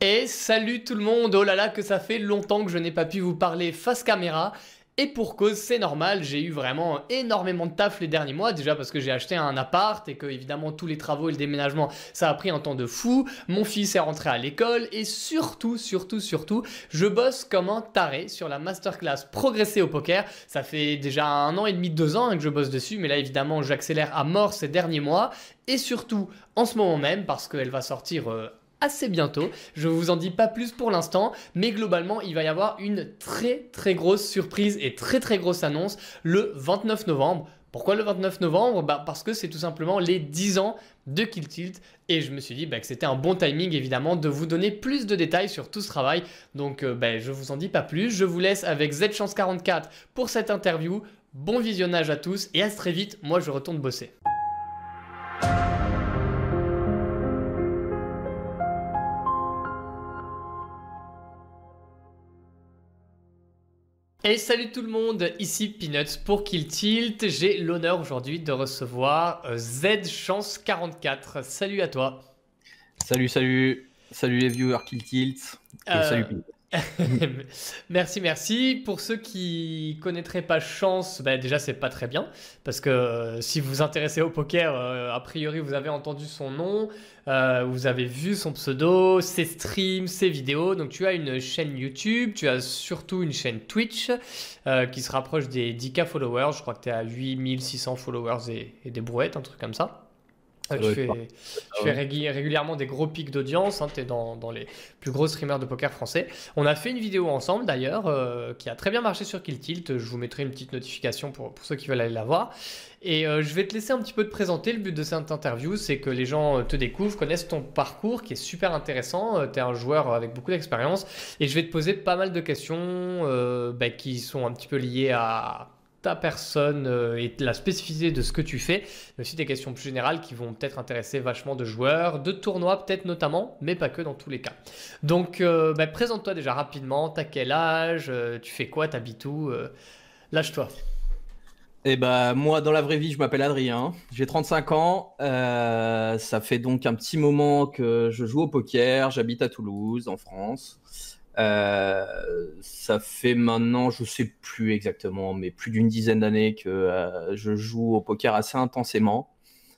Et salut tout le monde, oh là là que ça fait longtemps que je n'ai pas pu vous parler face caméra. Et pour cause, c'est normal, j'ai eu vraiment énormément de taf les derniers mois, déjà parce que j'ai acheté un appart et que évidemment tous les travaux et le déménagement, ça a pris un temps de fou, mon fils est rentré à l'école et surtout, je bosse comme un taré sur la masterclass Progresser au poker. Ça fait déjà 1 an et demi, 2 ans que je bosse dessus, mais là évidemment j'accélère à mort ces derniers mois et surtout en ce moment même parce qu'elle va sortir assez bientôt. Je vous en dis pas plus pour l'instant, mais globalement, il va y avoir une très grosse surprise et très grosse annonce le 29 novembre. Pourquoi le 29 novembre? Parce que c'est tout simplement les 10 ans de Kill Tilt et je me suis dit que c'était un bon timing évidemment de vous donner plus de détails sur tout ce travail. Donc je vous en dis pas plus, je vous laisse avec Zchance44 pour cette interview. Bon visionnage à tous et à très vite, moi je retourne bosser. Et salut tout le monde, ici Peanuts pour Kill Tilt. J'ai l'honneur aujourd'hui de recevoir Zchance44. Salut à toi. Salut les viewers Kill Tilt. Et salut Peanuts. Merci. Pour ceux qui connaîtraient pas Chance, déjà c'est pas très bien parce que si vous vous intéressez au poker, a priori vous avez entendu son nom, vous avez vu son pseudo, ses streams, ses vidéos. Donc tu as une chaîne YouTube, tu as surtout une chaîne Twitch qui se rapproche des 10K followers. Je crois que tu es à 8600 followers et des brouettes, un truc comme ça. Tu fais régulièrement des gros pics d'audience, hein, tu es dans les plus gros streamers de poker français. On a fait une vidéo ensemble d'ailleurs qui a très bien marché sur Kill Tilt. Je vous mettrai une petite notification pour ceux qui veulent aller la voir. Et je vais te laisser un petit peu te présenter. Le but de cette interview, c'est que les gens te découvrent, connaissent ton parcours qui est super intéressant. Tu es un joueur avec beaucoup d'expérience. Et je vais te poser pas mal de questions qui sont un petit peu liées à ta personne et la spécificité de ce que tu fais, mais aussi des questions plus générales qui vont peut-être intéresser vachement de joueurs, de tournois peut-être notamment, mais pas que dans tous les cas. Donc présente-toi déjà rapidement, t'as quel âge, tu fais quoi, t'habites où, lâche-toi. Et moi dans la vraie vie je m'appelle Adrien, j'ai 35 ans, ça fait donc un petit moment que je joue au poker, j'habite à Toulouse en France. Ça fait maintenant, je sais plus exactement, mais plus d'une dizaine d'années que je joue au poker assez intensément.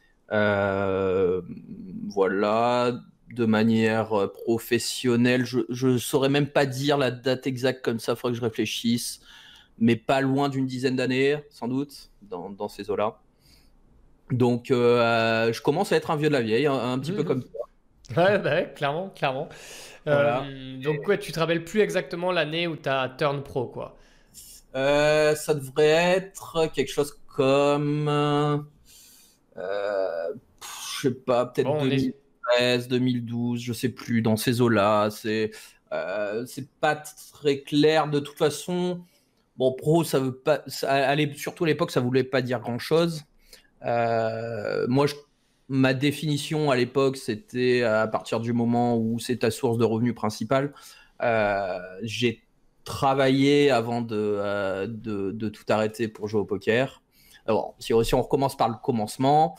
Voilà, de manière professionnelle, je saurais même pas dire la date exacte comme ça, il faudrait que je réfléchisse, mais pas loin d'une dizaine d'années, sans doute, dans ces eaux-là. Donc, je commence à être un vieux de la vieille, un petit peu comme toi. Ouais, clairement. Voilà. Donc ouais, tu te rappelles plus exactement l'année où tu as turn pro, quoi. Ça devrait être quelque chose comme, je sais pas, peut-être Bon, on est... 2013, 2012, je sais plus, dans ces eaux-là. C'est pas très clair de toute façon. Bon, pro, ça veut pas, surtout à l'époque, ça voulait pas dire grand-chose. Moi, ma définition à l'époque, c'était à partir du moment où c'est ta source de revenus principale. J'ai travaillé avant de tout arrêter pour jouer au poker. Alors, si on recommence par le commencement,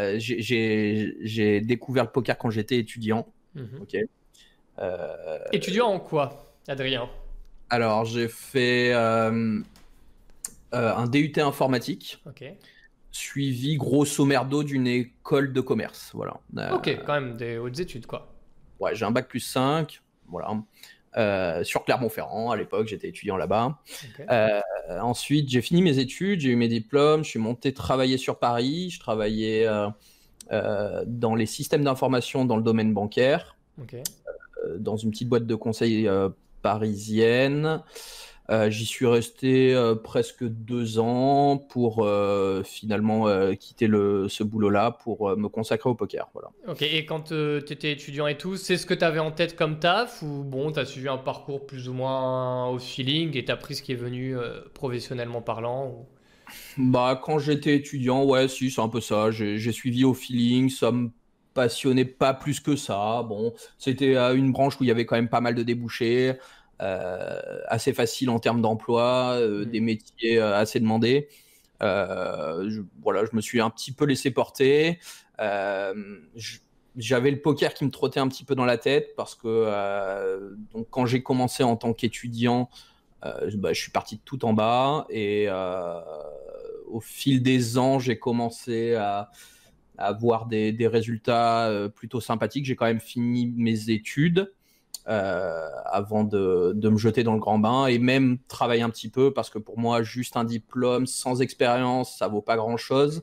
j'ai découvert le poker quand j'étais étudiant. Okay. Étudiant en quoi, Adrien? Alors, j'ai fait un DUT informatique. Ok. Suivi grosso merdo d'une école de commerce. Voilà. Ok, quand même des hautes études, quoi. Ouais, j'ai un bac plus 5, voilà. Sur Clermont-Ferrand, à l'époque, j'étais étudiant là-bas. Okay. Ensuite, j'ai fini mes études, j'ai eu mes diplômes, je suis monté travailler sur Paris. Je travaillais dans les systèmes d'information dans le domaine bancaire, okay. Dans une petite boîte de conseil parisienne. J'y suis resté presque 2 ans pour finalement quitter ce boulot-là pour me consacrer au poker. Voilà. Ok, et quand tu étais étudiant et tout, c'est ce que tu avais en tête comme taf ou bon, tu as suivi un parcours plus ou moins au feeling et tu as pris ce qui est venu professionnellement parlant ou... Quand j'étais étudiant, ouais, si, c'est un peu ça. J'ai suivi au feeling, ça me passionnait pas plus que ça. Bon, c'était une branche où il y avait quand même pas mal de débouchés. Assez facile en termes d'emploi, des métiers assez demandés. Je me suis un petit peu laissé porter. j'avais le poker qui me trottait un petit peu dans la tête parce que donc quand j'ai commencé en tant qu'étudiant, je suis parti de tout en bas et au fil des ans, j'ai commencé à avoir des résultats plutôt sympathiques. J'ai quand même fini mes études avant de me jeter dans le grand bain et même travailler un petit peu parce que pour moi, juste un diplôme sans expérience, ça vaut pas grand-chose.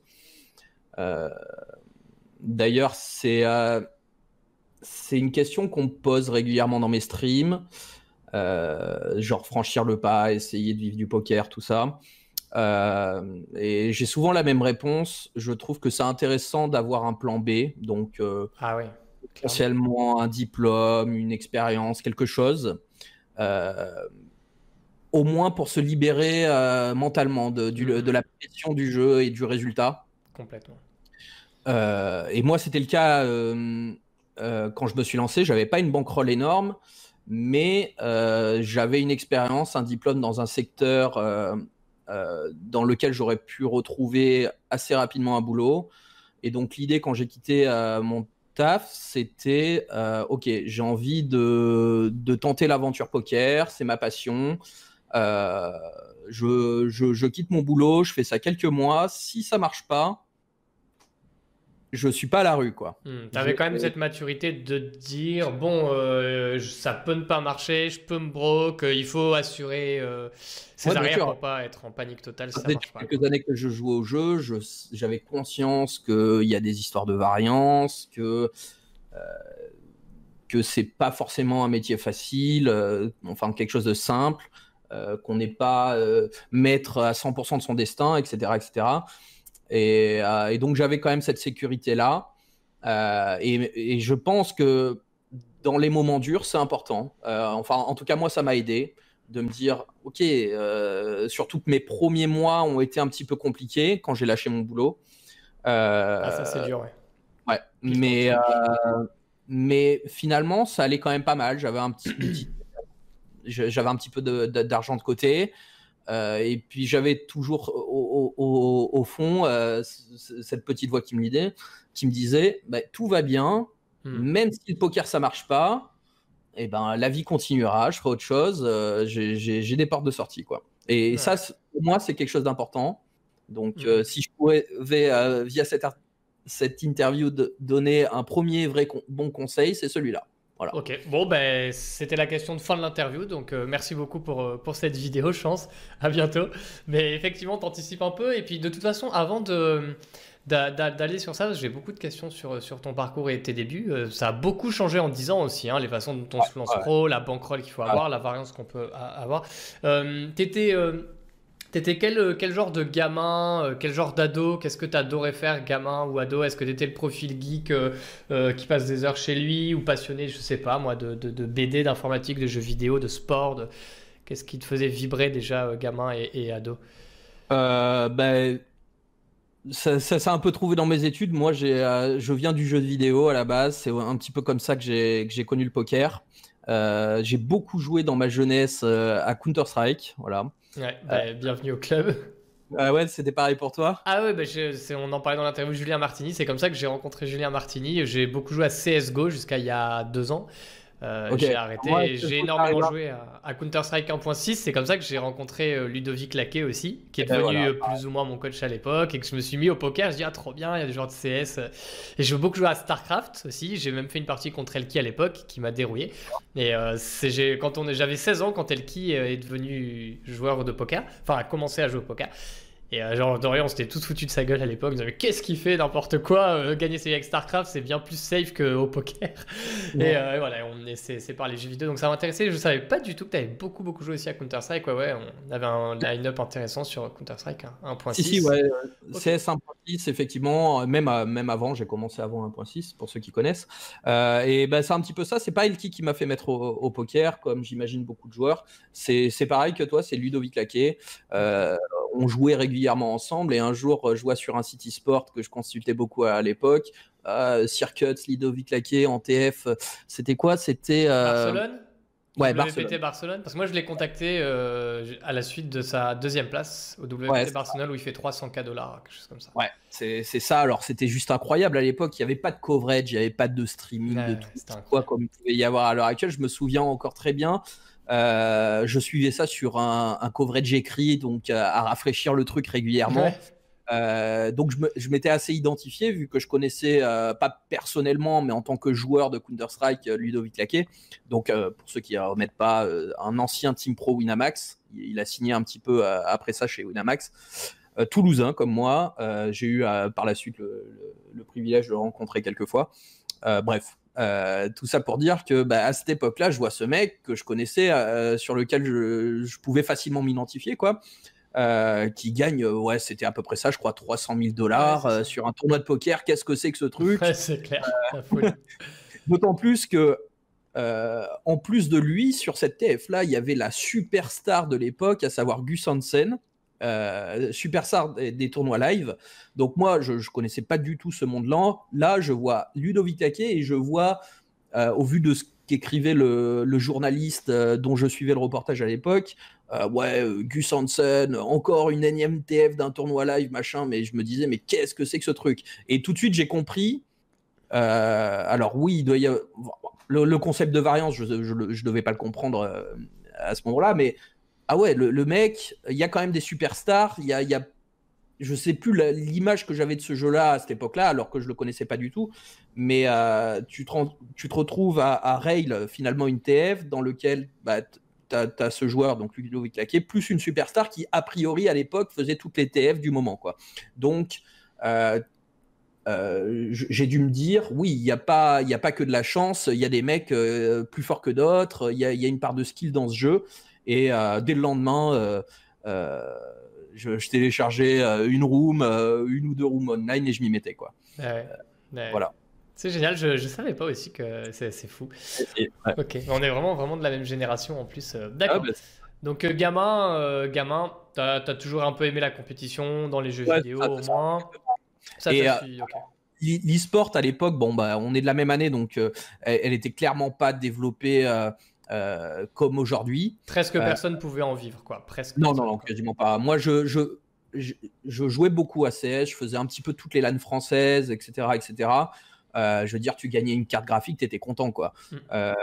D'ailleurs, c'est une question qu'on me pose régulièrement dans mes streams, genre franchir le pas, essayer de vivre du poker, tout ça. Et j'ai souvent la même réponse. Je trouve que c'est intéressant d'avoir un plan B, donc Ah oui, clairement. potentiellement un diplôme, une expérience, quelque chose, au moins pour se libérer mentalement de la pression du jeu et du résultat. Complètement. Et moi, c'était le cas quand je me suis lancé. J'avais pas une bankroll énorme, mais j'avais une expérience, un diplôme dans un secteur dans lequel j'aurais pu retrouver assez rapidement un boulot. Et donc l'idée quand j'ai quitté mon taf, c'était ok, j'ai envie de tenter l'aventure poker, c'est ma passion. Je quitte mon boulot, je fais ça quelques mois. Si ça marche pas, je suis pas à la rue, quoi. Tu avais quand même cette maturité de te dire, bon, ça peut ne pas marcher, je peux me broke, il faut assurer ses Ouais, bien arrières sûr. pour pas être en panique totale si Ça ça faisait marche pas. quelques années que je jouais au jeu, j'avais conscience qu'il y a des histoires de variance, que c'est pas forcément un métier facile, enfin quelque chose de simple, qu'on n'est pas maître à 100% de son destin, etc., etc. Et donc j'avais quand même cette sécurité-là. Et je pense que dans les moments durs, c'est important. Enfin, en tout cas, moi, ça m'a aidé de me dire, ok, surtout que mes premiers mois ont été un petit peu compliqués quand j'ai lâché mon boulot. Ah, ça c'est dur, ouais. Ouais, Puis quand mais finalement, ça allait quand même pas mal. J'avais un petit peu d'argent de côté. Et puis j'avais toujours au fond cette petite voix qui me disait bah, tout va bien, même si le poker ça marche pas, et ben la vie continuera, je ferai autre chose, j'ai des portes de sortie, quoi. Et Ouais. ça, pour moi, c'est quelque chose d'important. Donc si je pouvais via cette interview donner un premier vrai bon conseil, c'est celui-là. Voilà. Ok, bon, ben, c'était la question de fin de l'interview, donc merci beaucoup pour cette vidéo, chance, à bientôt. Mais effectivement, t'anticipes un peu, et puis de toute façon, avant d'aller sur ça, j'ai beaucoup de questions sur ton parcours et tes débuts. Ça a beaucoup changé en 10 ans aussi, hein, les façons dont on se lance pro, la bankroll qu'il faut avoir, la variance qu'on peut avoir. T'étais quel genre de gamin, quel genre d'ado? Qu'est-ce que t'adorais faire, gamin ou ado? Est-ce que t'étais le profil geek qui passe des heures chez lui ou passionné, je sais pas moi, de BD, d'informatique, de jeux vidéo, de sport? Qu'est-ce qui te faisait vibrer déjà, gamin et ado? Ben, ça s'est un peu trouvé dans mes études. Moi, je viens du jeu de vidéo à la base. C'est un petit peu comme ça que j'ai connu le poker. J'ai beaucoup joué dans ma jeunesse à Counter-Strike. Voilà. Ouais, bah, bienvenue au club. Ouais, c'était pareil pour toi? Ah ouais, bah, on en parlait dans l'interview de Julien Martini. C'est comme ça que j'ai rencontré Julien Martini. J'ai beaucoup joué à CSGO jusqu'à il y a 2 ans. Okay. J'ai arrêté Moi, et j'ai énormément joué à Counter-Strike 1.6. C'est comme ça que j'ai rencontré Ludovic Laquet aussi, qui est devenu plus ou moins mon coach à l'époque et que je me suis mis au poker. Je dis, ah, trop bien, il y a des joueurs de CS. Et j'ai beaucoup joué à StarCraft aussi. J'ai même fait une partie contre Elki à l'époque qui m'a dérouillé. Et j'avais 16 ans quand Elki est devenu joueur de poker, enfin a commencé à jouer au poker. Et genre Dorian, on s'était tous foutus de sa gueule à l'époque. On disait, mais qu'est-ce qu'il fait, n'importe quoi, gagner ses vies avec StarCraft, c'est bien plus safe qu'au poker. Ouais. Et voilà, c'est par les jeux vidéo. Donc ça m'intéressait. Je savais pas du tout que tu avais beaucoup joué aussi à Counter-Strike. Ouais, on avait un line-up intéressant sur Counter-Strike 1.6. Si, ouais. Okay. CS 1.6, effectivement, même avant, j'ai commencé avant 1.6, pour ceux qui connaissent. Et ben, c'est un petit peu ça. C'est pas Elki qui m'a fait mettre au poker, comme j'imagine beaucoup de joueurs. C'est pareil que toi, c'est Ludovic Laquet. On jouait régulièrement ensemble et un jour je jouais sur un site e-sport que je consultais beaucoup à l'époque, Circuits, Ludovic Laquet en TF, c'était quoi? C'était Barcelone. Ouais, WPT Barcelone. Barcelone, parce que moi je l'ai contacté à la suite de sa deuxième place au Ouais, WPT Barcelone où il fait 300K dollars, quelque chose comme ça. ouais, c'est ça. Alors, c'était juste incroyable à l'époque. Il n'y avait pas de coverage, il n'y avait pas de streaming, de Ouais, tout c'était quoi incroyable. comme il pouvait y avoir à l'heure actuelle. Je me souviens encore très bien. Je suivais ça sur un coverage écrit, donc à rafraîchir le truc régulièrement. Ouais, Donc je m'étais assez identifié vu que je connaissais pas personnellement mais en tant que joueur de Counter-Strike Ludovic Laquet. Donc pour ceux qui ne remettent pas, un ancien team pro Winamax, il a signé un petit peu après ça chez Winamax. Toulousain comme moi, j'ai eu par la suite le privilège de le rencontrer quelques fois. Bref, tout ça pour dire que à cette époque-là, je vois ce mec que je connaissais, sur lequel je pouvais facilement m'identifier, quoi, qui gagne, ouais, c'était à peu près ça, je crois, 300 000 ouais, dollars c'est ça. sur un tournoi de poker. Qu'est-ce que c'est que ce Ouais, truc? c'est clair, la folie. D'autant plus que, en plus de lui, sur cette TF-là, il y avait la superstar de l'époque, à savoir Gus Hansen, superstar des tournois live. Donc moi, je ne connaissais pas du tout ce monde-là. Là, je vois Ludovic Taquet et je vois, au vu de ce qu'écrivait le journaliste dont je suivais le reportage à l'époque, ouais, Gus Hansen, encore une énième TF d'un tournoi live, machin, mais je me disais, mais qu'est-ce que c'est que ce truc? Et tout de suite, j'ai compris. Alors oui, il doit y avoir, le concept de variance, je ne devais pas le comprendre à ce moment-là, mais ah ouais, le mec, il y a quand même des superstars, il y a je sais plus l'image que j'avais de ce jeu-là à cette époque-là, alors que je le connaissais pas du tout. Mais tu te retrouves à Rail, finalement, une TF dans lequel tu as ce joueur, donc Ludovic Laquet, plus une superstar qui, a priori, à l'époque, faisait toutes les TF du moment, quoi. Donc, euh, j'ai dû me dire, oui, il y a pas que de la chance, il y a des mecs plus forts que d'autres, il y a une part de skill dans ce jeu. Et dès le lendemain, euh, je téléchargeais une room, une ou deux rooms online et je m'y mettais, quoi. Ouais, ouais. Voilà. C'est génial, je savais pas aussi que c'est fou. Ouais. Ok, on est vraiment de la même génération en plus. Ah, D'accord. Donc gamin, t'as toujours un peu aimé la compétition dans les jeux ouais, vidéo ça, au c'est ça. moins. Ça Et t'a suivi, ok. l'e-sport à l'époque, bon, on est de la même année, donc elle était clairement pas développée comme aujourd'hui. Presque Euh, personne pouvait en vivre, quoi. Presque Non, non, personne, non, quoi. quasiment pas. Moi, je jouais beaucoup à CS, je faisais un petit peu toutes les LAN françaises, etc., etc. Je veux dire, tu gagnais une carte graphique, tu étais content, quoi. Mm.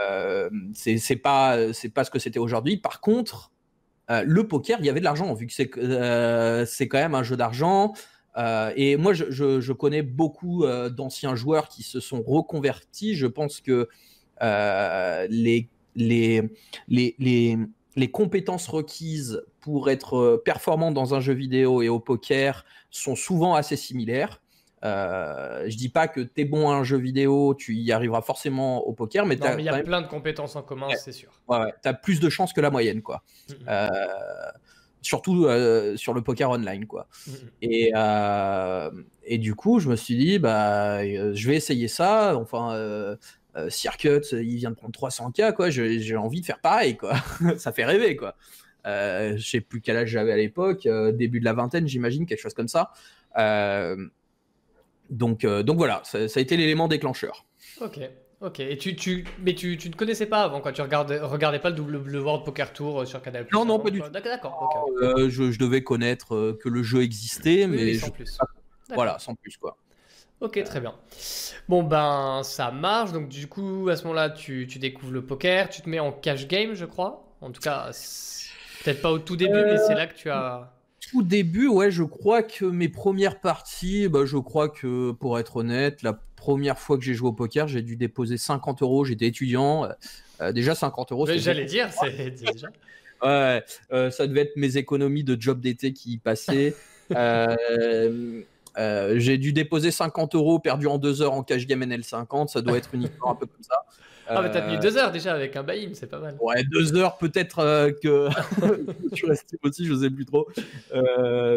C'est pas ce que c'était aujourd'hui. Par contre, le poker, il y avait de l'argent, vu que c'est quand même un jeu d'argent. Et moi, je connais beaucoup d'anciens joueurs qui se sont reconvertis. Je pense que les, les, les, les compétences requises pour être performant dans un jeu vidéo et au poker sont souvent assez similaires. Je dis pas que tu es bon à un jeu vidéo, tu y arriveras forcément au poker, mais tu Non, as mais il y a quand même, plein de compétences en commun, ouais, c'est sûr. ouais, t'as plus de chances que la moyenne, quoi. Mm, mm, Euh, Surtout sur le poker online, quoi. mm, mm. Et, euh, et du coup, je me suis dit, je vais essayer ça. Enfin, Circuit, il vient de prendre 300K, quoi. J'ai envie de faire pareil, quoi. Ça fait rêver, quoi. Je sais plus quel âge j'avais à l'époque, début de la vingtaine, j'imagine, quelque chose comme ça. Euh, donc voilà, ça a été l'élément déclencheur. Ok, ok. Et mais tu ne connaissais pas avant, quoi. Tu regardais pas le World Poker Tour sur Canal Non, Plus non, avant, pas du quoi. tout. D'accord, ok, ok. Je devais connaître que le jeu existait, Oui, oui, mais sans plus. voilà, D'accord. sans plus, quoi. Ok, très bien. Bon, ben, ça marche. Donc, du coup, à ce moment-là, tu découvres le poker, tu te mets en cash game, je crois. En tout cas, peut-être pas au tout début, mais c'est Euh, là que tu as. Tout début, ouais, je crois que mes premières parties, je crois que, pour être honnête, la première fois que j'ai joué au poker, j'ai dû déposer 50 euros. J'étais étudiant. Déjà, 50 euros, Mais c'était j'allais beaucoup. dire, c'est déjà. Ouais, ça devait être mes économies de job d'été qui y passaient. Euh, j'ai dû déposer 50 euros perdus en 2 heures en cash game NL50. Ça doit être une histoire un peu comme ça. Ah, mais t'as tenu Euh, 2 heures déjà avec un buy-in, c'est pas mal. ouais, 2 heures peut-être que je suis resté aussi, je sais plus trop. Euh,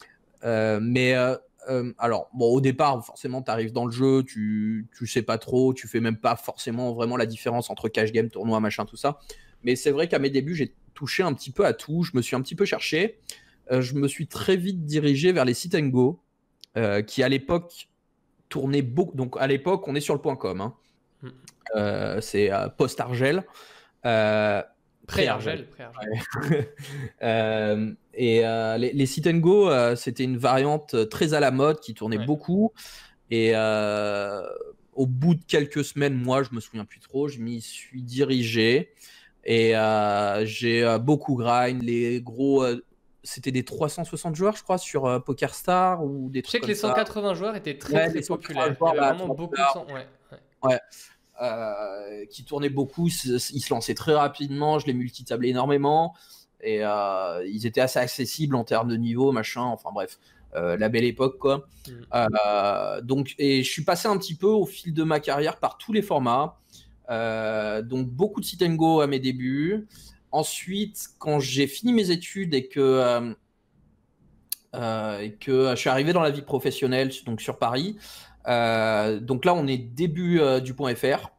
alors, bon, au départ, forcément, tu arrives dans le jeu, tu sais pas trop, tu fais même pas forcément vraiment la différence entre cash game, tournoi, machin, tout ça. Mais c'est vrai qu'à mes débuts, j'ai touché un petit peu à tout, je me suis un petit peu cherché. Je me suis très vite dirigé vers les sit and go, qui à l'époque tournaient beaucoup. Donc à l'époque, on est sur le point .com, hein. Mm. C'est post-Argel. Pré-Argel. Les sit and go, c'était une variante très à la mode qui tournait beaucoup. Et au bout de quelques semaines, moi, je me souviens plus trop, je m'y suis dirigé et j'ai beaucoup grind. Les gros, c'était des 360 joueurs, je crois, sur PokerStar ou des trucs. Je sais que les 180 joueurs étaient très populaires. Il y avait vraiment beaucoup de qui tournaient beaucoup. Ils se lançaient très rapidement. Je les multitablais énormément et ils étaient assez accessibles en termes de niveau, machin. Enfin bref. La belle époque quoi. Donc et je suis passé un petit peu au fil de ma carrière par tous les formats, donc beaucoup de sit and go à mes débuts. Ensuite quand j'ai fini mes études et que je suis arrivé dans la vie professionnelle donc sur Paris, donc là on est début du point .fr.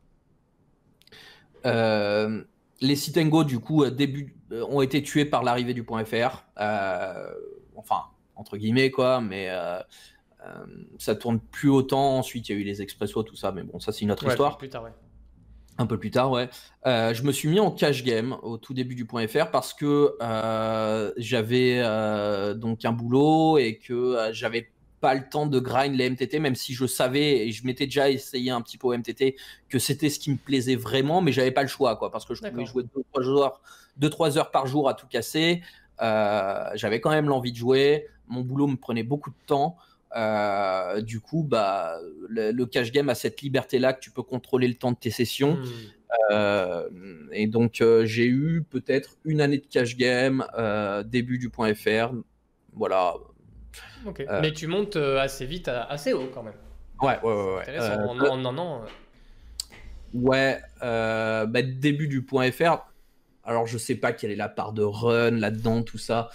Les sit and go du coup ont été tués par l'arrivée du point .fr, enfin entre guillemets quoi, mais ça tourne plus autant. Ensuite il y a eu les expressos, tout ça, mais bon ça c'est une autre histoire. Plus tard, un peu plus tard, ouais. Je me suis mis en cash game au tout début du point .fr parce que j'avais donc un boulot et que j'avais pas le temps de grind les MTT, même si je savais et je m'étais déjà essayé un petit peu au MTT que c'était ce qui me plaisait vraiment, mais j'avais pas le choix quoi, parce que je pouvais jouer 2-3 heures par jour à tout casser. J'avais quand même l'envie de jouer. Mon boulot me prenait beaucoup de temps. Du coup, le cash game a cette liberté-là que tu peux contrôler le temps de tes sessions. Et donc, j'ai eu peut-être une année de cash game, début du point .fr. Voilà. Mais tu montes assez vite, assez haut quand même. Ouais. Intéressant. Non. Ouais, début du point .fr. Alors, je sais pas quelle est la part de run là-dedans, tout ça.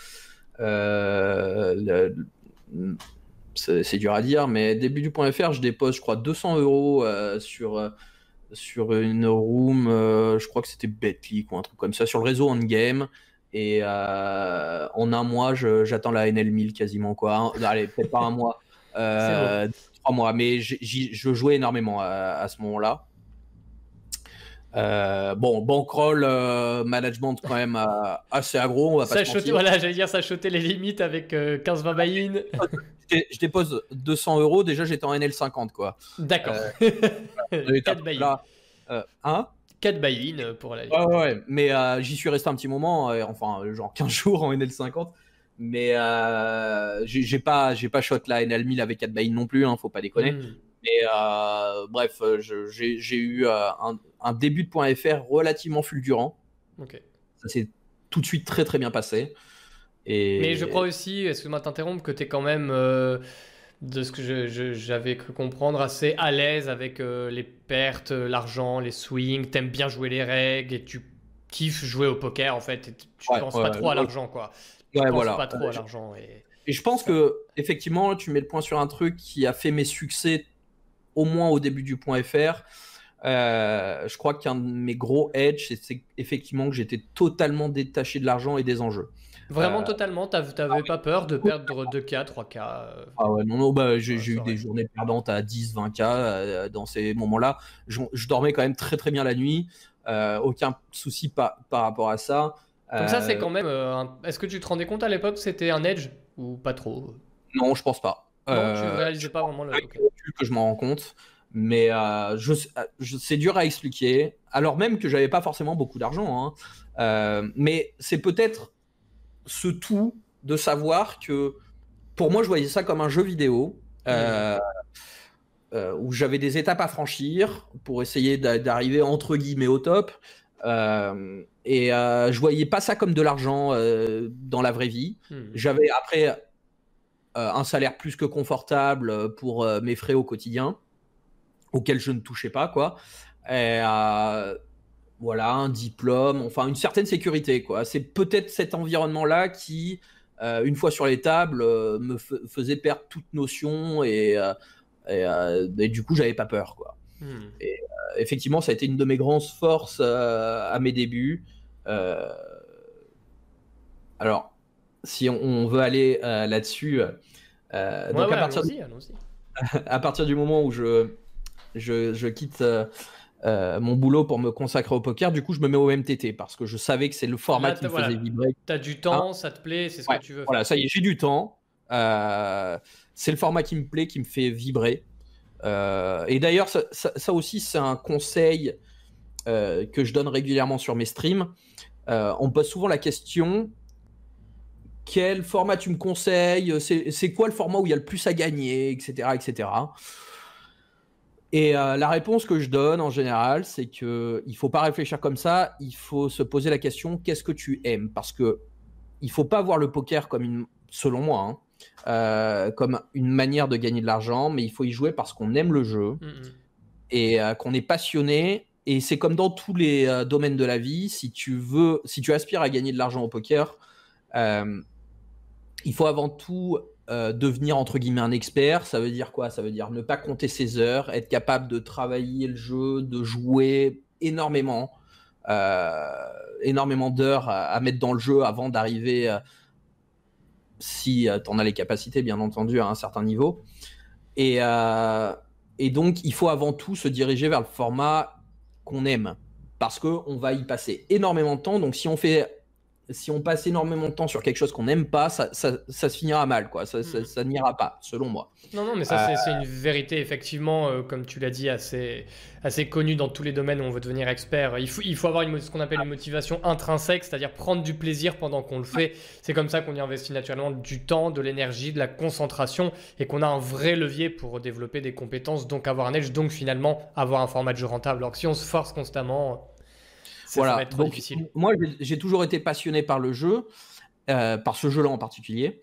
C'est dur à dire, mais début du point .fr, je dépose, je crois, 200 € sur une room, je crois que c'était Betclic ou un truc comme ça, sur le réseau on-game. Et en un mois, j'attends la NL1000 quasiment, quoi. Allez, peut-être pas un mois, 3 mois, mais je jouais énormément à ce moment-là. Bankroll management quand même assez aggro, on va pas se mentir. Voilà, j'allais dire, ça shotait les limites avec 15-20 buy-in. Je dépose 200 €, déjà j'étais en NL50 quoi. D'accord. 4 buy-in. 4 buy-in pour la ligue. Ouais, mais j'y suis resté un petit moment, enfin genre 15 jours en NL50, mais j'ai pas shot la NL1000 avec 4 buy-in non plus, hein, faut pas déconner. Mais bref, j'ai eu un début de point .fr relativement fulgurant. Ça s'est tout de suite très très bien passé. Mais je crois aussi, excuse-moi de t'interrompre, que tu es quand même, de ce que j'avais cru comprendre, assez à l'aise avec les pertes, l'argent, les swings. T'aimes bien jouer les règles et tu kiffes jouer au poker en fait. Et tu penses pas trop à l'argent quoi. Tu penses pas trop à l'argent. Et je pense que effectivement, tu mets le point sur un truc qui a fait mes succès au moins au début du point .fr. Je crois qu'un de mes gros edge, c'est effectivement que j'étais totalement détaché de l'argent et des enjeux. Vraiment totalement, t'avais pas peur de perdre 2K, 3K Ah ouais, non, j'ai eu des journées perdantes à 10, 20K dans ces moments-là. Je dormais quand même très très bien la nuit, aucun souci par rapport à ça. Comme ça, c'est quand même. Est-ce que tu te rendais compte à l'époque que c'était un edge ou pas trop? Non, je pense pas. Non, tu réalisais pas vraiment le. Que je m'en rends compte. Mais c'est dur à expliquer, alors même que j'avais pas forcément beaucoup d'argent. Hein. Mais c'est peut-être ce tout de savoir que pour moi, je voyais ça comme un jeu vidéo où j'avais des étapes à franchir pour essayer d'arriver entre guillemets au top. Et je voyais pas ça comme de l'argent dans la vraie vie. J'avais après un salaire plus que confortable pour mes frais au quotidien, auquel je ne touchais pas, quoi. Et, voilà, un diplôme, enfin une certaine sécurité, quoi. C'est peut-être cet environnement-là qui, une fois sur les tables, me faisait perdre toute notion et du coup, j'avais pas peur, quoi. Et effectivement, ça a été une de mes grandes forces à mes débuts. Alors, si on veut aller là-dessus, donc à partir du moment où je quitte mon boulot pour me consacrer au poker. Du coup, je me mets au MTT parce que je savais que c'est le format Là, qui me faisait vibrer. tu as du Hein. temps, ça te plaît, c'est ce que Ouais, tu veux voilà, faire. ça y est, j'ai du temps. C'est le format qui me plaît, qui me fait vibrer. Et d'ailleurs, ça aussi, c'est un conseil que je donne régulièrement sur mes streams. On me pose souvent la question, quel format tu me conseilles? C'est quoi le format où il y a le plus à gagner, etc., etc. Et la réponse que je donne en général, c'est que il faut pas réfléchir comme ça. Il faut se poser la question, qu'est-ce que tu aimes? Parce que il faut pas voir le poker comme selon moi, hein, comme une manière de gagner de l'argent, mais il faut y jouer parce qu'on aime le jeu et qu'on est passionné. Et c'est comme dans tous les domaines de la vie. Si tu aspires à gagner de l'argent au poker, il faut avant tout devenir entre guillemets un expert. Ça veut dire quoi? Ça veut dire ne pas compter ses heures, être capable de travailler le jeu, de jouer énormément, énormément d'heures à mettre dans le jeu avant d'arriver, si tu en as les capacités, bien entendu, à un certain niveau. Et donc, il faut avant tout se diriger vers le format qu'on aime parce qu'on va y passer énormément de temps. Donc, si on passe énormément de temps sur quelque chose qu'on n'aime pas, ça se finira mal, quoi. Ça n'ira pas, selon moi. Non, mais ça, c'est une vérité, effectivement, comme tu l'as dit, assez connue dans tous les domaines où on veut devenir expert. Il faut avoir ce qu'on appelle une motivation intrinsèque, c'est-à-dire prendre du plaisir pendant qu'on le fait. C'est comme ça qu'on y investit naturellement du temps, de l'énergie, de la concentration, et qu'on a un vrai levier pour développer des compétences, donc avoir un edge, donc finalement avoir un format de jeu rentable. Alors que si on se force constamment, ça va être trop difficile. Moi, j'ai toujours été passionné par le jeu, par ce jeu-là en particulier.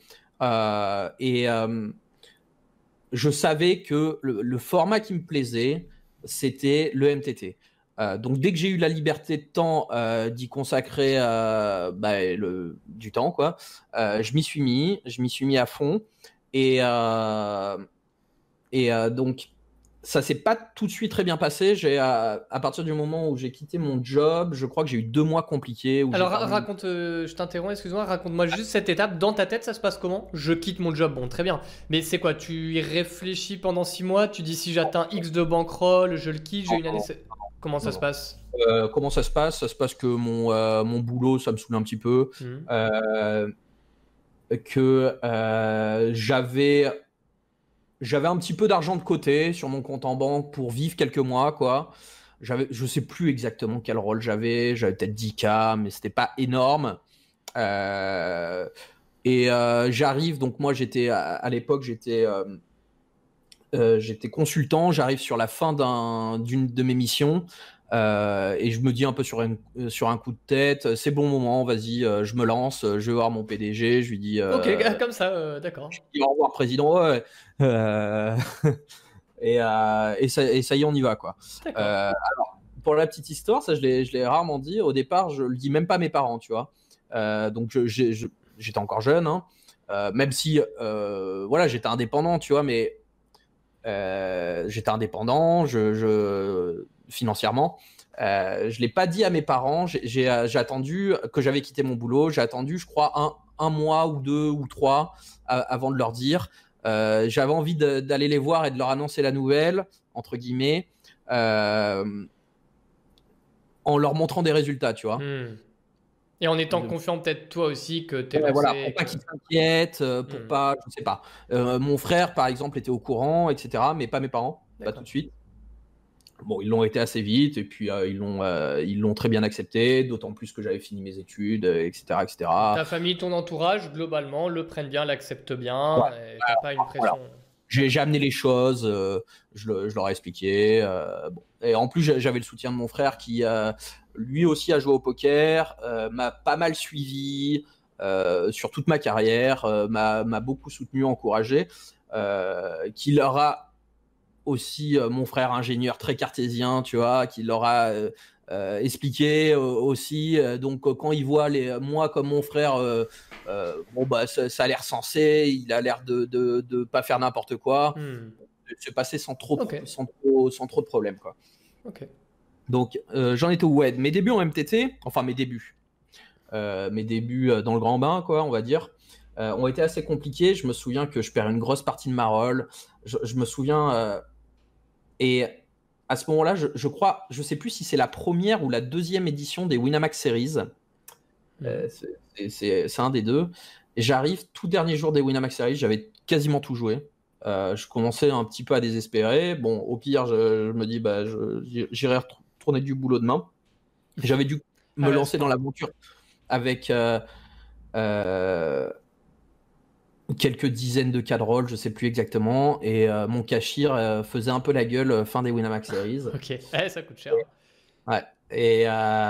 Je savais que le format qui me plaisait, c'était le MTT. Donc, dès que j'ai eu la liberté de temps d'y consacrer du temps, quoi, je m'y suis mis à fond. Donc, ça s'est pas tout de suite très bien passé. À partir du moment où j'ai quitté mon job, je crois que j'ai eu 2 mois compliqués. Alors raconte, je t'interromps, excuse-moi, raconte-moi juste cette étape. Dans ta tête, ça se passe comment? Je quitte mon job, bon, très bien. Mais c'est quoi? Tu y réfléchis pendant 6 mois, tu dis si j'atteins X de bankroll, je le quitte, j'ai une année. Comment ça se passe? Comment ça se passe? Ça se passe que mon boulot, ça me saoule un petit peu. J'avais un petit peu d'argent de côté sur mon compte en banque pour vivre quelques mois, quoi. Je sais plus exactement quel rôle j'avais peut-être 10K, mais c'était pas énorme. J'arrive, donc moi à l'époque j'étais consultant, j'arrive sur la fin d'une de mes missions et je me dis un peu sur un coup de tête, c'est bon moment, vas-y, je me lance, je vais voir mon PDG, je lui dis ok, comme ça, d'accord. Je dis au revoir président, ouais. Et ça y est, on y va, quoi. Alors, pour la petite histoire, ça je l'ai rarement dit. Au départ, je le dis même pas à mes parents, tu vois. Donc j'étais encore jeune, hein. Même si voilà, j'étais indépendant, tu vois, mais j'étais indépendant, financièrement. Je l'ai pas dit à mes parents. J'ai attendu que j'avais quitté mon boulot. J'ai attendu, je crois, un mois ou 2 ou 3 avant de leur dire. J'avais envie d'aller les voir et de leur annoncer la nouvelle, entre guillemets, en leur montrant des résultats, tu vois. Et en étant confiant peut-être toi aussi que t'es lancé. Voilà, pour pas qu'ils s'inquiètent, pour pas, je sais pas. Mon frère, par exemple, était au courant, etc., mais pas mes parents, pas tout de suite. Bon, ils l'ont été assez vite et puis ils l'ont très bien accepté, d'autant plus que j'avais fini mes études, etc., etc. Ta famille, ton entourage, globalement, le prennent bien, l'acceptent bien, t'as pas une pression. Voilà. J'ai amené les choses, je leur ai expliqué. Bon. Et en plus, j'avais le soutien de mon frère qui, lui aussi, a joué au poker, m'a pas mal suivi sur toute ma carrière, m'a beaucoup soutenu, encouragé, qui leur a aussi, mon frère ingénieur très cartésien, tu vois, qui leur a expliqué aussi. Donc, quand il voit moi comme mon frère, bon, bah, ça a l'air sensé, il a l'air de pas faire n'importe quoi. C'est passé sans trop de problèmes, quoi. Donc, j'en étais où? Mes débuts en MTT, enfin mes débuts dans le grand bain, quoi, on va dire, ont été assez compliqués. Je me souviens que je perds une grosse partie de ma roll. Je me souviens... et à ce moment-là, je crois, je sais plus si c'est la première ou la deuxième édition des Winamax Series. C'est un des deux. Et j'arrive tout dernier jour des Winamax Series, j'avais quasiment tout joué. Je commençais un petit peu à désespérer. Bon, au pire, je me dis, bah, j'irai retourner du boulot demain. J'avais dû me lancer dans l'aventure avec quelques dizaines de cas de rôle, je sais plus exactement. Et mon cachir faisait un peu la gueule fin des Winamax Series. Ok, ça coûte cher. Ouais. Et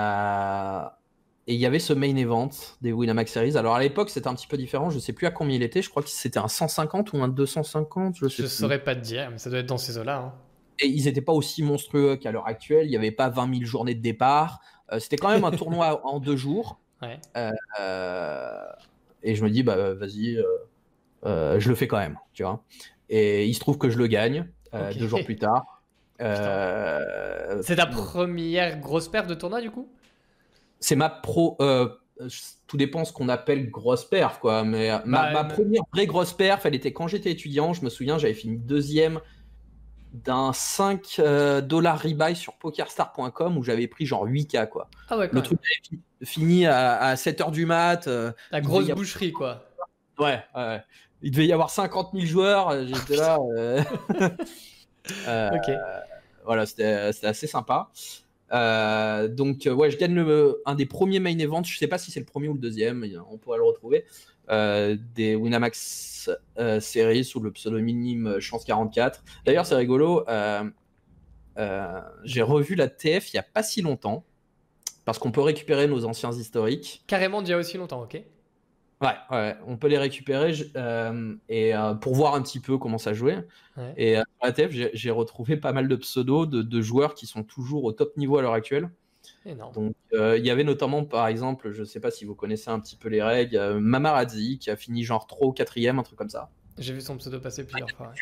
il y avait ce main event des Winamax Series. Alors à l'époque, c'était un petit peu différent. Je sais plus à combien il était. Je crois que c'était un 150 ou un 250. Je saurais pas te dire, mais ça doit être dans ces eaux-là. Hein. Et ils n'étaient pas aussi monstrueux qu'à l'heure actuelle. Il n'y avait pas 20 000 journées de départ. C'était quand même un tournoi en 2 jours. Ouais. Et je me dis, bah vas-y, je le fais quand même, tu vois. Et il se trouve que je le gagne 2 jours plus tard. C'est ta première grosse perf de tournoi du coup? C'est ma tout dépend ce qu'on appelle grosse perf, quoi. Mais ma première vraie grosse perf, elle était quand j'étais étudiant. Je me souviens, j'avais fini deuxième d'un 5 $ rebuy sur pokerstar.com où j'avais pris genre 8K, quoi. Ah ouais, le truc avait fini à 7h du mat. La grosse boucherie, quoi. Ouais. Il devait y avoir 50 000 joueurs. J'étais là. Ok. Voilà, c'était assez sympa. Donc, ouais, je gagne un des premiers main events. Je sais pas si c'est le premier ou le deuxième. On pourrait le retrouver. Des Winamax Series sous le pseudonyme Chance 44. D'ailleurs, c'est rigolo. J'ai revu la TF il y a pas si longtemps parce qu'on peut récupérer nos anciens historiques. Carrément d'il y a aussi longtemps, ok. Ouais, on peut les récupérer et pour voir un petit peu comment ça jouait. Ouais. Et sur la TF, j'ai retrouvé pas mal de pseudos de joueurs qui sont toujours au top niveau à l'heure actuelle. Énorme. Donc, il y avait notamment, par exemple, je sais pas si vous connaissez un petit peu les règles, Mamarazzi qui a fini genre 3 ou 4e, un truc comme ça. J'ai vu son pseudo passer plusieurs fois.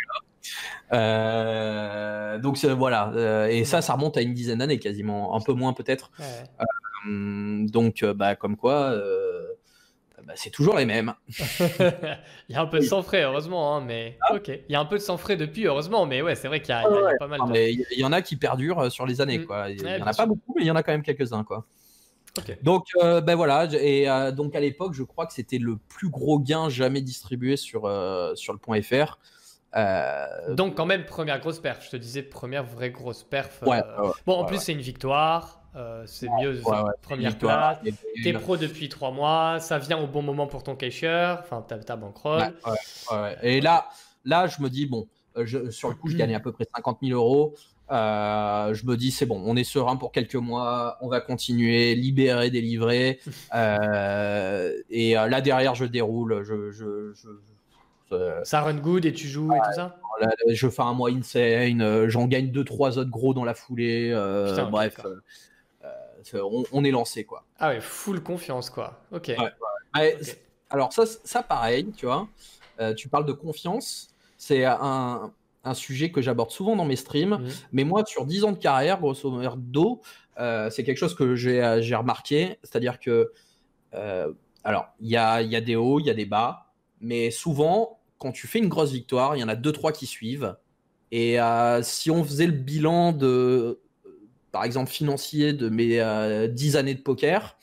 Ouais. Donc voilà, et ça remonte à une dizaine d'années quasiment, un peu moins peut-être. Ouais. Donc, comme quoi. C'est toujours les mêmes. Il y a un peu de sang frais, heureusement, hein, mais ok. Il y a un peu de sang frais depuis, heureusement, mais ouais, c'est vrai qu'il y a pas mal. Il y en a qui perdurent sur les années, quoi. Il y en a pas beaucoup, mais il y en a quand même quelques-uns, quoi. Okay. Donc, voilà. Et donc à l'époque, je crois que c'était le plus gros gain jamais distribué sur le point .fr. Donc quand même première grosse perf. Je te disais première vraie grosse perf. Ouais, bon, en plus c'est une victoire. C'est mieux, première place. T'es pro depuis 3 mois, ça vient au bon moment pour ton cashier, enfin ta bankroll. Ouais. Et là, je me dis, bon, sur le coup, je gagnais à peu près 50 000 euros. Je me dis, c'est bon, on est serein pour quelques mois, on va continuer, libérer, délivrer. Et là, derrière, je déroule. Ça run good et tu joues et tout ça. Là, je fais un mois insane, j'en gagne 2-3 autres gros dans la foulée. Putain, bref. On est lancé, quoi. Ah ouais, full confiance, quoi. Ok. Okay. Alors ça pareil, tu vois. Tu parles de confiance. C'est un sujet que j'aborde souvent dans mes streams. Mais moi, sur 10 ans de carrière, grosso modo, c'est quelque chose que j'ai remarqué. C'est-à-dire que, alors, il y a des hauts, il y a des bas. Mais souvent, quand tu fais une grosse victoire, il y en a 2-3 qui suivent. Et si on faisait le bilan par exemple financier de mes 10 années de poker,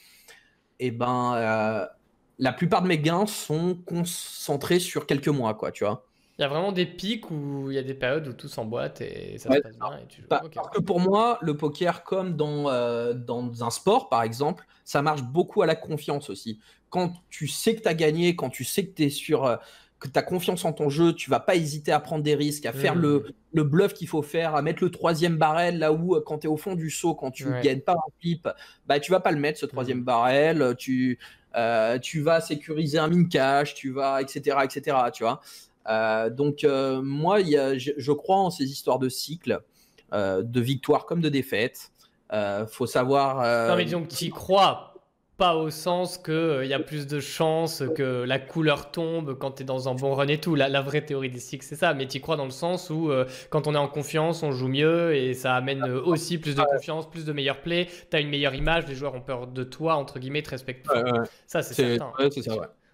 la plupart de mes gains sont concentrés sur quelques mois, quoi, tu vois. Il y a vraiment des pics où il y a des périodes où tout s'emboîte et ça se passe bien et tu joues. Parce que pour moi, le poker, comme dans un sport, par exemple, ça marche beaucoup à la confiance aussi. Quand tu sais que tu as gagné, quand tu sais que tu es sûr, que tu as confiance en ton jeu, tu vas pas hésiter à prendre des risques, à faire le bluff qu'il faut faire, à mettre le 3e barrel là où, quand tu es au fond du seau, quand tu gagnes pas un flip, tu vas pas le mettre, ce 3e barrel, tu vas sécuriser un min cash, tu vas, etc., tu vois. Donc, moi, je crois en ces histoires de cycles, de victoires comme de défaites. Faut savoir. Non, mais disons que tu y crois. Pas au sens qu'il y a plus de chances que la couleur tombe quand tu es dans un bon run et tout. La vraie théorie des cycles, c'est ça. Mais tu y crois dans le sens où quand on est en confiance, on joue mieux et ça amène aussi plus de confiance, plus de meilleurs plays. Tu as une meilleure image, les joueurs ont peur de toi, entre guillemets, te respectent. Ça, c'est certain. C'est ça, ouais.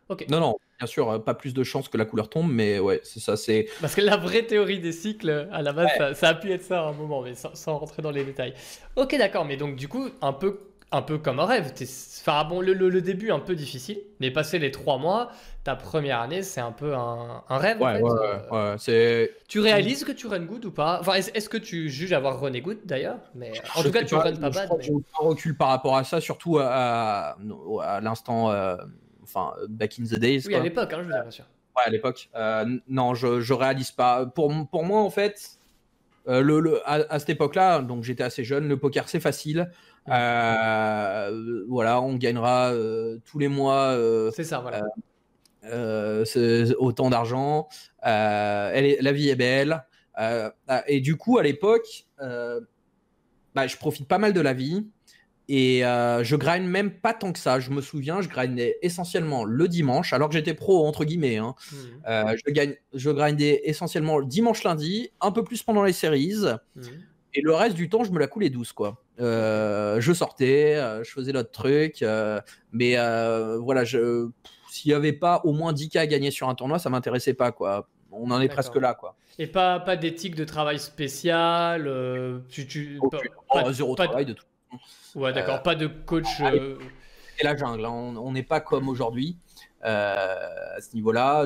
Ok. Non, non, bien sûr, pas plus de chances que la couleur tombe, mais ouais, c'est ça, c'est... Parce que la vraie théorie des cycles, à la base, Ouais, ça a pu être ça à un moment, mais sans rentrer dans les détails. Ok, d'accord, mais donc du coup, un peu comme un rêve. Enfin, bon, le début un peu difficile, mais passer les 3 mois, ta première année, c'est un peu un rêve en ouais, fait. c'est... Tu réalises que tu run good ou pas? Enfin, est-ce que tu juges avoir runné good d'ailleurs? Mais en Je tout cas, sais tu pas, run pas je bad, crois que j'ai mais. aucun recul par rapport à ça, surtout à l'instant, enfin, back in the days, Oui, à quoi. l'époque, hein, je veux dire, bien sûr. Ouais, à l'époque. Non, je réalise pas. Pour moi, en fait, à cette époque-là, donc j'étais assez jeune, le poker, c'est facile. Hmm. Voilà, on gagnera tous les mois C'est ça, voilà. autant d'argent. La vie est belle. Et du coup, à l'époque, bah, je profite pas mal de la vie. Et je grind même pas tant que ça. Je me souviens, je grindais essentiellement le dimanche, alors que j'étais pro, entre guillemets, hein. Hmm. Je grindais essentiellement le dimanche, lundi, un peu plus pendant les séries. Hmm. Et le reste du temps, je me la coulais douce, quoi. Ok. Je sortais, je faisais d'autres trucs. Mais voilà, s'il n'y avait pas au moins 10K à gagner sur un tournoi, ça m'intéressait pas, quoi. On en est presque D'accord. là, quoi. Et pas d'éthique de travail spéciale, Aucune. Oh, zéro pas de. travail de tout. Ouais, Euh, d'accord, pas de coach. C'était la jungle, hein. On n'est pas comme aujourd'hui à ce niveau-là.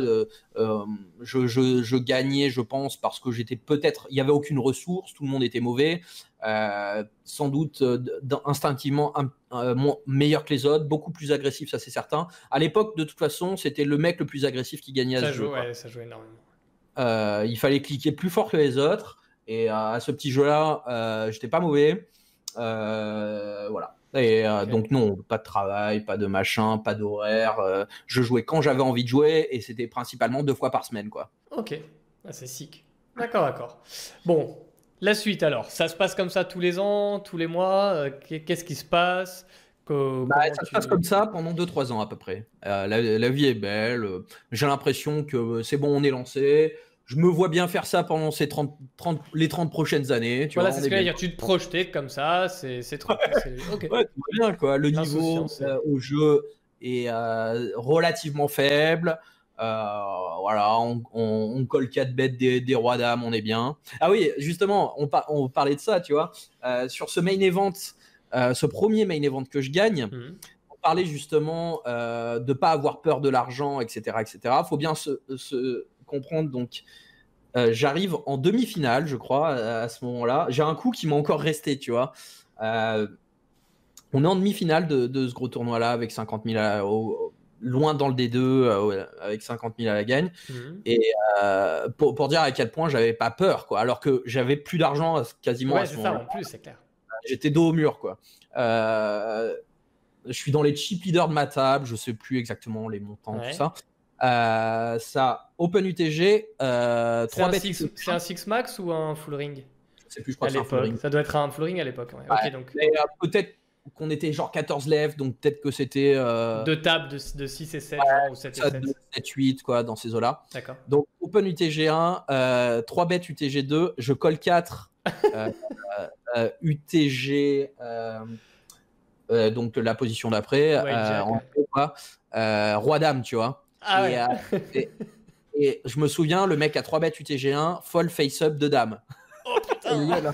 Je gagnais, je pense, parce que j'étais peut-être, il n'y avait aucune ressource, tout le monde était mauvais, sans doute instinctivement meilleur que les autres, beaucoup plus agressif, ça c'est certain. À l'époque, de toute façon, c'était le mec le plus agressif qui gagnait à ce Ça jeu, joue, quoi. ouais, ça joue énormément. Il fallait cliquer plus fort que les autres. Et à ce petit jeu-là, j'étais pas mauvais. Voilà. Et Ok. donc non, pas de travail, pas de machin, pas d'horaire. Je jouais quand j'avais envie de jouer et c'était principalement 2 fois par semaine, quoi. Ok. Ah, c'est sick. D'accord, d'accord. Bon, la suite alors. Ça se passe comme ça tous les ans, tous les mois. Qu'est-ce qui se passe? Bah, Comment ça se tu. passe comme ça pendant 2-3 ans à peu près. La vie est belle. J'ai l'impression que c'est bon, on est lancé. Je me vois bien faire ça pendant les 30 prochaines années. Tu Voilà, vois, c'est on ce est que je veux bien. dire. Tu te projetais comme ça, c'est tranquille. Ok. Ouais, tout va bien, quoi. Le niveau L'insouciance, c'est. au jeu est relativement faible. Voilà, on colle 4 bêtes des rois dames, on est bien. Ah oui, justement, on parlait de ça, tu vois. Sur ce main event, ce premier main event que je gagne, Mhm. on parlait justement de pas avoir peur de l'argent, etc., etc. Faut bien se comprendre. Donc, j'arrive en demi-finale, je crois, à ce moment-là. J'ai un coup qui m'a encore resté, tu vois. Euh, on est en demi-finale de ce gros tournoi-là avec 50 000 loin dans le D2 avec 50 000 à la gagne. Mhm. Et pour dire à quel point j'avais pas peur, quoi. Alors que j'avais plus d'argent quasiment à Ouais, ce c'est ça moment-là. en plus, c'est clair. J'étais dos au mur, quoi. Je suis dans les chip leaders de ma table, je sais plus exactement les montants, tout Ouais. ça. Ça, Open UTG, 3 bêtes C'est un six max ou un full ring je sais plus, je crois à que c'est un full l'époque? ring. Ça doit être un full ring à l'époque. Ouais. Ouais. Ok, donc Mais, peut-être qu'on était genre 14 lèvres, donc peut-être que c'était deux tables de 6 et 7 genre, ou 7 et ça, 2, 7. 7, 8, quoi, dans ces eaux-là. D'accord. Donc, Open UTG1, 3 bêtes UTG2, je colle 4 UTG, donc la position d'après, White Jack, en ouais. gros, quoi, Roi-Dame, tu vois. Ah Et, ouais. et, et je me souviens, le mec a 3 bêtes UTG1, fold face-up de Dame. Oh Et, putain.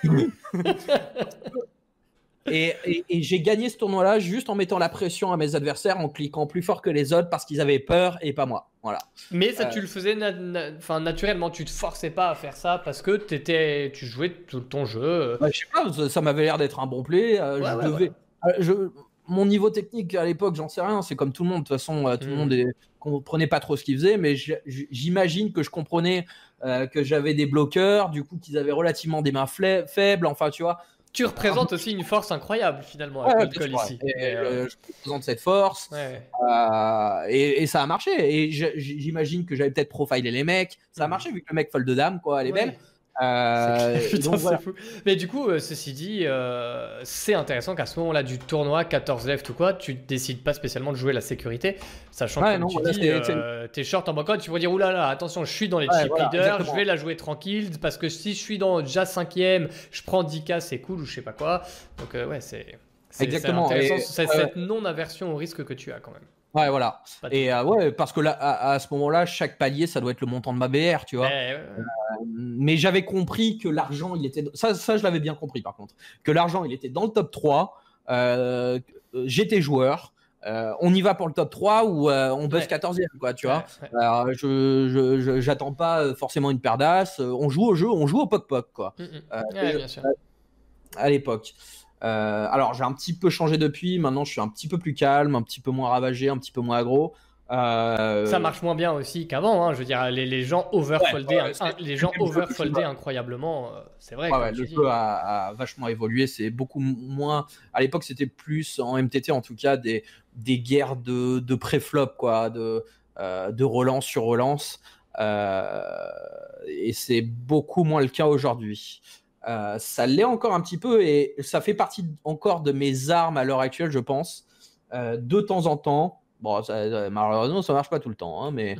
et j'ai gagné ce tournoi-là juste en mettant la pression à mes adversaires, en cliquant plus fort que les autres parce qu'ils avaient peur et pas moi. Voilà. Mais ça, Euh, tu le faisais enfin, naturellement, tu te forçais pas à faire ça parce que tu jouais tout ton jeu. Bah, je sais pas, ça m'avait l'air d'être un bon play. Ouais, Je ouais, voilà. devais. Mon niveau technique à l'époque, j'en sais rien. C'est comme tout le monde. De toute façon, tout le monde Hmm. comprenait pas trop ce qu'il faisait, mais j'imagine que je comprenais que j'avais des bloqueurs, du coup qu'ils avaient relativement des mains faibles. Enfin, tu vois. Tu représentes aussi une force incroyable finalement à Ouais, Cold bien Call sûr, ouais. ici. Et, Mais je représente cette force. ouais. Et ça a marché. Et j'imagine que j'avais peut-être profilé les mecs. Ça a Hmm. marché vu que le mec fold de dame, quoi, elle est belle. Oui. C'est clair, Et putain, donc c'est voilà. fou. Mais du coup, ceci dit, c'est intéressant qu'à ce moment-là du tournoi, 14 left ou quoi, tu décides pas spécialement de jouer la sécurité, sachant que, Ouais, comme non, tu voilà, dis, t'es short en bankroll, tu pourrais dire, oulala, attention, je suis dans les ouais, chip voilà, leaders, je vais exactement. la jouer tranquille, parce que si je suis dans déjà 5ème, je prends 10K, c'est cool, ou je sais pas quoi. Donc, ouais, c'est Exactement. intéressant, Et cette non-aversion au risque que tu as quand même. Ouais, voilà. Pas Et ouais, parce que là, à ce moment-là, chaque palier, ça doit être le montant de ma BR, tu vois. Mais j'avais compris que l'argent, il était. Ça, je l'avais bien compris, par contre. Que l'argent, il était dans le top 3. J'étais joueur. On y va pour le top 3 ou on buzz 14e, quoi, tu vois. Alors, j'attends pas forcément une paire d'as. On joue au jeu, on joue au poc-poc, quoi. Bien sûr. À l'époque. Alors, j'ai un petit peu changé depuis. Maintenant, je suis un petit peu plus calme, un petit peu moins ravagé, un petit peu moins aggro. Ça marche moins bien aussi qu'avant. Je veux dire, les gens overfoldaient les gens overfoldaient incroyablement. C'est vrai. Le jeu a vachement évolué. C'est beaucoup moins. À l'époque, c'était plus en MTT, en tout cas, des guerres de pré-flop, quoi, de relance sur relance. Et c'est beaucoup moins le cas aujourd'hui. Ça l'est encore un petit peu et ça fait partie encore de mes armes à l'heure actuelle, je pense. De temps en temps, bon, malheureusement, ça marche pas tout le temps, hein, mais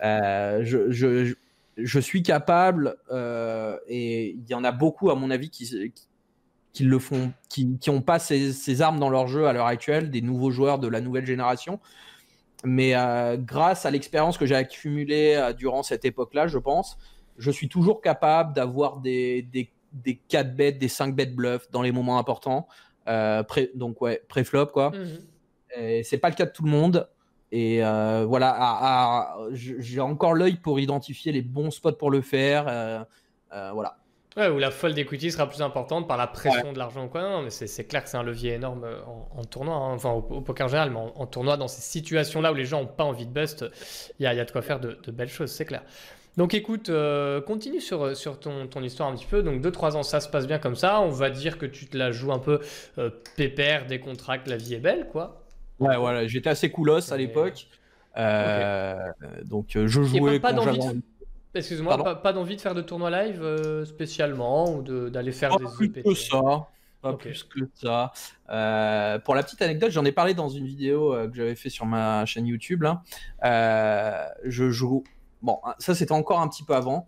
je suis capable, et il y en a beaucoup, à mon avis, qui le font, qui n'ont pas ces armes dans leur jeu à l'heure actuelle, des nouveaux joueurs de la nouvelle génération. Mais grâce à l'expérience que j'ai accumulée durant cette époque-là, je pense, je suis toujours capable d'avoir des 4 bêtes, des 5 bêtes bluff dans les moments importants. Donc, ouais, pré-flop, quoi. Et c'est pas le cas de tout le monde. Et voilà, j'ai encore l'œil pour identifier les bons spots pour le faire. Voilà. Ouais, où la fold equity sera plus importante par la pression de l'argent ou quoi. Non, mais c'est clair que c'est un levier énorme en tournoi, hein. Enfin au poker en général, mais en tournoi, dans ces situations-là où les gens n'ont pas envie de bust, il y a de quoi faire de belles choses, c'est clair. Donc écoute, continue sur ton histoire un petit peu. Donc 2-3 ans, ça se passe bien comme ça. On va dire que tu te la joues un peu pépère, décontracte, la vie est belle, quoi. Ouais, voilà, j'étais assez coolos à l'époque. Donc je jouais pas quand j'avais d'envie. Excuse-moi, pas d'envie de faire de tournoi live spécialement ou d'aller faire des plus EPT. que ça. Pas plus que ça. Pour la petite anecdote, j'en ai parlé dans une vidéo que j'avais fait sur ma chaîne YouTube. Là. Je joue. Bon, ça c'était encore un petit peu avant.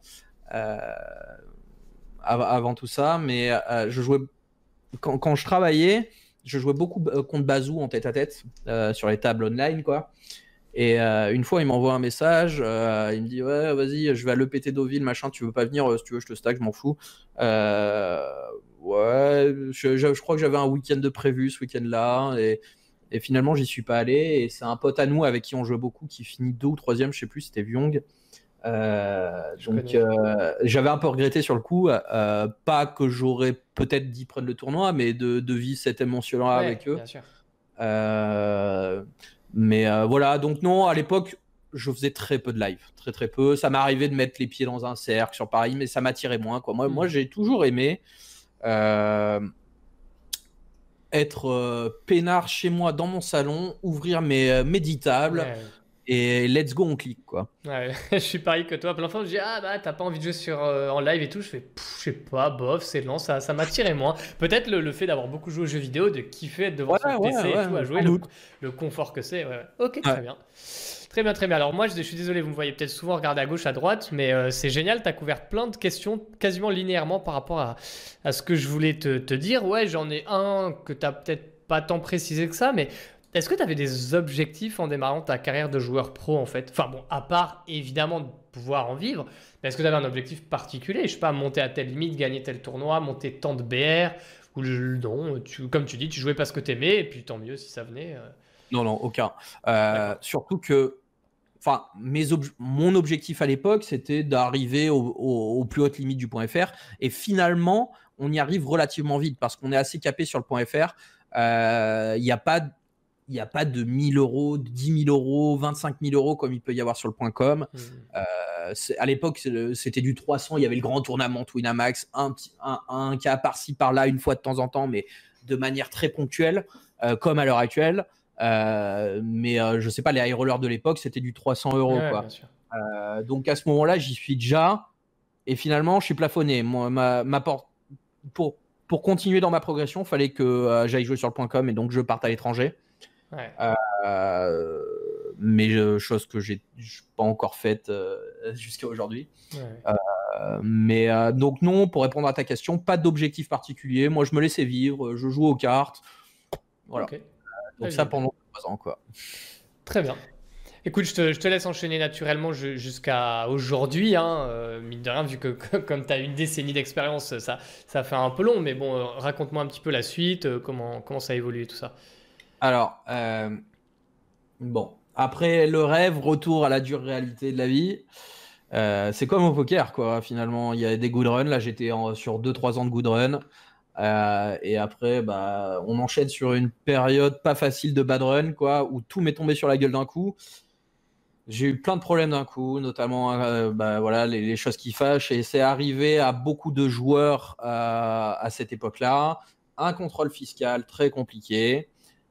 Avant tout ça, mais je jouais. Quand je travaillais, je jouais beaucoup contre Bazou en tête-à-tête sur les tables online, quoi. Et une fois, il m'envoie un message, il me dit ouais, vas-y, je vais à l'EPT Deauville, machin, tu veux pas venir, si tu veux, je te stack, je m'en fous. Ouais, je crois que j'avais un week-end de prévu ce week-end-là, et finalement, j'y suis pas allé. Et c'est un pote à nous avec qui on jouait beaucoup qui finit 2 ou 3e, je sais plus, c'était Vyong. Donc j'avais un peu regretté sur le coup, pas que j'aurais peut-être dit prendre le tournoi, mais de vivre cette émotion-là avec eux. Bien sûr. Mais voilà, donc non, à l'époque, je faisais très peu de live, très très peu. Ça m'arrivait de mettre les pieds dans un cercle sur Paris, mais ça m'attirait moins, quoi. Moi, j'ai toujours aimé être peinard chez moi dans mon salon, ouvrir mes méditables. Et let's go, on clique, quoi. Ouais, je suis pareil que toi. Plein de fois, je dis t'as pas envie de jouer en live et tout. Je fais je sais pas, bof, c'est lent, ça m'attirait moins. Peut-être le fait d'avoir beaucoup joué aux jeux vidéo, de kiffer être devant son PC et tout à jouer, le confort que c'est. Ouais. Ok, très bien. Très bien, très bien. Alors moi, je suis désolé, vous me voyez peut-être souvent regarder à gauche, à droite, mais c'est génial. Tu as couvert plein de questions quasiment linéairement par rapport à ce que je voulais te dire. Ouais, j'en ai un que tu peut-être pas tant précisé que ça, mais est-ce que tu avais des objectifs en démarrant ta carrière de joueur pro en fait? Enfin bon, à part évidemment de pouvoir en vivre, mais est-ce que tu avais un objectif particulier? Je sais pas, monter à telle limite, gagner tel tournoi, monter tant de BR, ou non, comme tu dis, tu jouais parce que tu aimais, et puis tant mieux si ça venait. Non, aucun. Surtout que mon objectif à l'époque, c'était d'arriver aux plus hautes limites du .fr. Et finalement, on y arrive relativement vite parce qu'on est assez capé sur le .fr. Il n'y a pas de 1000 euros, de 10 000 euros, 25 000 euros comme il peut y avoir sur le .com. À l'époque, c'était du 300. Il y avait le grand tournament Winamax, un cas par-ci, par-là, une fois de temps en temps, mais de manière très ponctuelle, comme à l'heure actuelle. Mais je sais pas, les high rollers de l'époque, c'était du 300 euros, quoi. Bien sûr. Donc à ce moment-là, j'y suis déjà. Et finalement, je suis plafonné. Moi, pour continuer dans ma progression, il fallait que j'aille jouer sur le .com et donc je parte à l'étranger. Mais chose que j'ai pas encore faite jusqu'à aujourd'hui. Mais donc non, pour répondre à ta question, pas d'objectif particulier. Moi, je me laissais vivre, je joue aux cartes. Voilà. Donc ça pendant 3 ans, quoi. Très bien. Écoute, je te laisse enchaîner naturellement jusqu'à aujourd'hui, hein, mine de rien, vu que comme tu as une décennie d'expérience, ça fait un peu long, mais bon, raconte-moi un petit peu la suite, comment ça a évolué tout ça. Alors, bon, après le rêve, retour à la dure réalité de la vie. C'est comme au poker, quoi. Finalement, il y a des good runs. Là, j'étais sur 2-3 ans de good run. Et après, bah, on enchaîne sur une période pas facile de bad run, quoi, où tout m'est tombé sur la gueule d'un coup. J'ai eu plein de problèmes d'un coup, notamment bah, voilà, les choses qui fâchent. Et c'est arrivé à beaucoup de joueurs à cette époque-là. Un contrôle fiscal très compliqué.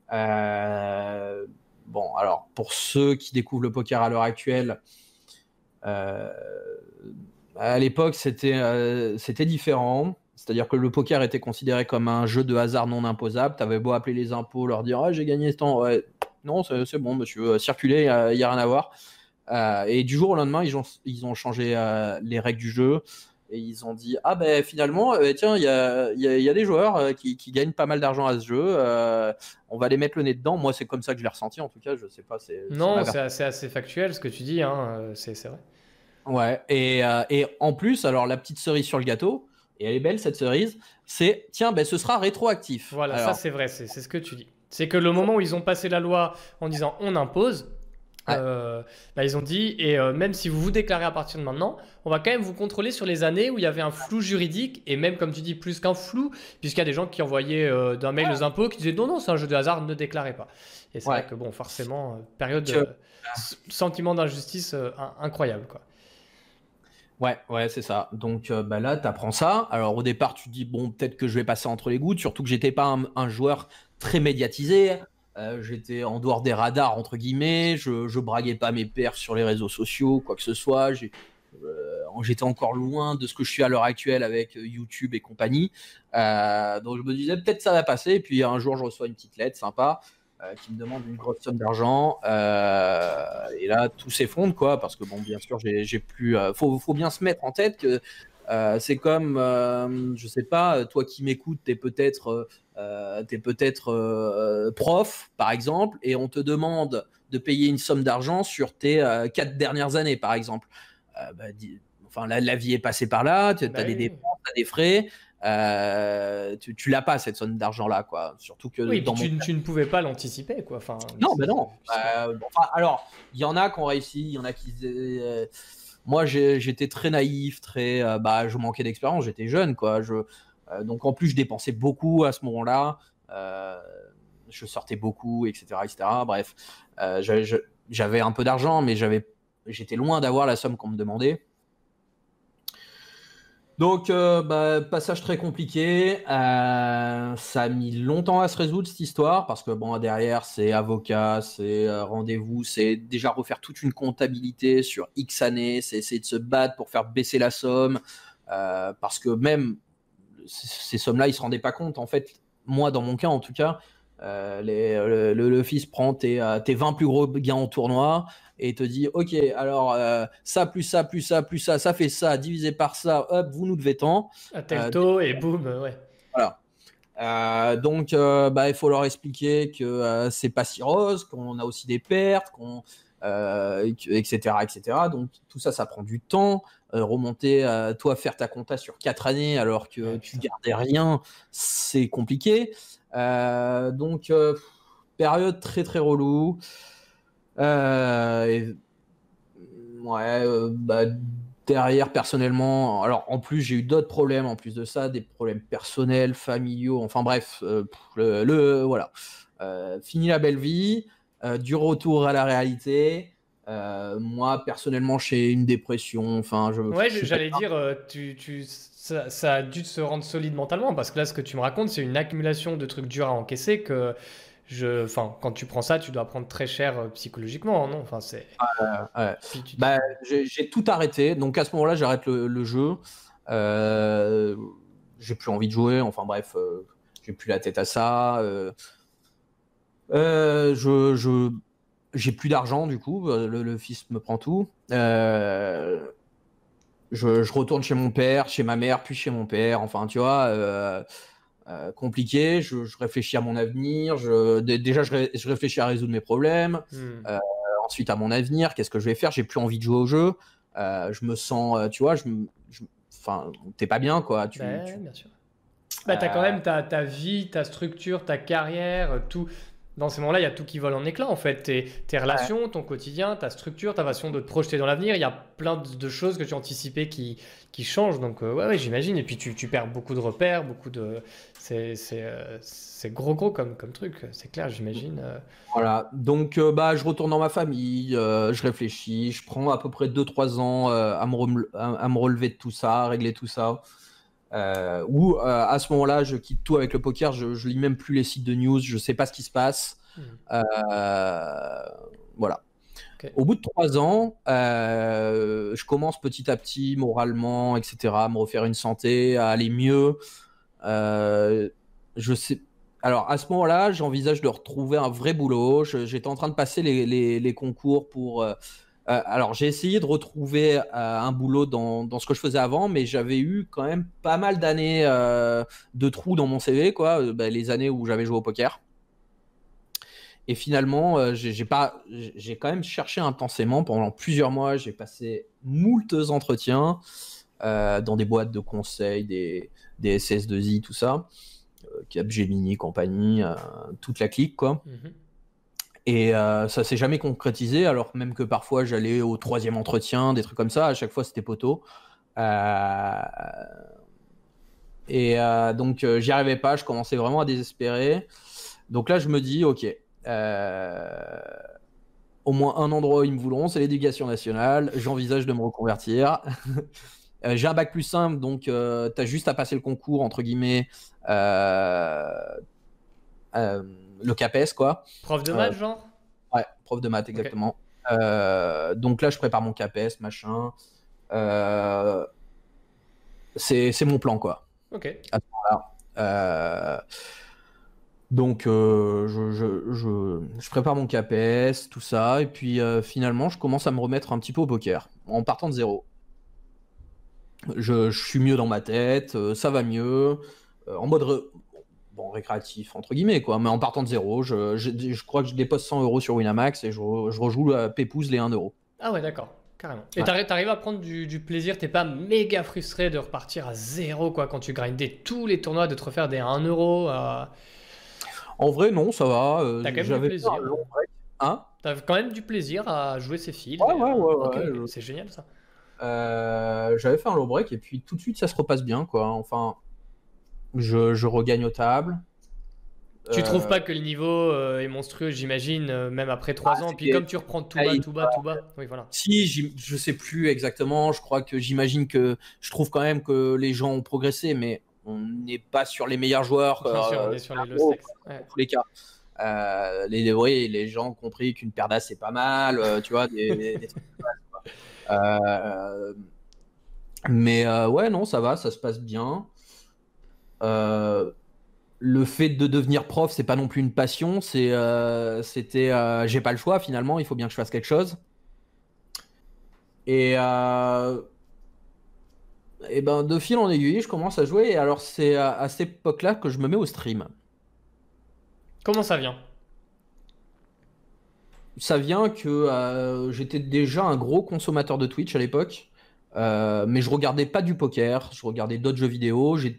Euh, bon, alors, pour ceux qui découvrent le poker à l'heure actuelle, euh, à l'époque, c'était différent. C'est-à-dire que le poker était considéré comme un jeu de hasard non imposable. Tu avais beau appeler les impôts, leur dire ah, j'ai gagné ce temps. Ouais. Non, c'est bon, monsieur, circulez, il n'y a rien à voir. Et du jour au lendemain, ils ont changé les règles du jeu. Et ils ont dit ah ben finalement, tiens, il y a des joueurs qui gagnent pas mal d'argent à ce jeu. On va les mettre le nez dedans. Moi, c'est comme ça que je l'ai ressenti, en tout cas. Je sais pas, c'est ma Non, version. c'est assez factuel ce que tu dis, hein, c'est vrai. Ouais, et en plus, alors la petite cerise sur le gâteau, et elle est belle cette cerise, c'est tiens, ben, ce sera rétroactif. Voilà, ça Alors, c'est vrai, c'est ce que tu dis. C'est que le moment où ils ont passé la loi en disant on impose, ouais, bah, ils ont dit, et même si vous vous déclarez à partir de maintenant, on va quand même vous contrôler sur les années où il y avait un flou juridique, et même comme tu dis, plus qu'un flou, puisqu'il y a des gens qui envoyaient d'un mail aux impôts qui disaient non, non, c'est un jeu de hasard, ne déclarez pas. Et c'est vrai ouais. que bon, forcément, période Que- sentiment d'injustice incroyable, quoi. ouais, ouais, c'est ça. Donc bah là, tu apprends ça. Alors au départ, tu te dis, bon, peut-être que je vais passer entre les gouttes, surtout que j'étais pas un joueur très médiatisé. J'étais en dehors des radars, entre guillemets. Je braguais pas mes perfs sur les réseaux sociaux, quoi que ce soit. J'étais encore loin de ce que je suis à l'heure actuelle avec YouTube et compagnie. Donc je me disais, peut-être ça va passer. Et puis un jour, je reçois une petite lettre sympa qui me demande une grosse somme d'argent. Et là, tout s'effondre, quoi, parce que bon, bien sûr, j'ai plus. Faut bien se mettre en tête que c'est comme, je sais pas, toi qui m'écoutes, t'es peut-être prof, par exemple, et on te demande de payer une somme d'argent sur tes 4 dernières années, par exemple. Bah, enfin, la vie est passée par là, tu Bah as des oui, oui. dépenses, tu as des frais. Tu l'as pas cette somme d'argent là, quoi, surtout que Oui, et puis dans mon tu ne pouvais pas l'anticiper, quoi. Enfin, non, ben non. puisque- Enfin, alors, il y en a qui ont réussi, il y en a qui. Moi, j'étais très naïf, bah, je manquais d'expérience, j'étais jeune, quoi. Donc, en plus, je dépensais beaucoup à ce moment-là. Euh, je sortais beaucoup, etc., etc. Bref, j'avais un peu d'argent, mais j'étais loin d'avoir la somme qu'on me demandait. Donc, bah, passage très compliqué. Ça a mis longtemps à se résoudre cette histoire parce que bon, derrière, c'est avocat, c'est rendez-vous, c'est déjà refaire toute une comptabilité sur X années, c'est essayer de se battre pour faire baisser la somme parce que même ces sommes-là, ils se rendaient pas compte. En fait, moi, dans mon cas, en tout cas, le fils prend tes 20 plus gros gains en tournoi et te dit ok, alors ça plus ça plus ça plus ça fait ça divisé par ça, hop, vous nous devez tant. à tel Euh, taux, et boum, ouais. voilà. Donc bah, il faut leur expliquer que c'est pas si rose, qu'on a aussi des pertes, etc., etc. Donc tout ça, ça prend du temps. Remonter, toi, faire ta compta sur 4 années alors que Ouais, tu putain. gardais rien, c'est compliqué. Donc période très très relou. Et ouais, bah, derrière, personnellement, alors en plus, j'ai eu d'autres problèmes en plus de ça, des problèmes personnels, familiaux, enfin bref, voilà. Fini la belle vie, du retour à la réalité. Moi, personnellement, j'ai une dépression, enfin, Ouais, je suis pas. j'allais dire, ça a dû te se rendre solide mentalement, parce que là, ce que tu me racontes, c'est une accumulation de trucs durs à encaisser que enfin, quand tu prends ça, tu dois prendre très cher psychologiquement, non? Enfin, c'est. Ouais. Puis Bah, j'ai tout arrêté, donc à ce moment-là, j'arrête le jeu. Euh, j'ai plus envie de jouer, enfin bref, j'ai plus la tête à ça. J'ai plus d'argent du coup, le fils me prend tout. Je retourne chez mon père, chez ma mère, puis chez mon père. Enfin, tu vois, compliqué. Je réfléchis à mon avenir. Déjà, je réfléchis à résoudre mes problèmes. Ensuite, à mon avenir, qu'est-ce que je vais faire? J'ai plus envie de jouer au jeu. Je me sens, tu vois, enfin, t'es pas bien, quoi. Bien sûr. T'as quand même ta vie, ta structure, ta carrière, tout. Dans ces moments-là, il y a tout qui vole en éclats, en fait. Tes relations, ton quotidien, ta structure, ta façon de te projeter dans l'avenir. Il y a plein de choses que tu anticipais qui changent. Donc, ouais, j'imagine. Et puis, tu perds beaucoup de repères, beaucoup de... C'est gros comme truc. C'est clair, j'imagine. Voilà. Donc, je retourne dans ma famille, je réfléchis, je prends à peu près 2-3 ans à me relever de tout ça, à régler tout ça. À ce moment-là, je quitte tout avec le poker, je lis même plus les sites de news, je sais pas ce qui se passe. Voilà. Okay. Au bout de 3 ans, je commence petit à petit, moralement, etc., à me refaire une santé, à aller mieux. Je sais. Alors à ce moment-là, j'envisage de retrouver un vrai boulot. J'étais en train de passer les concours pour. Alors j'ai essayé de retrouver un boulot dans ce que je faisais avant, mais j'avais eu quand même pas mal d'années de trous dans mon CV, quoi. Les années où j'avais joué au poker. Et finalement, j'ai quand même cherché intensément pendant plusieurs mois. J'ai passé moultes entretiens dans des boîtes de conseil, des SS2I, tout ça. Capgemini, compagnie, toute la clique, quoi. Et ça s'est jamais concrétisé, alors même que parfois j'allais au 3e entretien, des trucs comme ça, à chaque fois c'était poteau. Donc j'y arrivais pas, je commençais vraiment à désespérer. Donc là je me dis, ok, au moins un endroit où ils me voudront, c'est l'éducation nationale, j'envisage de me reconvertir. J'ai un bac plus simple, donc tu as juste à passer le concours, entre guillemets, le CAPES, quoi. Prof de maths, genre? Ouais, prof de maths, exactement. Okay. Donc là, je prépare mon CAPES, machin. C'est mon plan, quoi. Ok. À ce moment-là. Donc, je prépare mon CAPES, tout ça, et puis finalement, je commence à me remettre un petit peu au poker, en partant de zéro. Je suis mieux dans ma tête, ça va mieux, en mode récréatif, entre guillemets, quoi, mais en partant de zéro, je crois que je dépose 100 € sur Winamax et je rejoue à Pépouze les 1 €. Ah ouais, d'accord, carrément. Et t'arrives à prendre du plaisir, t'es pas méga frustré de repartir à zéro, quoi, quand tu grindais tous les tournois, de te refaire des 1 €. En vrai, non, ça va. T'as quand même du plaisir. Hein? T'as quand même du plaisir à jouer ces fils. Ouais. C'est génial, ça. J'avais fait un low break et puis tout de suite, ça se repasse bien, quoi. Enfin, je regagne aux tables. Tu trouves pas que le niveau est monstrueux, j'imagine, même après 3 ans. Puis comme tu reprends tout bas. Oui, voilà. Si, je sais plus exactement. Je crois que j'imagine que je trouve quand même que les gens ont progressé, mais on n'est pas sur les meilleurs joueurs. Bien sûr, on est sur les low stakes. Dans tous les cas. Les gens ont compris qu'une paire d'as c'est pas mal, tu vois, des trucs comme ça. Mais ouais, non, ça va, ça se passe bien. Le fait de devenir prof, c'est pas non plus une passion, c'était j'ai pas le choix finalement, il faut bien que je fasse quelque chose. Et ben de fil en aiguille, je commence à jouer. Et alors c'est à cette époque-là que je me mets au stream. Comment ça vient? Ça vient que j'étais déjà un gros consommateur de Twitch à l'époque, mais je regardais pas du poker, je regardais d'autres jeux vidéo. J'ai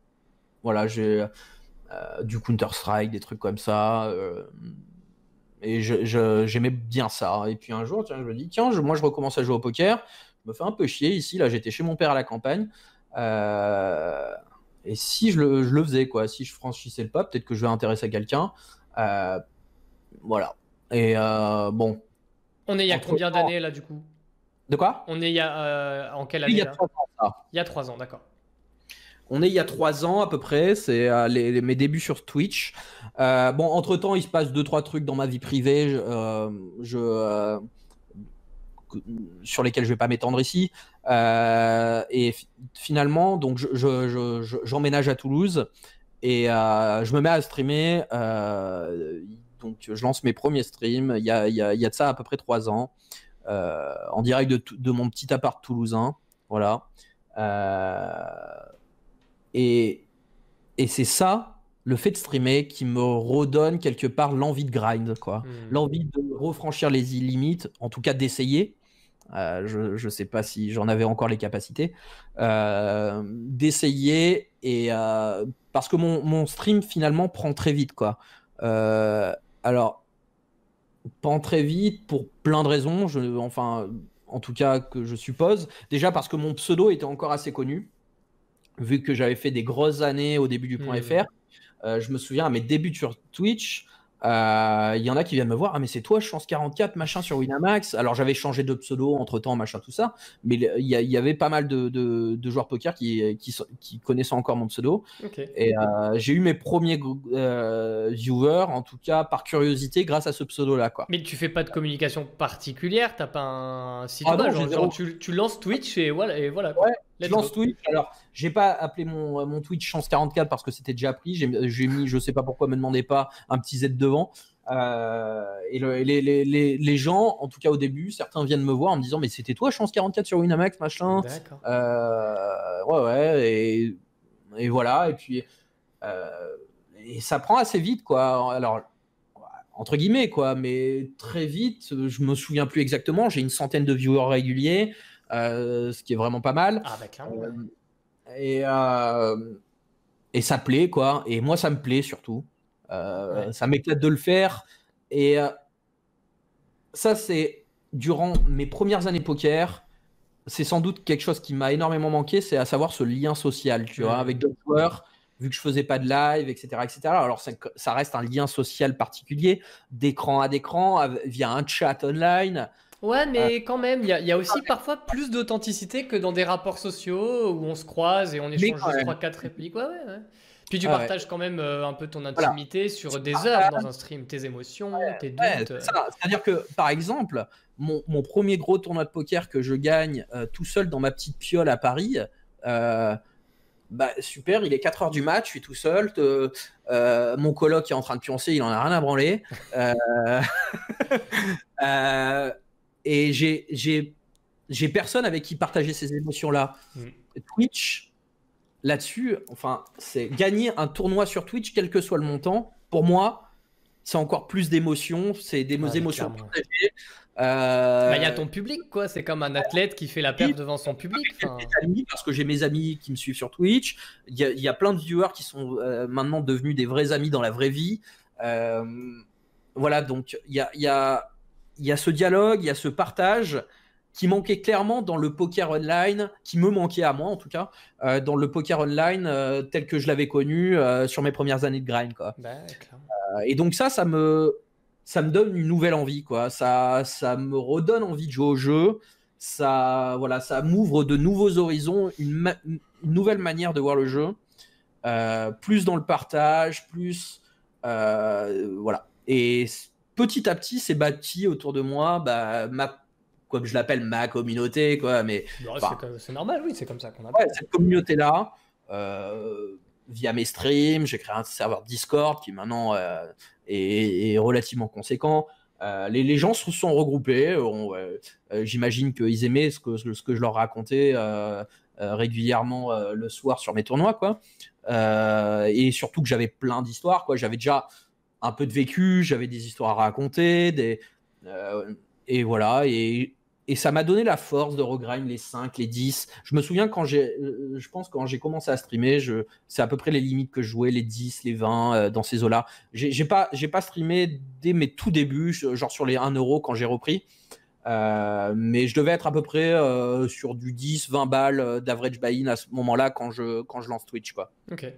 du Counter-Strike, des trucs comme ça. Et j'aimais bien ça. Et puis un jour, tiens, je me dis, tiens, moi je recommence à jouer au poker. Je me fais un peu chier ici. Là, j'étais chez mon père à la campagne. Et si je le faisais, quoi, si je franchissais le pas, peut-être que je vais intéresser quelqu'un. Voilà. Et bon. On est il y a combien d'années là, du coup? De quoi? On est il y a en quelle année? Il y a 3 ans, ça. Il y a 3 ans, d'accord. On est il y a 3 ans à peu près, c'est mes débuts sur Twitch. Bon, entre-temps, il se passe 2-3 trucs dans ma vie privée sur lesquels je vais pas m'étendre ici. Et finalement, donc j'emménage à Toulouse et je me mets à streamer. Donc je lance mes premiers streams. Il y a de ça à peu près 3 ans, en direct de mon petit appart toulousain. Voilà. Et Et c'est ça, le fait de streamer, qui me redonne quelque part l'envie de grind, quoi. L'envie de refranchir les limites, en tout cas d'essayer. Je sais pas si j'en avais encore les capacités. D'essayer, et parce que mon stream finalement prend très vite, quoi. Alors, prend très vite pour plein de raisons, enfin, en tout cas que je suppose. Déjà parce que mon pseudo était encore assez connu, vu que j'avais fait des grosses années au début du .fr. Je me souviens à mes débuts sur Twitch, il y en a qui viennent me voir, ah mais c'est toi Chance 44 machin sur Winamax. Alors j'avais changé de pseudo entre temps, machin tout ça, mais il y avait pas mal de joueurs poker qui connaissaient encore mon pseudo. Et j'ai eu mes premiers viewers, en tout cas par curiosité, grâce à ce pseudo là, quoi. Mais tu fais pas de communication particulière, t'as pas un site Ah web, non, genre tu lances Twitch et voilà, quoi. Ouais, je lance Twitch. Alors, j'ai pas appelé mon Twitch Chance 44 parce que c'était déjà pris. J'ai mis, je sais pas pourquoi, me demandez pas, un petit Z devant. Et les gens, en tout cas au début, certains viennent me voir en me disant, mais c'était toi Chance 44 sur Winamax, machin. D'accord. Ouais, et voilà. Et puis, et ça prend assez vite, quoi. Alors, entre guillemets, quoi, mais très vite, je me souviens plus exactement. J'ai une centaine de viewers réguliers. Ce qui est vraiment pas mal. Ah bah clairement. Et ça plaît, quoi. Et moi, ça me plaît surtout. Ça m'éclate de le faire. Et ça, c'est durant mes premières années poker. C'est sans doute quelque chose qui m'a énormément manqué, c'est à savoir ce lien social, tu vois, avec d'autres joueurs, vu que je faisais pas de live, etc., etc. Alors, ça reste un lien social particulier, d'écran à d'écran, via un chat online. Ouais, mais quand même, il y a aussi parfois plus d'authenticité que dans des rapports sociaux où on se croise et on échange juste 3-4 répliques. Ouais. Puis tu partages quand même un peu ton intimité sur des heures dans un stream, tes émotions, tes doutes. C'est-à-dire que, par exemple, mon premier gros tournoi de poker que je gagne tout seul dans ma petite piole à Paris, super, il est 4h du match, je suis tout seul. Mon coloc est en train de pioncer, il en a rien à branler. Et j'ai personne avec qui partager ces émotions-là. Twitch, là-dessus, enfin, c'est gagner un tournoi sur Twitch, quel que soit le montant. Pour moi, c'est encore plus d'émotions, c'est des émotions partagées. Il y a ton public, quoi. C'est comme un athlète qui fait la perf devant son public. Parce que j'ai mes amis qui me suivent sur Twitch. Il y a plein de viewers qui sont maintenant devenus des vrais amis dans la vraie vie. Voilà, donc il y a ce dialogue, il y a ce partage qui manquait clairement dans le poker online, qui me manquait à moi en tout cas, dans le poker online tel que je l'avais connu sur mes premières années de grind, quoi. Et donc ça me donne une nouvelle envie, quoi. Ça me redonne envie de jouer au jeu. Ça m'ouvre de nouveaux horizons, une nouvelle manière de voir le jeu, plus dans le partage, plus voilà. Et petit à petit, c'est bâti autour de moi, comme je l'appelle, ma communauté, quoi. Mais c'est normal, oui, c'est comme ça qu'on appelle. Cette communauté-là, via mes streams, j'ai créé un serveur Discord qui maintenant est relativement conséquent. Les gens se sont regroupés. J'imagine qu'ils aimaient ce que je leur racontais régulièrement le soir sur mes tournois, quoi. Et surtout que j'avais plein d'histoires, quoi. J'avais déjà un peu de vécu, j'avais des histoires à raconter, et voilà. Et ça m'a donné la force de regrind les 5, les 10. Je me souviens quand j'ai commencé à streamer, c'est à peu près les limites que je jouais, les 10, les 20, dans ces eaux-là. J'ai pas streamé dès mes tout débuts, genre sur les 1 euro quand j'ai repris. Mais je devais être à peu près sur du 10, 20 balles d'average buy-in à ce moment-là quand je lance Twitch, quoi.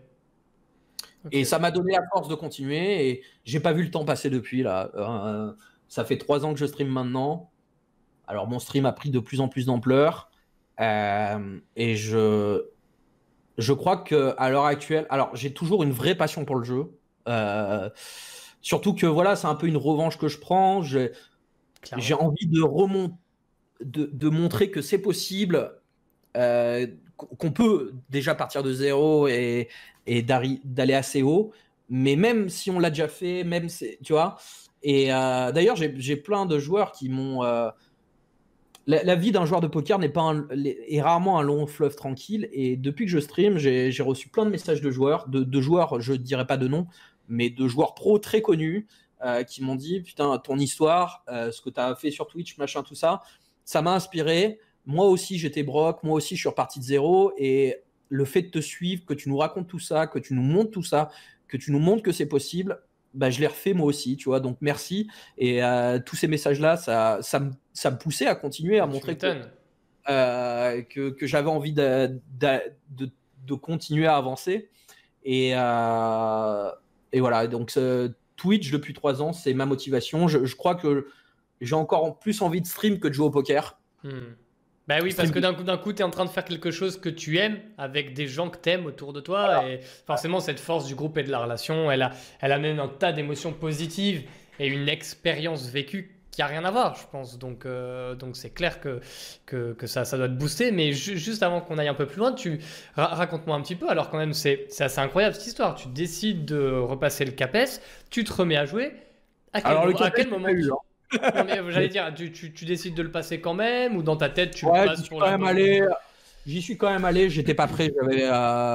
Et ça m'a donné la force de continuer et j'ai pas vu le temps passer depuis là. Ça fait 3 ans que je stream maintenant. Alors mon stream a pris de plus en plus d'ampleur et je crois que à l'heure actuelle, alors j'ai toujours une vraie passion pour le jeu. Surtout que voilà, c'est un peu une revanche que je prends. J'ai envie de montrer que c'est possible, qu'on peut déjà partir de zéro et d'aller assez haut. Mais même si on l'a déjà fait, tu vois. Et d'ailleurs, j'ai plein de joueurs qui m'ont la vie d'un joueur de poker est rarement un long fleuve tranquille. Et depuis que je stream, j'ai reçu plein de messages de joueurs, de joueurs, je ne dirais pas de nom, mais de joueurs pro très connus qui m'ont dit putain, ton histoire, ce que tu as fait sur Twitch, machin, tout ça, ça m'a inspiré. Moi aussi, j'étais broke, moi aussi, je suis reparti de zéro. Et le fait de te suivre, que tu nous racontes tout ça, que tu nous montres tout ça, que tu nous montres que c'est possible, bah, je l'ai refait moi aussi, tu vois. Donc merci. Et tous ces messages-là, ça me poussait à continuer à montrer que j'avais envie de continuer à avancer. Et voilà. Donc Twitch depuis 3 ans, c'est ma motivation. Je crois que j'ai encore plus envie de stream que de jouer au poker. Bah oui, parce que d'un coup, tu es en train de faire quelque chose que tu aimes avec des gens que tu aimes autour de toi. Voilà. Et forcément, cette force du groupe et de la relation, elle amène un tas d'émotions positives et une expérience vécue qui n'a rien à voir, je pense. Donc c'est clair que ça doit te booster. Mais juste avant qu'on aille un peu plus loin, raconte-moi un petit peu. Alors quand même, c'est assez incroyable cette histoire. Tu décides de repasser le CAPES, tu te remets à jouer. À quel moment non, mais j'allais dire, tu décides de le passer quand même, ou dans ta tête tu le passes pour la bonne... J'y suis quand même allé, j'étais pas prêt, j'avais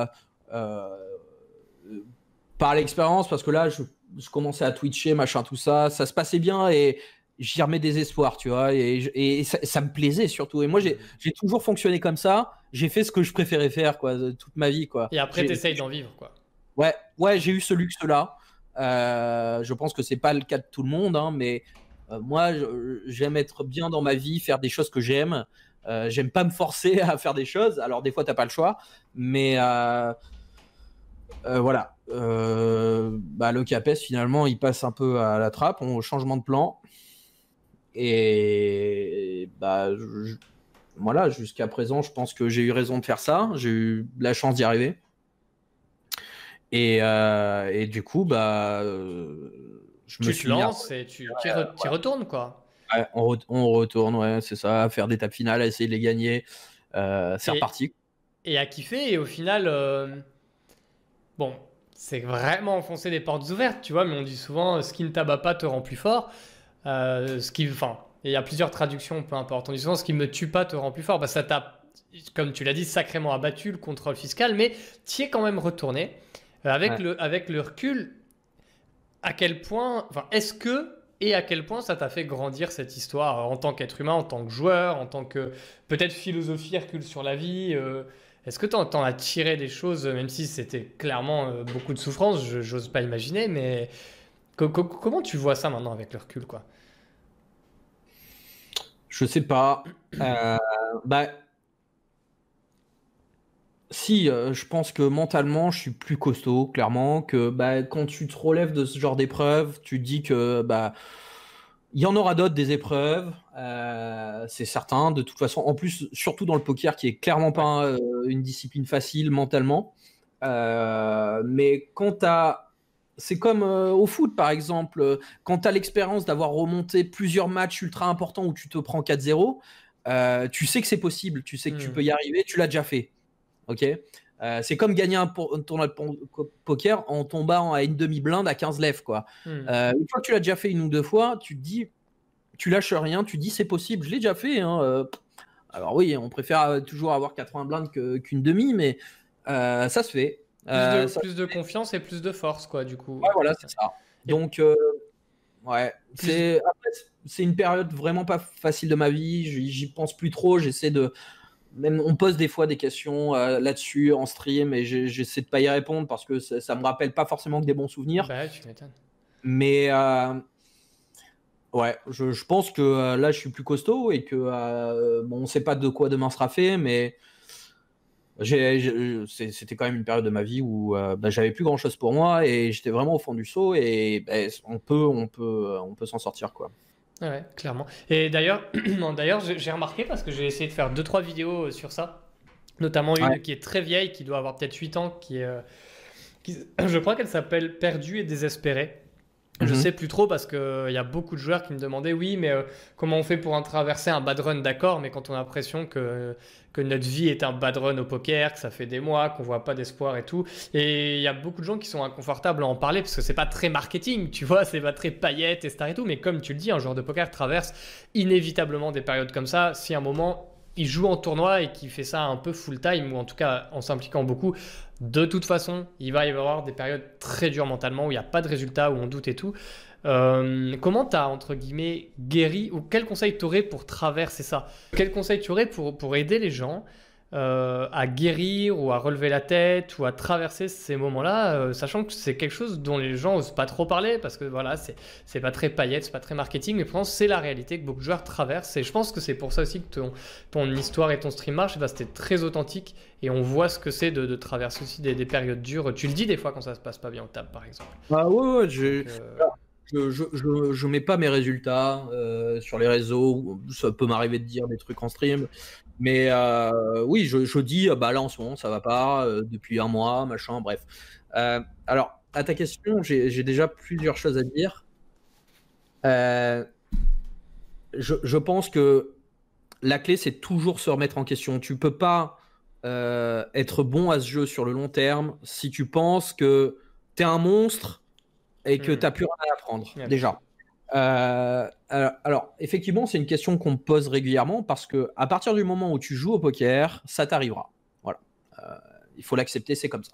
par l'expérience, parce que là je commençais à twitcher, machin, tout ça, ça se passait bien et j'y remets des espoirs, tu vois, et ça me plaisait surtout. Et moi j'ai toujours fonctionné comme ça, j'ai fait ce que je préférais faire, quoi, toute ma vie, quoi. Et après t'essayes d'en vivre, quoi. Ouais, j'ai eu ce luxe-là. Je pense que c'est pas le cas de tout le monde, hein, mais moi, j'aime être bien dans ma vie, faire des choses que j'aime. J'aime pas me forcer à faire des choses. Alors, des fois, t'as pas le choix. Mais voilà. Le CAPES, finalement, il passe un peu à la trappe. Au changement de plan. Et voilà, jusqu'à présent, je pense que j'ai eu raison de faire ça. J'ai eu la chance d'y arriver. Et du coup, tu te lances et tu retournes, quoi. Ouais, on retourne, ouais, c'est ça, à faire des étapes finales, à essayer de les gagner. C'est reparti. Et à kiffer, et au final, bon, c'est vraiment enfoncer des portes ouvertes, tu vois, mais on dit souvent ce qui ne t'abat pas te rend plus fort. Il y a plusieurs traductions, peu importe. On dit souvent ce qui ne me tue pas te rend plus fort. Ça t'a, comme tu l'as dit, sacrément abattu le contrôle fiscal, mais tu y es quand même retourné. Avec le recul, à quel point, à quel point ça t'a fait grandir cette histoire en tant qu'être humain, en tant que joueur, en tant que peut-être philosophie Hercule sur la vie. Est-ce que t'en as tiré des choses, même si c'était clairement beaucoup de souffrance, j'ose pas imaginer, mais comment tu vois ça maintenant avec le recul, quoi? Je sais pas. Si, je pense que mentalement, je suis plus costaud, clairement, que quand tu te relèves de ce genre d'épreuves, tu te dis que il y en aura d'autres des épreuves, c'est certain. De toute façon, en plus, surtout dans le poker, qui est clairement pas une discipline facile mentalement. Mais c'est comme au foot, par exemple, quand tu as l'expérience d'avoir remonté plusieurs matchs ultra importants où tu te prends 4-0, tu sais que c'est possible, tu sais que tu peux y arriver, tu l'as déjà fait. Ok, c'est comme gagner un tournoi de poker en tombant à une demi-blinde à 15 lèvres, quoi. Une fois que tu l'as déjà fait une ou deux fois, tu te dis, tu lâches rien, tu te dis c'est possible, je l'ai déjà fait, hein. Alors oui, on préfère toujours avoir 80 blindes qu'une demi, mais ça se fait. Plus de confiance et plus de force, quoi, du coup. Ouais, voilà, c'est ça. Donc, c'est une période vraiment pas facile de ma vie, j'y pense plus trop, j'essaie de... Même on pose des fois des questions là-dessus en stream et j'essaie de pas y répondre parce que ça me rappelle pas forcément que des bons souvenirs. Tu m'étonnes. Mais je pense que là je suis plus costaud et que on sait pas de quoi demain sera fait, mais c'était quand même une période de ma vie où j'avais plus grand chose pour moi et j'étais vraiment au fond du seau et on peut s'en sortir, quoi. Ouais, clairement. Et d'ailleurs, j'ai remarqué parce que j'ai essayé de faire 2-3 vidéos sur ça, notamment une qui est très vieille, qui doit avoir peut-être 8 ans, je crois qu'elle s'appelle Perdu et désespéré. Je sais plus trop parce qu'il y a beaucoup de joueurs qui me demandaient oui, mais comment on fait pour traverser un bad run, d'accord, mais quand on a l'impression que notre vie est un bad run au poker, que ça fait des mois, qu'on voit pas d'espoir et tout. Et il y a beaucoup de gens qui sont inconfortables à en parler parce que c'est pas très marketing, tu vois, c'est pas très paillettes et star et tout, mais comme tu le dis, un joueur de poker traverse inévitablement des périodes comme ça. Si à un moment il joue en tournoi et qu'il fait ça un peu full time ou en tout cas en s'impliquant beaucoup, de toute façon, il va y avoir des périodes très dures mentalement où il n'y a pas de résultats, où on doute et tout. Comment tu as, entre guillemets, guéri ou quel conseil tu aurais pour traverser ça? Quel conseil tu aurais pour aider les gens à guérir ou à relever la tête ou à traverser ces moments-là, sachant que c'est quelque chose dont les gens osent pas trop parler parce que voilà, c'est pas très paillette, c'est pas très marketing, mais je pense que c'est la réalité que beaucoup de joueurs traversent et je pense que c'est pour ça aussi que ton histoire et ton stream marche, c'était très authentique et on voit ce que c'est de traverser aussi des périodes dures. Tu le dis des fois quand ça se passe pas bien au table, par exemple. Ah ouais, Donc, je mets pas mes résultats sur les réseaux. Ça peut m'arriver de dire des trucs en stream. Mais oui, je dis, bah là en ce moment ça va pas, depuis un mois, machin, bref. Alors, à ta question, j'ai déjà plusieurs choses à dire. Euh, je pense que la clé, c'est toujours se remettre en question. Tu peux pas être bon à ce jeu sur le long terme si tu penses que t'es un monstre et que t'as plus rien à apprendre, Ouais. déjà. Alors, effectivement, c'est une question qu'on me pose régulièrement parce que à partir du moment où tu joues au poker, ça t'arrivera. Voilà. Il faut l'accepter, c'est comme ça.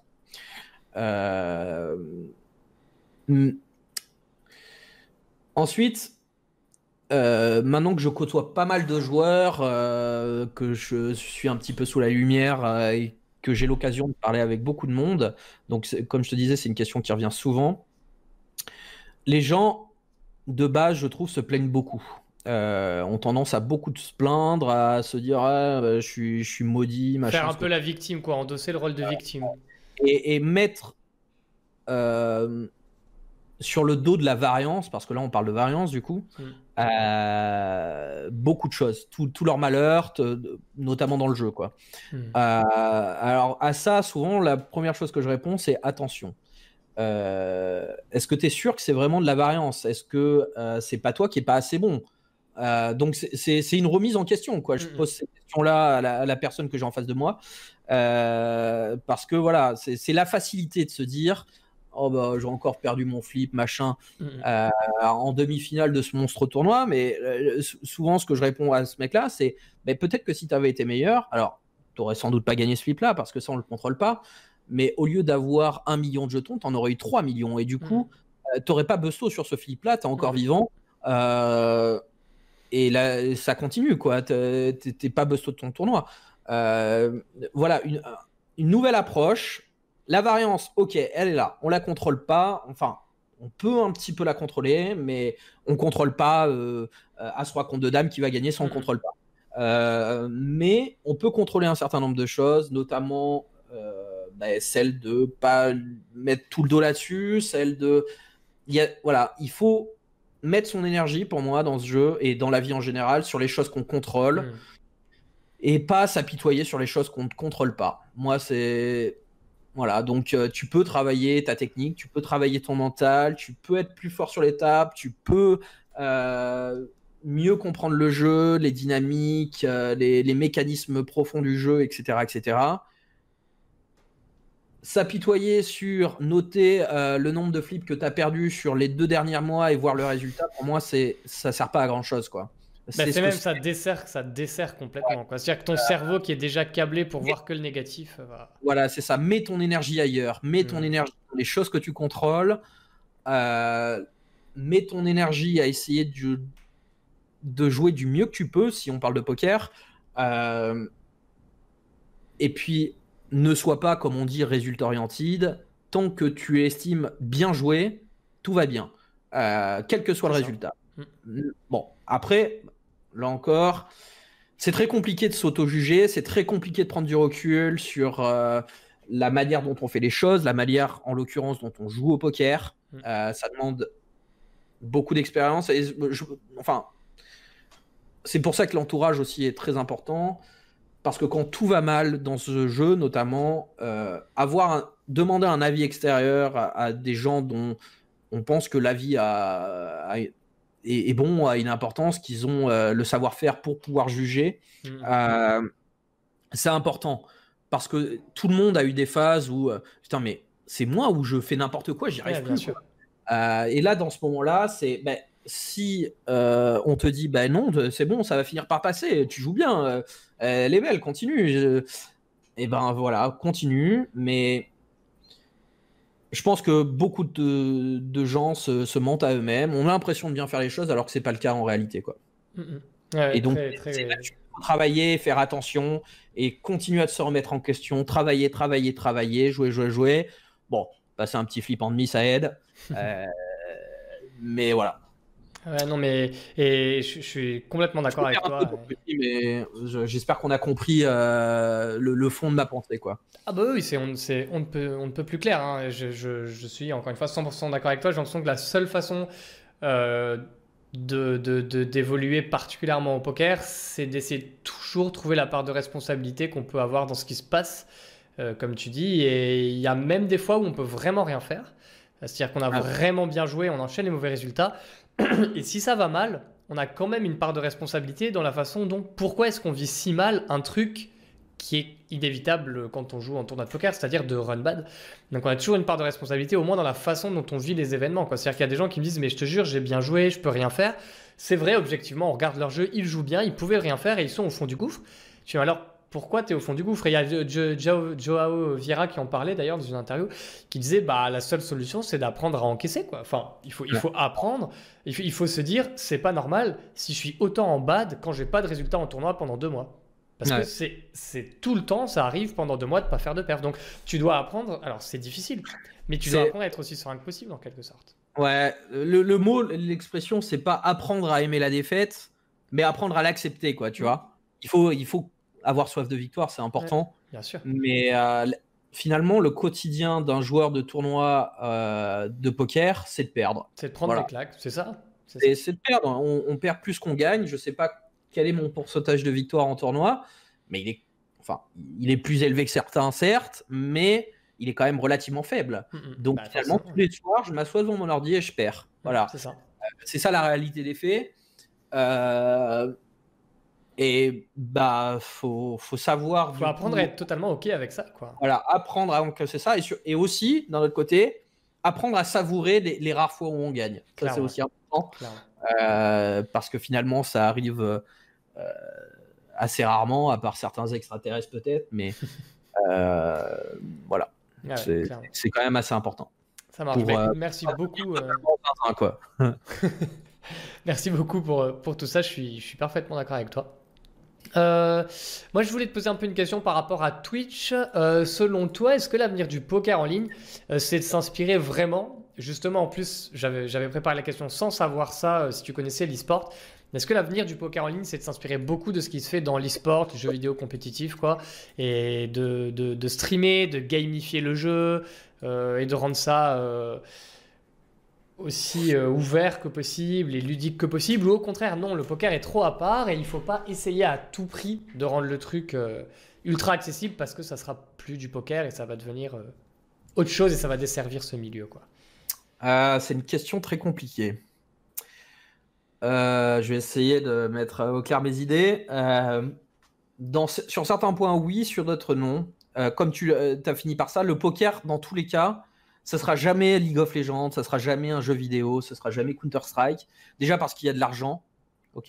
Ensuite, maintenant que je côtoie pas mal de joueurs, que je suis un petit peu sous la lumière et que j'ai l'occasion de parler avec beaucoup de monde, donc comme je te disais, c'est une question qui revient souvent. Les gens, de base, je trouve, se plaignent beaucoup. Ont tendance à beaucoup se plaindre, à se dire ah, bah, je suis maudit, machin. Faire un peu la victime, quoi, endosser le rôle de victime. Et mettre sur le dos de la variance, parce que là on parle de variance du coup, beaucoup de choses, tout leur malheur, notamment dans le jeu, quoi. Alors à ça, souvent, la première chose que je réponds, c'est attention. Est-ce que tu es sûr que c'est vraiment de la variance? Est-ce que c'est pas toi qui est pas assez bon? Donc c'est une remise en question, quoi. Je pose cette question-là à la personne que j'ai en face de moi parce que voilà, c'est la facilité de se dire oh bah j'ai encore perdu mon flip, machin, en demi-finale de ce monstre tournoi. Mais souvent, ce que je réponds à ce mec-là, c'est mais peut-être que si tu avais été meilleur, alors tu aurais sans doute pas gagné ce flip-là parce que ça on le contrôle pas. Mais au lieu d'avoir 1 million de jetons, tu en aurais eu 3 millions. Et du coup, tu n'aurais pas busto sur ce flip-là, tu es encore vivant. Et là, ça continue, quoi. Tu n'es pas busto de ton tournoi. Voilà, une nouvelle approche. La variance, ok, elle est là. On la contrôle pas. Enfin, on peut un petit peu la contrôler, mais on contrôle pas As-Roi contre 2 dames qui va gagner si on contrôle pas. Mais on peut contrôler un certain nombre de choses, notamment celle de pas mettre tout le dos là-dessus, celle de... Voilà, il faut mettre son énergie, pour moi, dans ce jeu et dans la vie en général, sur les choses qu'on contrôle et pas s'apitoyer sur les choses qu'on ne contrôle pas. Moi, c'est... Voilà, donc tu peux travailler ta technique, tu peux travailler ton mental, tu peux être plus fort sur les tables, tu peux mieux comprendre le jeu, les dynamiques, les mécanismes profonds du jeu, etc., etc. S'apitoyer sur noter le nombre de flips que tu as perdu sur les 2 derniers mois et voir le résultat, pour moi, ça sert pas à grand chose, quoi. C'est même ça dessert complètement, quoi. C'est-à-dire que ton cerveau qui est déjà câblé pour voir que le négatif. Voilà, c'est ça. Mets ton énergie ailleurs. Mets ton énergie dans les choses que tu contrôles. Mets ton énergie à essayer de jouer du mieux que tu peux, si on parle de poker. Et puis, ne sois pas, comme on dit, résultat-oriented. Tant que tu estimes bien jouer, tout va bien. Quel que soit le résultat. Bon, après, là encore, c'est très compliqué de s'auto-juger, c'est très compliqué de prendre du recul sur la manière dont on fait les choses, la manière, en l'occurrence, dont on joue au poker. Ça demande beaucoup d'expérience. Enfin, c'est pour ça que l'entourage aussi est très important. Parce que quand tout va mal dans ce jeu, notamment, demander un avis extérieur à des gens dont on pense que la vie est bon, a une importance, qu'ils ont le savoir-faire pour pouvoir juger. C'est important parce que tout le monde a eu des phases où putain, mais c'est moi où je fais n'importe quoi, j'y arrive plus. Et là, dans ce moment-là, c'est si on te dit non, c'est bon, ça va finir par passer, tu joues bien, elle est belle, continue. Et ben voilà, continue, mais je pense que beaucoup de gens se mentent à eux-mêmes, ont l'impression de bien faire les choses alors que c'est pas le cas en réalité, quoi. Ouais, et donc, c'est là-dessus qu'il faut travailler, faire attention et continuer à se remettre en question, travailler, jouer. Bon, passer un petit flip en demi, ça aide. Mais voilà. Ouais, non, mais et je suis complètement d'accord avec toi. Mais j'espère qu'on a compris le fond de ma pensée, quoi. Ah bah oui, on ne peut plus clair. Hein. Je suis encore une fois 100% d'accord avec toi. J'ai l'impression que la seule façon d'évoluer particulièrement au poker, c'est d'essayer de toujours trouver la part de responsabilité qu'on peut avoir dans ce qui se passe, comme tu dis. Et il y a même des fois où on peut vraiment rien faire. C'est-à-dire qu'on a vraiment bien joué, on enchaîne les mauvais résultats. Et si ça va mal, on a quand même une part de responsabilité dans la façon dont pourquoi est-ce qu'on vit si mal un truc qui est inévitable quand on joue en tournoi de poker, c'est-à-dire de run bad. Donc on a toujours une part de responsabilité, au moins dans la façon dont on vit les événements, quoi. C'est-à-dire qu'il y a des gens qui me disent mais je te jure j'ai bien joué, je peux rien faire. C'est vrai, objectivement, on regarde leur jeu, ils jouent bien, ils pouvaient rien faire et ils sont au fond du gouffre. Je dis alors pourquoi tu es au fond du gouffre? Et il y a Joao Vieira qui en parlait d'ailleurs dans une interview, qui disait la seule solution c'est d'apprendre à encaisser, quoi. Enfin, il faut apprendre, il faut se dire c'est pas normal si je suis autant en bad quand j'ai pas de résultat en tournoi pendant 2 mois. Parce que c'est tout le temps, ça arrive pendant 2 mois de pas faire de perf. Donc tu dois apprendre, alors c'est difficile, mais tu dois apprendre à être aussi serein que possible en quelque sorte. Ouais, le mot, l'expression, c'est pas apprendre à aimer la défaite, mais apprendre à l'accepter, quoi, tu vois. Il faut avoir soif de victoire, c'est important. Ouais, bien sûr. Mais finalement, le quotidien d'un joueur de tournoi de poker, c'est de perdre. C'est de prendre des claques, c'est ça. C'est de perdre. On perd plus qu'on gagne. Je sais pas quel est mon pourcentage de victoire en tournoi, mais il est plus élevé que certains, certes, mais il est quand même relativement faible. Donc finalement, tous les soirs, je m'assois devant mon ordi et je perds. Voilà. C'est ça. C'est ça la réalité des faits. Et faut savoir. Faut apprendre à être totalement OK avec ça, quoi. Voilà, apprendre à encaisser ça et aussi, d'un autre côté, apprendre à savourer les rares fois où on gagne. Ça, c'est aussi important. Parce que finalement, ça arrive assez rarement, à part certains extraterrestres peut-être, mais voilà. C'est quand même assez important. Ça marche. Merci beaucoup. Quoi. Merci beaucoup pour tout ça. Je suis parfaitement d'accord avec toi. Moi, je voulais te poser un peu une question par rapport à Twitch. Selon toi, est-ce que l'avenir du poker en ligne, c'est de s'inspirer vraiment? Justement, en plus, j'avais préparé la question sans savoir ça, si tu connaissais l'e-sport. Est-ce que l'avenir du poker en ligne, c'est de s'inspirer beaucoup de ce qui se fait dans l'e-sport, les jeux vidéo compétitifs, quoi, et de streamer, de gamifier le jeu, et de rendre ça aussi ouvert que possible et ludique que possible, ou au contraire non, le poker est trop à part et il ne faut pas essayer à tout prix de rendre le truc ultra accessible parce que ça sera plus du poker et ça va devenir autre chose et ça va desservir ce milieu, quoi. C'est une question très compliquée. Je vais essayer de mettre au clair mes idées. Sur certains points oui, sur d'autres non. Comme tu as fini par ça, le poker dans tous les cas, ça sera jamais League of Legends, ça sera jamais un jeu vidéo, ça sera jamais Counter-Strike. Déjà parce qu'il y a de l'argent, ok.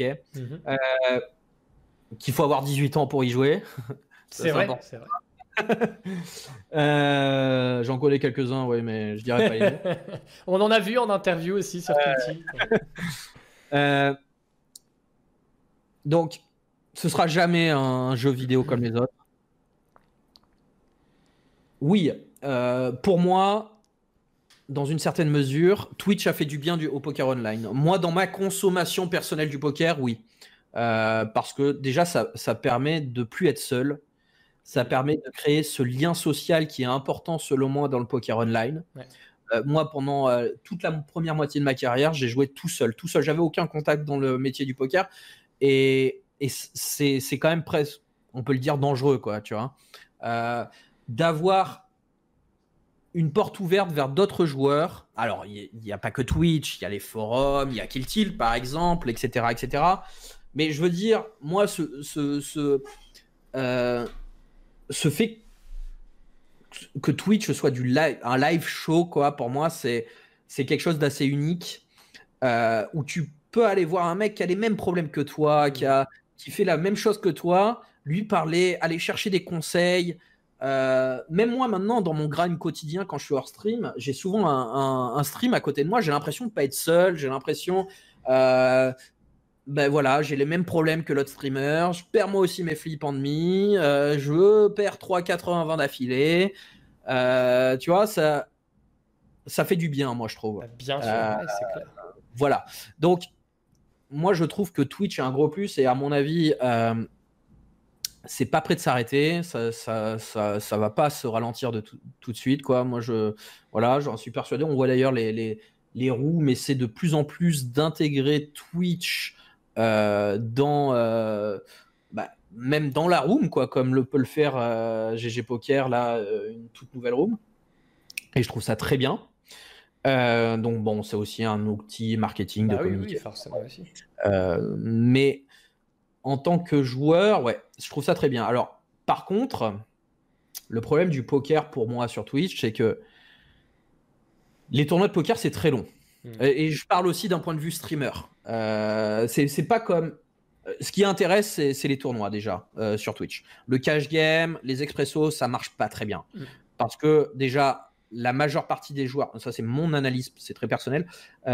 Qu'il faut avoir 18 ans pour y jouer. C'est vrai, c'est vrai. J'en connais quelques-uns, ouais, mais je dirais pas les noms. On en a vu en interview aussi sur Twitch. Donc, ce sera jamais un jeu vidéo comme les autres. Oui, pour moi, dans une certaine mesure, Twitch a fait du bien au poker online. Moi, dans ma consommation personnelle du poker, oui. Parce que déjà, ça permet de plus être seul. Ça permet de créer ce lien social qui est important, selon moi, dans le poker online. Ouais. Moi, pendant toute la première moitié de ma carrière, j'ai joué tout seul. J'avais aucun contact dans le métier du poker. Et c'est quand même presque, on peut le dire, dangereux, quoi, tu vois. D'avoir une porte ouverte vers d'autres joueurs. Alors, il n'y a pas que Twitch, il y a les forums, il y a Kill Tilt par exemple, etc., etc. Mais je veux dire, moi, ce fait que Twitch soit un live show, quoi, pour moi, c'est quelque chose d'assez unique, où tu peux aller voir un mec qui a les mêmes problèmes que toi, qui fait la même chose que toi, lui parler, aller chercher des conseils. Même moi maintenant dans mon grind quotidien quand je suis hors stream, j'ai souvent un stream à côté de moi, j'ai l'impression de pas être seul, j'ai l'impression ben voilà, j'ai les mêmes problèmes que l'autre streamer, je perds moi aussi mes flips en demi, je perds 3,80 d'affilée, tu vois, ça fait du bien, moi je trouve. Bien sûr, ouais, c'est clair. Voilà, donc moi je trouve que Twitch est un gros plus et à mon avis c'est pas prêt de s'arrêter, ça va pas se ralentir tout de suite, quoi. Moi, j'en suis persuadé. On voit d'ailleurs les rooms essaient de plus en plus d'intégrer Twitch même dans la room, quoi, comme peut le faire GG Poker, là, une toute nouvelle room. Et je trouve ça très bien. Donc bon, c'est aussi un outil marketing de communication. Oui, forcément aussi. Mais en tant que joueur, ouais, je trouve ça très bien. Alors, par contre, le problème du poker pour moi sur Twitch, c'est que les tournois de poker, c'est très long. Et je parle aussi d'un point de vue streamer. C'est pas comme... Ce qui intéresse, c'est les tournois déjà sur Twitch. Le cash game, les expressos, ça marche pas très bien. Parce que déjà, la majeure partie des joueurs, ça c'est mon analyse, c'est très personnel,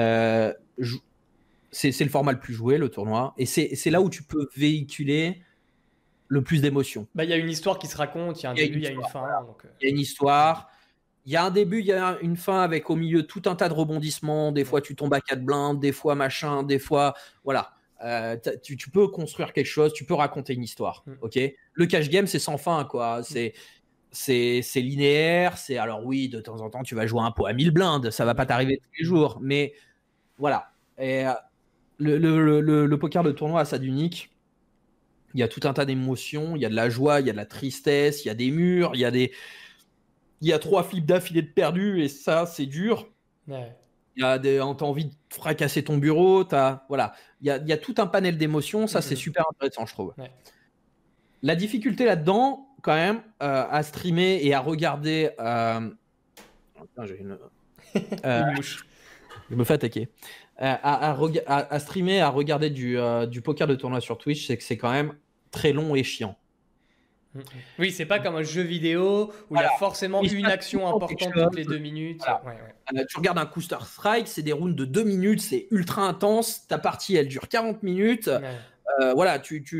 c'est le format le plus joué, le tournoi. Et c'est là où tu peux véhiculer le plus d'émotions. Il y a une histoire qui se raconte, il y a un début, il y a une fin. Voilà. Il y a une histoire, il y a un début, il y a une fin avec au milieu tout un tas de rebondissements. Des fois, tu tombes à 4 blindes, des fois machin, des fois... Voilà. Tu peux construire quelque chose, tu peux raconter une histoire. Ok. Le cash game, c'est sans fin, quoi. C'est linéaire. Alors oui, de temps en temps, tu vas jouer un pot à 1000 blindes. Ça va pas t'arriver tous les jours. Mais voilà. Et le poker de tournoi a ça d'unique. Il y a tout un tas d'émotions. Il y a de la joie, il y a de la tristesse, il y a des murs, il y a 3 flips d'affilée de perdus. Et ça, c'est dur. Ouais. T'as envie de fracasser ton bureau. Voilà. Il y a tout un panel d'émotions. Ça, c'est super intéressant, je trouve. Ouais. La difficulté là-dedans, quand même, à streamer et à regarder... j'ai une mouche. Je me fais attaquer. À streamer, à regarder du poker de tournoi sur Twitch, c'est que c'est quand même très long et chiant. Oui, c'est pas comme un jeu vidéo où il y a forcément une action importante toutes les 2 minutes. Voilà. Tu regardes un Counter-Strike, c'est des rounds de 2 minutes, c'est ultra intense. Ta partie, elle dure 40 minutes. Voilà,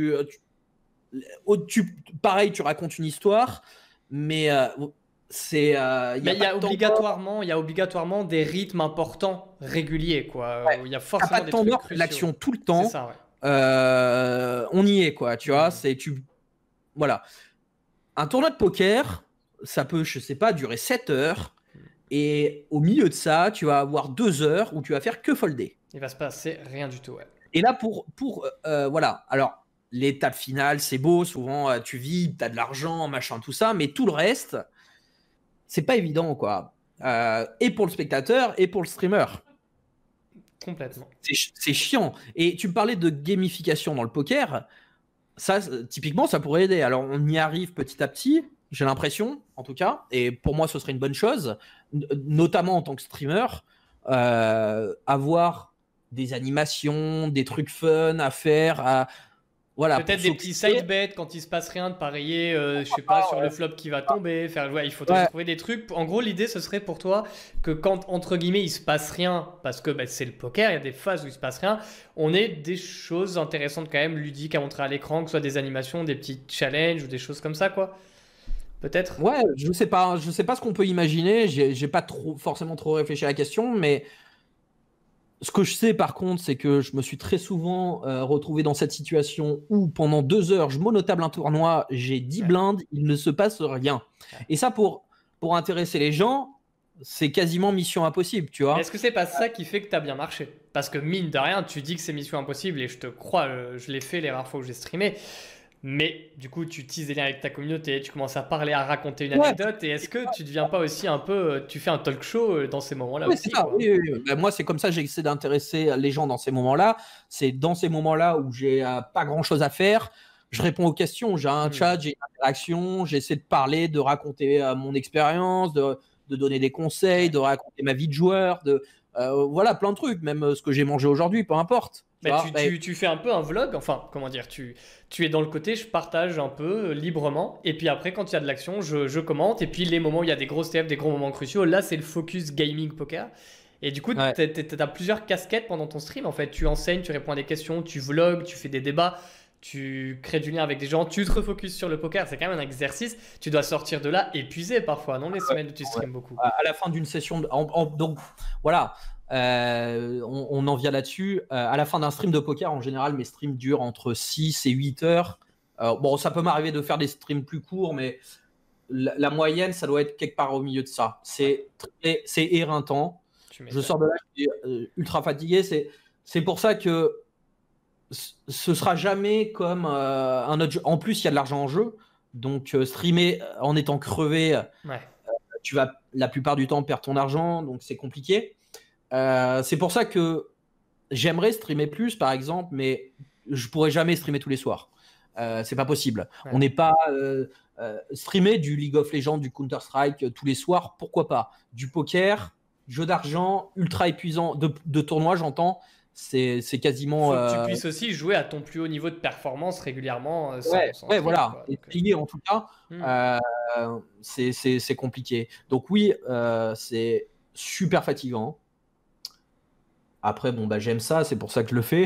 pareil, tu racontes une histoire, mais il y a obligatoirement des rythmes importants, réguliers, quoi. Il y a forcément pas de temps mort, l'action tout le temps. C'est ça, on y est, quoi. Tu vois, voilà. Un tournoi de poker, ça peut, je sais pas, durer 7 heures. Et au milieu de ça, tu vas avoir 2 heures où tu vas faire que folder. Il va se passer rien du tout, ouais. Et là, voilà. Alors, l'étape finale, c'est beau. Souvent, tu vis, tu as de l'argent, machin, tout ça. Mais tout le reste, c'est pas évident, quoi. Et pour le spectateur, et pour le streamer. Complètement. C'est chiant. Et tu me parlais de gamification dans le poker. Ça, typiquement, ça pourrait aider. Alors, on y arrive petit à petit, j'ai l'impression, en tout cas. Et pour moi, ce serait une bonne chose, notamment en tant que streamer, avoir des animations, des trucs fun à faire. Voilà, peut-être des petits side bets quand il se passe rien, de parier, je sais pas, sur le flop qui va tomber. Il faudrait trouver des trucs. En gros, l'idée, ce serait pour toi que quand, entre guillemets, il se passe rien, parce que c'est le poker, il y a des phases où il se passe rien, on ait des choses intéressantes quand même, ludiques à montrer à l'écran, que ce soit des animations, des petits challenges ou des choses comme ça, quoi. Peut-être. Ouais, je sais pas ce qu'on peut imaginer. J'ai pas forcément trop réfléchi à la question, mais ce que je sais par contre, c'est que je me suis très souvent retrouvé dans cette situation où pendant 2 heures, je monotable un tournoi, j'ai 10 blindes, il ne se passe rien. Et ça, pour intéresser les gens, c'est quasiment mission impossible, tu vois. Est-ce que c'est pas ça qui fait que tu as bien marché? Parce que mine de rien, tu dis que c'est mission impossible et je te crois, je l'ai fait les rares fois où j'ai streamé. Mais du coup, tu tisses des liens avec ta communauté, tu commences à parler, à raconter une Ouais, anecdote. Et est-ce que tu deviens pas aussi un peu, tu fais un talk show dans ces moments-là ouais, c'est aussi, ça. quoi? Oui, oui, oui. Ben, moi, c'est comme ça que j'essaie d'intéresser les gens dans ces moments-là. C'est dans ces moments-là où j'ai pas grand-chose à faire. Je réponds aux questions. J'ai un Hmm. chat, j'ai une interaction. J'essaie de parler, de raconter mon expérience, de donner des conseils, Ouais. de raconter ma vie de joueur, voilà, plein de trucs. Même ce que j'ai mangé aujourd'hui, peu importe. Tu Mais vois. Ben, tu fais un peu un vlog, enfin, comment dire, tu es dans le côté, je partage un peu librement, et puis après, quand il y a de l'action, je commente, et puis les moments où il y a des grosses TF, des gros moments cruciaux, là, c'est le focus gaming poker. Et du coup, ouais. t'as plusieurs casquettes pendant ton stream, en fait. Tu enseignes, tu réponds à des questions, tu vlogs, tu fais des débats, tu crées du lien avec des gens, tu te refocuses sur le poker, c'est quand même un exercice. Tu dois sortir de là épuisé parfois, non, les semaines où tu Ouais. streams beaucoup. À la fin d'une session, donc voilà, on en vient là-dessus. À la fin d'un stream de poker, en général, mes streams durent entre 6 et 8 heures. Bon, ça peut m'arriver de faire des streams plus courts, mais la moyenne, ça doit être quelque part au milieu de ça. Ouais, C'est éreintant. tu Je m'étonnes. sors de là, je suis ultra fatigué. C'est pour ça que ce sera jamais comme un autre jeu. En plus, il y a de l'argent en jeu. Donc, streamer en étant crevé, Ouais. tu vas la plupart du temps perdre ton argent, donc c'est compliqué. C'est pour ça que j'aimerais streamer plus, par exemple, mais je pourrais jamais streamer tous les soirs. C'est pas possible. On Ouais. n'est pas streamer du League of Legends, du Counter Strike tous les soirs. Pourquoi pas? Du poker, jeu d'argent ultra épuisant, de tournoi, j'entends. C'est quasiment Faut que tu puisses aussi jouer à ton plus haut niveau de performance régulièrement sans ouais, stream, voilà. quoi. Et Donc, payer en tout cas, hmm. c'est compliqué. Donc oui, c'est super fatigant. Après, bon, bah, j'aime ça, c'est pour ça que je le fais.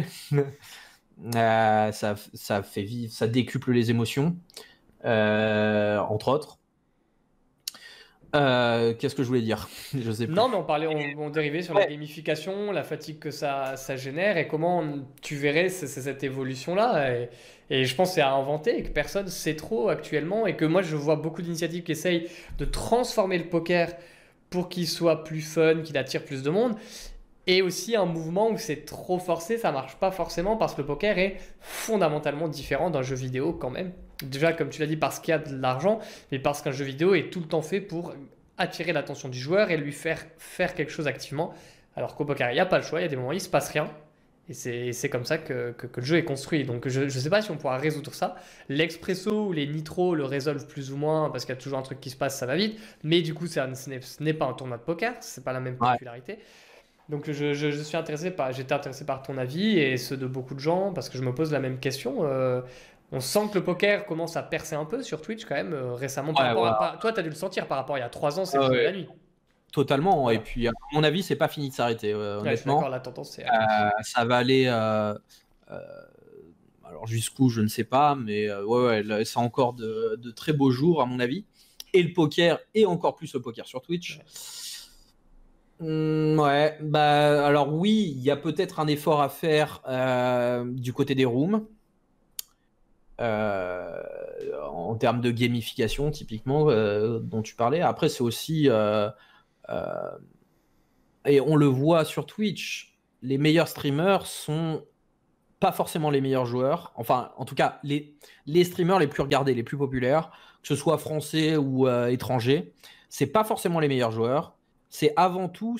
Ça fait vivre, ça décuple les émotions, entre autres. Qu'est-ce que je voulais dire? Je sais Non, plus. mais on dérivait sur la Ouais, gamification, la fatigue que ça génère et comment tu verrais cette évolution-là. Et je pense que c'est à inventer et que personne ne sait trop actuellement. Et que moi, je vois beaucoup d'initiatives qui essayent de transformer le poker pour qu'il soit plus fun, qu'il attire plus de monde. Et aussi un mouvement où c'est trop forcé, ça marche pas forcément parce que le poker est fondamentalement différent d'un jeu vidéo quand même. Déjà, comme tu l'as dit, parce qu'il y a de l'argent, mais parce qu'un jeu vidéo est tout le temps fait pour attirer l'attention du joueur et lui faire quelque chose activement. Alors qu'au poker, il n'y a pas le choix, il y a des moments où il se passe rien. Et c'est comme ça que le jeu est construit. Donc je ne sais pas si on pourra résoudre ça. L'expresso ou les nitros le résolvent plus ou moins parce qu'il y a toujours un truc qui se passe, ça va vite. Mais du coup, ce n'est pas un tournoi de poker, c'est pas la même ouais, popularité. Donc j'étais intéressé par ton avis et ceux de beaucoup de gens parce que je me pose la même question. On sent que le poker commence à percer un peu sur Twitch quand même récemment par ouais, rapport voilà. toi, tu as dû le sentir par rapport à il y a 3 ans, c'est le Ouais, jeu de la ouais, nuit. totalement. Et Voilà. puis, à mon avis, c'est pas fini de s'arrêter, Ouais, je suis d'accord, honnêtement. la tendance c'est à continuer. Ça va aller. Euh, alors, jusqu'où, je ne sais pas, mais ouais, ouais, là, c'est encore de très beaux jours, à mon avis. Et le poker, et encore plus le poker sur Twitch. Ouais. Ouais, bah alors oui, il y a peut-être un effort à faire du côté des rooms euh, en termes de gamification typiquement dont tu parlais. Après, c'est aussi euh, et on le voit sur Twitch, les meilleurs streamers sont pas forcément les meilleurs joueurs. Enfin, en tout cas, les streamers les plus regardés, les plus populaires, que ce soit français ou étrangers, c'est pas forcément les meilleurs joueurs. C'est avant tout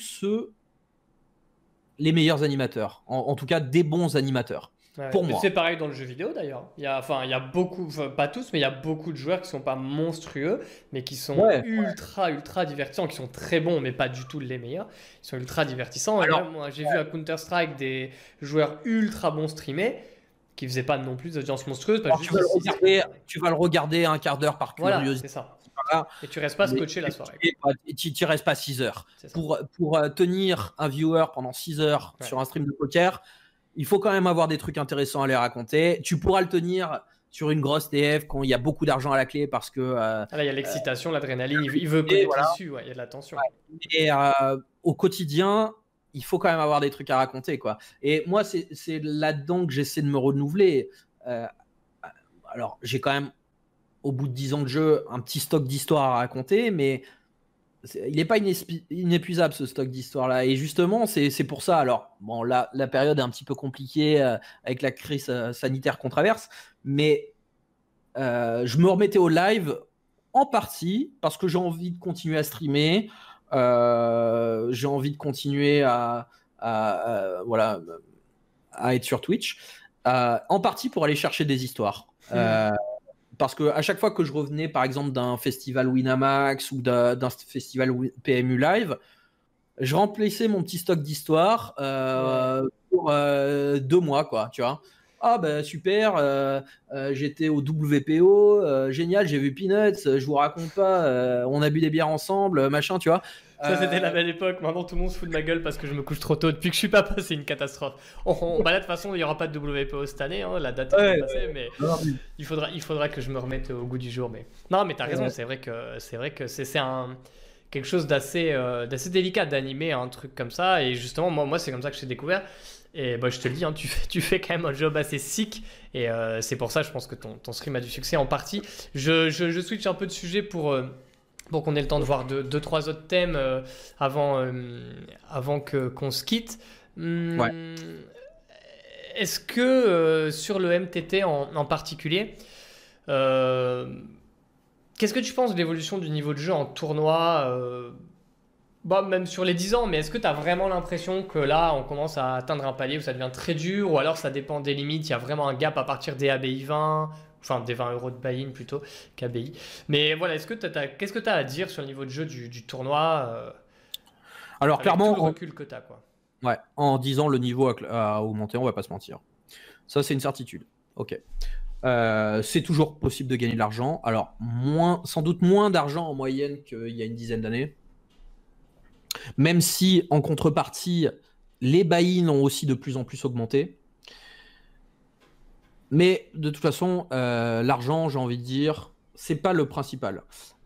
les meilleurs animateurs. En tout cas, des bons animateurs. Ouais. Pour Mais moi. c'est pareil dans le jeu vidéo d'ailleurs. Il y a beaucoup, enfin, pas tous, mais il y a beaucoup de joueurs qui sont pas monstrueux, mais qui sont Ouais. ultra divertissants, qui sont très bons, mais pas du tout les meilleurs. Ils sont ultra divertissants. Et Alors, même moi, j'ai vu à Counter-Strike des joueurs ultra bons streamés qui faisaient pas non plus d'audience monstrueuse, pas alors, juste ils streamaient, quoi. tu vas le regarder un quart d'heure par Voilà, curiosité. c'est ça. Voilà. Et tu restes pas Mais scotché la soirée, quoi. tu n'y restes pas 6 heures. C'est ça. Pour tenir un viewer pendant 6 heures Ouais. sur un stream de poker, il faut quand même avoir des trucs intéressants à les raconter. Tu pourras le tenir sur une grosse TF quand il y a beaucoup d'argent à la clé parce que Ah, là, il y a l'excitation, l'adrénaline, il veut et connaître voilà. l'issue, ouais, il y a de la tension. Et au quotidien, il faut quand même avoir des trucs à raconter, quoi. Et moi, c'est là-dedans que j'essaie de me renouveler. Euh, alors, j'ai quand même, au bout de 10 ans de jeu, un petit stock d'histoires à raconter, mais il n'est pas inépuisable ce stock d'histoire-là. Et justement, c'est pour ça. Alors, bon, la période est un petit peu compliquée avec la crise sanitaire qu'on traverse, mais je me remettais au live en partie parce que j'ai envie de continuer à streamer, j'ai envie de continuer voilà, à être sur Twitch, en partie pour aller chercher des histoires. Parce que à chaque fois que je revenais, par exemple, d'un festival Winamax ou d'un festival PMU Live, je remplissais mon petit stock d'histoires pour 2 mois, quoi, tu vois. Ah ben super, j'étais au WPO, génial, j'ai vu Peanuts, je vous raconte pas, on a bu des bières ensemble, machin, tu vois. Ça, c'était la belle époque. Maintenant, tout le monde se fout de ma gueule parce que je me couche trop tôt. Depuis que je suis papa, c'est une catastrophe. Bah là, de toute façon, il n'y aura pas de WPO cette année. Hein, la date est passée, mais il faudra que je me remette au goût du jour. Mais non, mais t'as raison. C'est vrai que c'est quelque chose d'assez délicat d'animer un truc comme ça. Et justement, moi, c'est comme ça que je t'ai découvert. Et bah, je te le dis, hein, tu fais quand même un job assez sick. Et c'est pour ça, je pense que ton stream a du succès en partie. Je switch un peu de sujet pour qu'on ait le temps de voir deux, trois autres thèmes avant qu'on se quitte. Est-ce que sur le MTT en particulier, qu'est-ce que tu penses de l'évolution du niveau de jeu en tournoi même sur les 10 ans, mais est-ce que tu as vraiment l'impression que là, on commence à atteindre un palier où ça devient très dur, ou alors ça dépend des limites, il y a vraiment un gap à partir des ABI 20, enfin des 20 euros de buy-in plutôt qu'ABI. Mais voilà, qu'est-ce que tu as à dire sur le niveau de jeu du tournoi Alors avec clairement, tout le recul que tu as, quoi. Ouais, en 10 ans, le niveau a augmenté, on va pas se mentir. Ça, c'est une certitude. Ok. C'est toujours possible de gagner de l'argent. Alors, sans doute moins d'argent en moyenne qu'il y a une dizaine d'années. Même si, en contrepartie, les buy-in ont aussi de plus en plus augmenté. Mais de toute façon, l'argent, j'ai envie de dire, c'est pas le principal.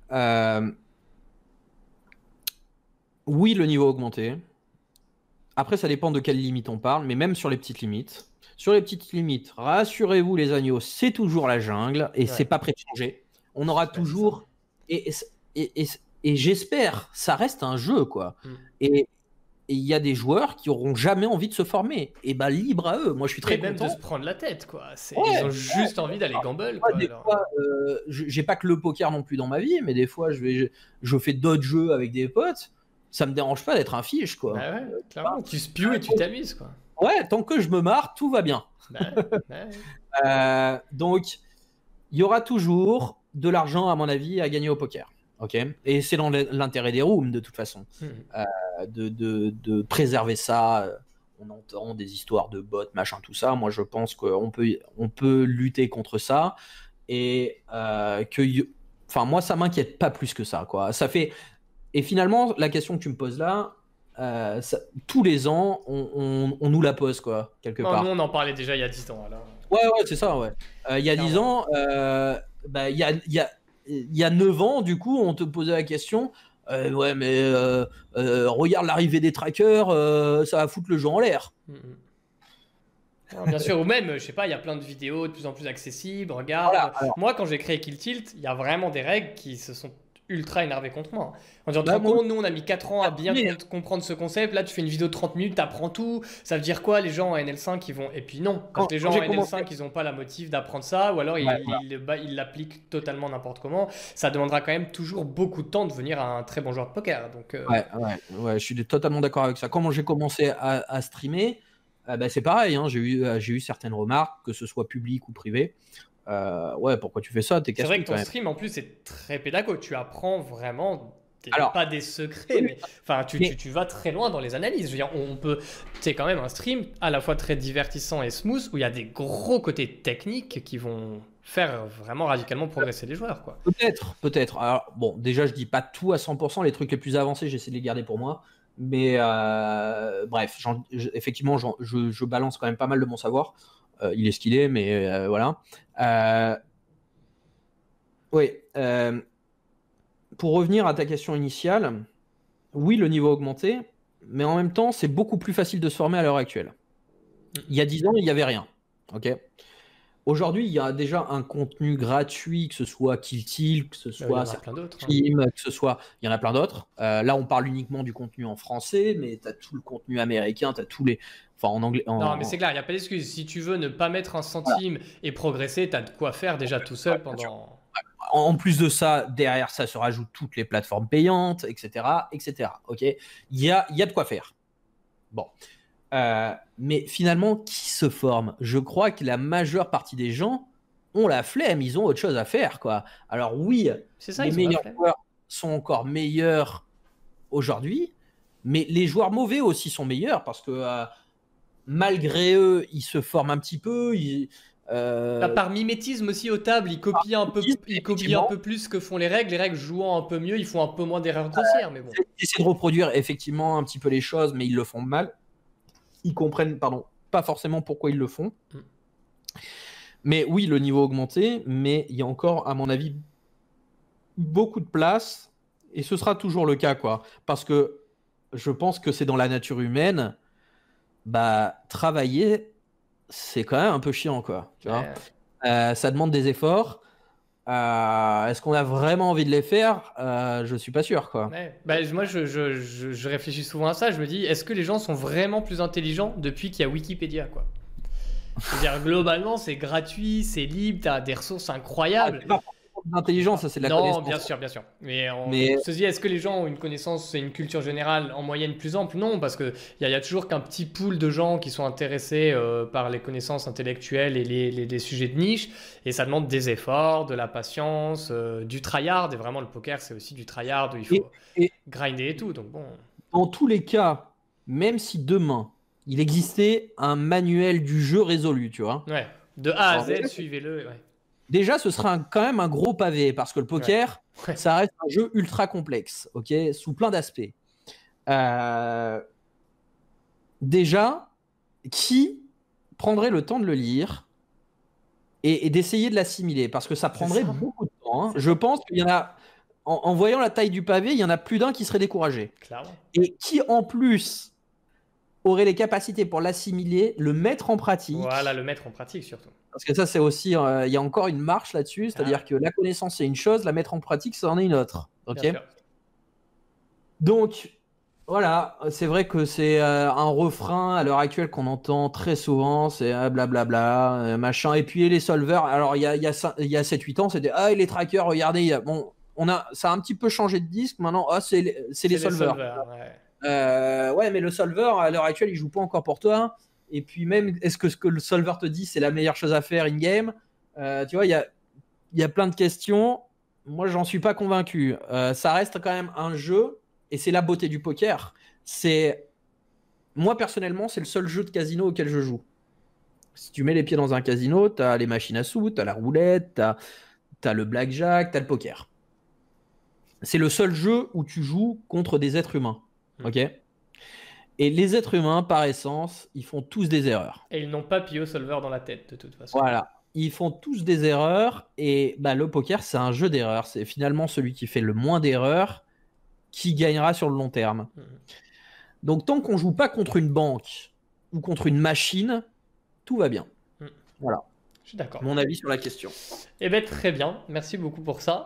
Oui, le niveau a augmenté. Après, ça dépend de quelle limite on parle, mais même sur les petites limites. Sur les petites limites, rassurez-vous les agneaux, c'est toujours la jungle et c'est pas prêt de changer. On aura toujours... Et j'espère, ça reste un jeu, quoi. Et il y a des joueurs qui auront jamais envie de se former. Et bah libre à eux. Moi, je suis très même content. de se prendre la tête, quoi. Ils ont juste envie d'aller gamble, quoi. Des fois, j'ai pas que le poker non plus dans ma vie, mais des fois, je fais d'autres jeux avec des potes. Ça me dérange pas d'être un fiche, quoi. Bah ouais, clairement. Tu spews et tu t'amuses, quoi. Ouais, tant que je me marre, tout va bien. Donc, il y aura toujours de l'argent, à mon avis, à gagner au poker. Ok. Et c'est dans l'intérêt des rooms, de toute façon, de préserver ça. On entend des histoires de bots, machin, tout ça. Moi, je pense qu'on peut lutter contre ça. Et moi, ça m'inquiète pas plus que ça, quoi. Ça fait... Et finalement, la question que tu me poses là, tous les ans, on nous la pose, quoi, quelque part. Nous, on en parlait déjà il y a 10 ans. Alors. Ouais, c'est ça, ouais. Il y a 10 ans, il y a 9 ans, du coup, on te posait la question, ouais, mais regarde l'arrivée des trackers, ça va foutre le jeu en l'air. Alors, bien sûr, ou même, je sais pas, il y a plein de vidéos de plus en plus accessibles. Regarde, moi, quand j'ai créé Kill Tilt, il y a vraiment des règles qui se sont ultra énervé contre moi. En disant, nous on a mis 4 ans à bien comprendre ce concept, là tu fais une vidéo de 30 minutes, t'apprends tout, ça veut dire quoi les gens en NL5 ils vont... Et puis non, quand les gens en NL5 ils ont pas la motive d'apprendre ça, ou alors ils l'appliquent totalement n'importe comment, ça demandera quand même toujours beaucoup de temps de devenir un très bon joueur de poker. Donc, ouais, je suis totalement d'accord avec ça. Quand j'ai commencé à streamer, c'est pareil, hein, j'ai eu certaines remarques, que ce soit public ou privé. Ouais, pourquoi tu fais ça? C'est vrai que ton stream en plus c'est très pédago, tu apprends vraiment pas des secrets, mais enfin tu vas très loin dans les analyses. Je veux dire, c'est quand même un stream à la fois très divertissant et smooth où il y a des gros côtés techniques qui vont faire vraiment radicalement progresser les joueurs, quoi. Peut-être. Alors bon, déjà je dis pas tout à 100%, les trucs les plus avancés j'essaie de les garder pour moi, mais bref, effectivement je balance quand même pas mal de mon savoir. Il est ce qu'il est, mais voilà. Oui. Pour revenir à ta question initiale, oui, le niveau a augmenté, mais en même temps, c'est beaucoup plus facile de se former à l'heure actuelle. Il y a 10 ans, il n'y avait rien. Ok. Aujourd'hui, il y a déjà un contenu gratuit, que ce soit Kill Tilt, que ce soit Stream, que ce soit... Il y en a plein d'autres. Là, on parle uniquement du contenu en français, mais tu as tout le contenu américain, tu as tous les... Enfin, en anglais. Non, mais c'est clair, il n'y a pas d'excuse. Si tu veux ne pas mettre un centime et progresser, tu as de quoi faire déjà tout seul pendant. En plus de ça, derrière ça se rajoutent toutes les plateformes payantes, etc., etc. Ok, il y a de quoi faire. Bon, mais finalement, qui se forme? Je crois que la majeure partie des gens ont la flemme, ils ont autre chose à faire, quoi. Alors oui, C'est ça, les ils ont la meilleurs flemme. joueurs sont encore meilleurs aujourd'hui, mais les joueurs mauvais aussi sont meilleurs parce que malgré eux, ils se forment un petit peu. Par mimétisme aussi aux tables, ils copient un peu, ils copient un effectivement. peu plus que font les règles jouant un peu mieux, ils font un peu moins d'erreurs grossières, mais bon. Ils essaient de reproduire effectivement un petit peu les choses, mais ils le font mal. Ils comprennent, pardon, pas forcément pourquoi ils le font. Mm. Mais oui, le niveau a augmenté, mais il y a encore, à mon avis, beaucoup de place, et ce sera toujours le cas, quoi. Parce que je pense que c'est dans la nature humaine, bah, travailler, c'est quand même un peu chiant, quoi. Tu vois, ça demande des efforts. Est-ce qu'on a vraiment envie de les faire? Je suis pas sûr, quoi. Ouais. Bah, moi, je réfléchis souvent à ça. Je me dis, est-ce que les gens sont vraiment plus intelligents depuis qu'il y a Wikipédia, quoi? C'est-à-dire, globalement, c'est gratuit, c'est libre, tu as des ressources incroyables. C'est pas forcément de l'intelligence, ça c'est de la Non, connaissance. bien sûr, bien sûr. Mais on Mais- se dit, est-ce que les gens ont une connaissance et une culture générale en moyenne plus ample? Non, parce qu'il y a toujours qu'un petit pool de gens qui sont intéressés par les connaissances intellectuelles et les sujets de niche. Et ça demande des efforts, de la patience, du tryhard. Et vraiment, le poker, c'est aussi du tryhard où il faut et- grinder et tout. Donc bon. Dans tous les cas, même si demain il existait un manuel du jeu résolu, tu vois, Ouais. De A à Alors, Z, déjà, suivez-le. Ouais. déjà ce sera quand même un gros pavé parce que le poker, Ouais. ça reste un jeu ultra complexe, ok, sous plein d'aspects. Déjà, qui prendrait le temps de le lire et d'essayer de l'assimiler parce que ça prendrait ça. beaucoup de temps, hein. Je pense qu'il y en a, en voyant la taille du pavé, il y en a plus d'un qui serait découragé. Clairement. Et qui en plus aurait les capacités pour l'assimiler, le mettre en pratique. Voilà, le mettre en pratique surtout. Parce que ça, c'est aussi, il y a encore une marche là-dessus, c'est-à-dire que la connaissance, c'est une chose, la mettre en pratique, ça en est une autre. Ok. Bien sûr. Donc, voilà, c'est vrai que c'est un refrain à l'heure actuelle qu'on entend très souvent, c'est blablabla, machin. Et puis les solvers, alors il y a 7-8 ans, c'était et les trackers, regardez, bon, ça a un petit peu changé de disque, maintenant, c'est les solvers. Ouais, mais le solver, à l'heure actuelle, il joue pas encore pour toi. Et puis même, est-ce que ce que le solver te dit, c'est la meilleure chose à faire in-game? Tu vois, il y a plein de questions. Moi, j'en suis pas convaincu. Ça reste quand même un jeu, et c'est la beauté du poker. Moi, personnellement, c'est le seul jeu de casino auquel je joue. Si tu mets les pieds dans un casino, tu as les machines à sous, tu as la roulette, tu as le blackjack, tu as le poker. C'est le seul jeu où tu joues contre des êtres humains. Ok. Et les êtres humains, par essence, ils font tous des erreurs. Et ils n'ont pas Pio Solver dans la tête, de toute façon. Voilà. Ils font tous des erreurs. Et le poker, c'est un jeu d'erreurs. C'est finalement celui qui fait le moins d'erreurs qui gagnera sur le long terme. Donc, tant qu'on joue pas contre une banque ou contre une machine, tout va bien. Voilà. Je suis d'accord. Mon avis sur la question. Eh bien, très bien. Merci beaucoup pour ça.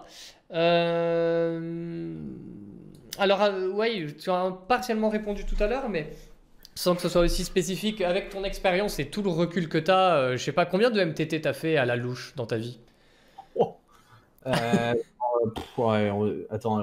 Alors, oui, tu as partiellement répondu tout à l'heure, mais sans que ce soit aussi spécifique, avec ton expérience et tout le recul que tu as, je sais pas combien de MTT tu as fait à la louche dans ta vie? Attends.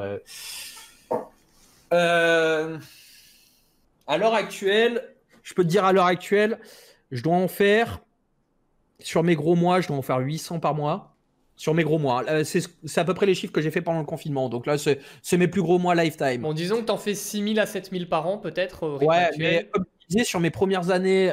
À l'heure actuelle, je peux te dire à l'heure actuelle, je dois en faire, sur mes gros mois, je dois en faire 800 par mois. Sur mes gros mois. C'est à peu près les chiffres que j'ai fait pendant le confinement. Donc là, c'est mes plus gros mois lifetime. Bon, disons que tu en fais 6000 à 7000 par an, peut-être, au rythme Ouais, actuel. mais comme je disais, sur mes premières années,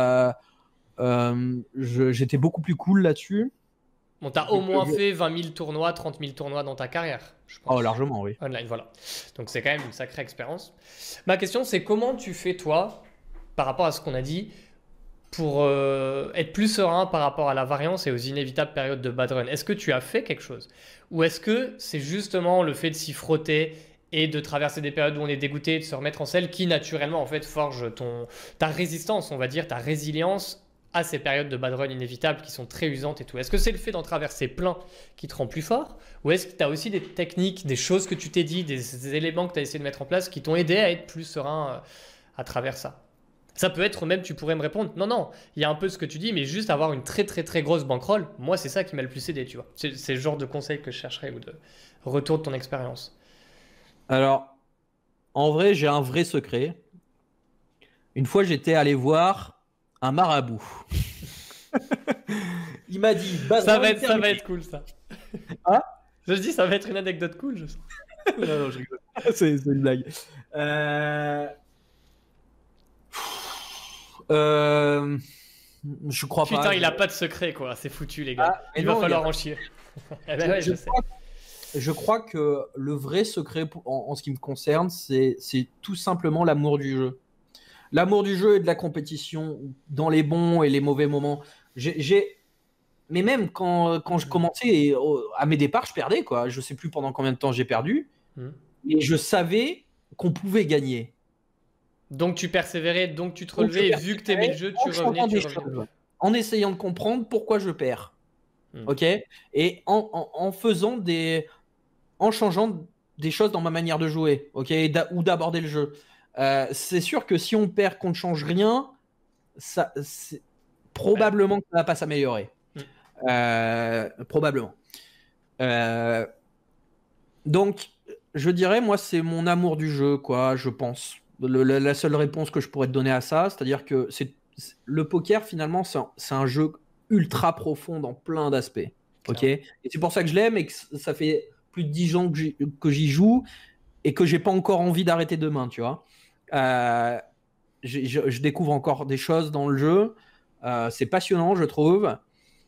j'étais beaucoup plus cool là-dessus. Bon, tu as au moins fait 20 000 tournois, 30 000 tournois dans ta carrière, je pense. Oh, largement, oui. Online, voilà. Donc c'est quand même une sacrée expérience. Ma question, c'est comment tu fais, toi, par rapport à ce qu'on a dit, pour être plus serein par rapport à la variance et aux inévitables périodes de bad run? Est-ce que tu as fait quelque chose? Ou est-ce que c'est justement le fait de s'y frotter et de traverser des périodes où on est dégoûté, de se remettre en selle, qui naturellement en fait forge ta résistance, on va dire, ta résilience à ces périodes de bad run inévitables qui sont très usantes et tout? Est-ce que c'est le fait d'en traverser plein qui te rend plus fort? Ou est-ce que tu as aussi des techniques, des choses que tu t'es dit, des éléments que tu as essayé de mettre en place qui t'ont aidé à être plus serein à travers ça? Ça peut être même, tu pourrais me répondre, non, non, il y a un peu ce que tu dis, mais juste avoir une très très très grosse bankroll, moi c'est ça qui m'a le plus aidé, tu vois. C'est le genre de conseil que je chercherais ou de retour de ton expérience. Alors, en vrai, j'ai un vrai secret. Une fois, j'étais allé voir un marabout. Il m'a dit, Ça va être cool ça. Hein. Je dis, ça va être une anecdote cool, je sens. Non, non, je rigole. C'est une blague. Je crois pas. Putain, il a pas de secret quoi, c'est foutu les gars. Il va non, falloir en chier. Eh ben ouais, je sais. Je crois que le vrai secret en ce qui me concerne, c'est tout simplement l'amour du jeu. L'amour du jeu et de la compétition dans les bons et les mauvais moments. Mais même quand je commençais à mes départs, je perdais quoi. Je sais plus pendant combien de temps j'ai perdu, et je savais qu'on pouvait gagner. Donc tu persévérais, donc tu te relevais, et vu que t'aimais le jeu, tu revenais. En essayant de comprendre pourquoi je perds. Ok. Et en faisant en changeant des choses dans ma manière de jouer, ok, ou d'aborder le jeu. C'est sûr que si on perd, qu'on ne change rien, probablement que ça va pas s'améliorer. Probablement. Donc, je dirais, moi, c'est mon amour du jeu, quoi, je pense. La seule réponse que je pourrais te donner à ça, c'est-à-dire que le poker, finalement, c'est un jeu ultra profond dans plein d'aspects. Ok. Et c'est pour ça que je l'aime et que ça fait plus de 10 ans que j'y joue et que j'ai pas encore envie d'arrêter demain, tu vois. Je découvre encore des choses dans le jeu. C'est passionnant, je trouve.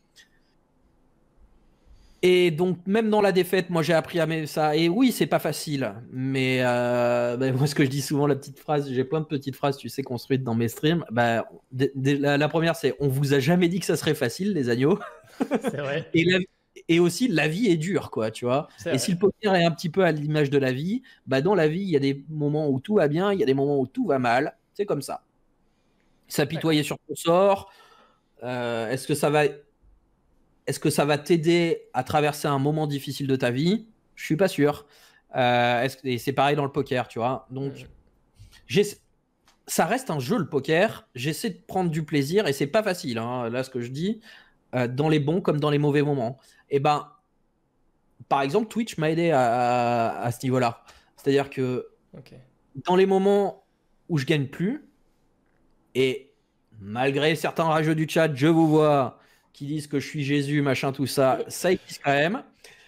Et donc, même dans la défaite, moi, j'ai appris à aimer ça. Et oui, c'est pas facile. Mais moi, ce que je dis souvent, la petite phrase, j'ai plein de petites phrases, tu sais, construites dans mes streams. La première, c'est « On vous a jamais dit que ça serait facile, les agneaux. » C'est vrai. Et aussi, la vie est dure, quoi, tu vois. Et si le poker est un petit peu à l'image de la vie, dans la vie, il y a des moments où tout va bien, il y a des moments où tout va mal. C'est comme ça. S'apitoyer sur ton sort. Est-ce que ça va t'aider à traverser un moment difficile de ta vie? Je suis pas sûr. Et c'est pareil dans le poker, tu vois. Donc, ça reste un jeu, le poker. J'essaie de prendre du plaisir et c'est pas facile, hein, là, ce que je dis, dans les bons comme dans les mauvais moments. Et par exemple, Twitch m'a aidé à ce niveau-là. C'est-à-dire que dans les moments où je gagne plus, et malgré certains rageux du chat, je vous vois, qui disent que je suis Jésus, machin, tout ça, ça existe quand même.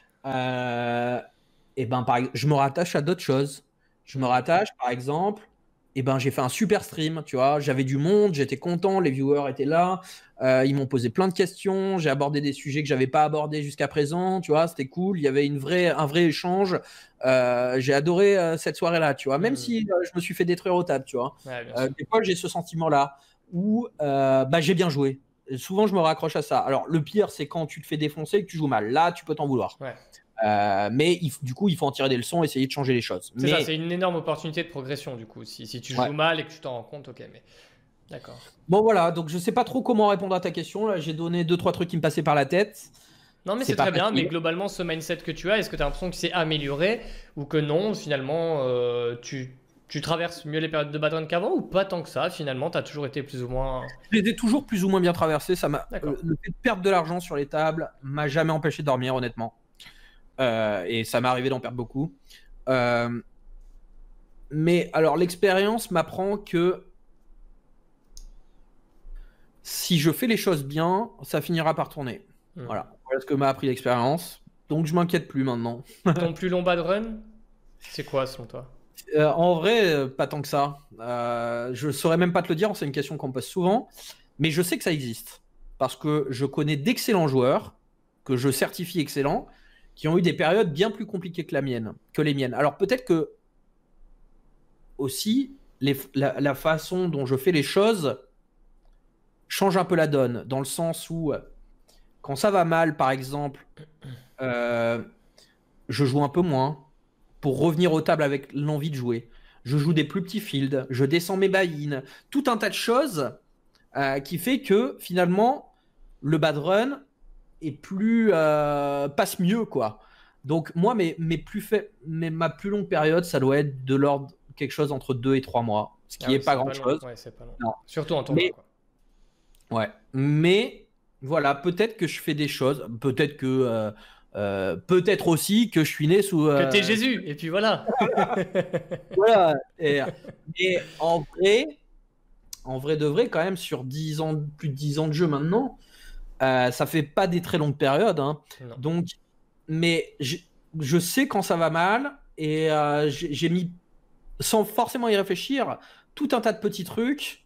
Je me rattache à d'autres choses. Je me rattache, par exemple, j'ai fait un super stream, tu vois. J'avais du monde, j'étais content, les viewers étaient là. Ils m'ont posé plein de questions. J'ai abordé des sujets que j'avais pas abordés jusqu'à présent, tu vois. C'était cool. Il y avait un vrai échange. J'ai adoré cette soirée-là, tu vois. Même si je me suis fait détruire aux tables, tu vois. Des fois, j'ai ce sentiment-là où j'ai bien joué. Et souvent, je me raccroche à ça. Alors, le pire, c'est quand tu te fais défoncer et que tu joues mal. Là, tu peux t'en vouloir. Mais du coup, il faut en tirer des leçons, essayer de changer les choses. C'est ça, c'est une énorme opportunité de progression, du coup. Si tu joues mal et que tu t'en rends compte, ok, mais d'accord. Bon, voilà, donc je sais pas trop comment répondre à ta question. Là, j'ai donné 2-3 trucs qui me passaient par la tête. Non, mais c'est très bien. Mais globalement, ce mindset que tu as, est-ce que tu as l'impression que c'est amélioré ou que non, finalement, tu traverses mieux les périodes de bad run qu'avant ou pas tant que ça? Finalement, tu as toujours été plus ou moins. Je les ai toujours plus ou moins bien traversés. Le fait de perdre de l'argent sur les tables m'a jamais empêché de dormir, honnêtement. Et ça m'est arrivé d'en perdre beaucoup. Mais alors, l'expérience m'apprend que si je fais les choses bien, ça finira par tourner. Voilà ce que m'a appris l'expérience. Donc, je m'inquiète plus maintenant. Ton plus long bad run, c'est quoi selon toi? En vrai, pas tant que ça. Je saurais même pas te le dire. C'est une question qu'on me pose souvent. Mais je sais que ça existe. Parce que je connais d'excellents joueurs que je certifie excellents qui ont eu des périodes bien plus compliquées que les miennes. Alors peut-être que aussi la façon dont je fais les choses change un peu la donne, dans le sens où quand ça va mal, par exemple, je joue un peu moins pour revenir aux tables avec l'envie de jouer. Je joue des plus petits fields, je descends mes buy-in, tout un tas de choses qui fait que finalement le bad run passe mieux, quoi. Donc moi, ma plus longue période, ça doit être de l'ordre quelque chose entre 2 et 3 mois, ce qui n'est pas grand-chose. Ouais, c'est pas long. Non. Surtout en tournoi, quoi. Ouais, mais voilà, peut-être que je fais des choses, peut-être que peut-être aussi que je suis né sous que t'es Jésus, et puis voilà. voilà. Et en vrai de vrai, quand même, sur 10 ans, plus de 10 ans de jeu maintenant, ça fait pas des très longues périodes, hein. Donc, mais je sais quand ça va mal, et j'ai mis, sans forcément y réfléchir, tout un tas de petits trucs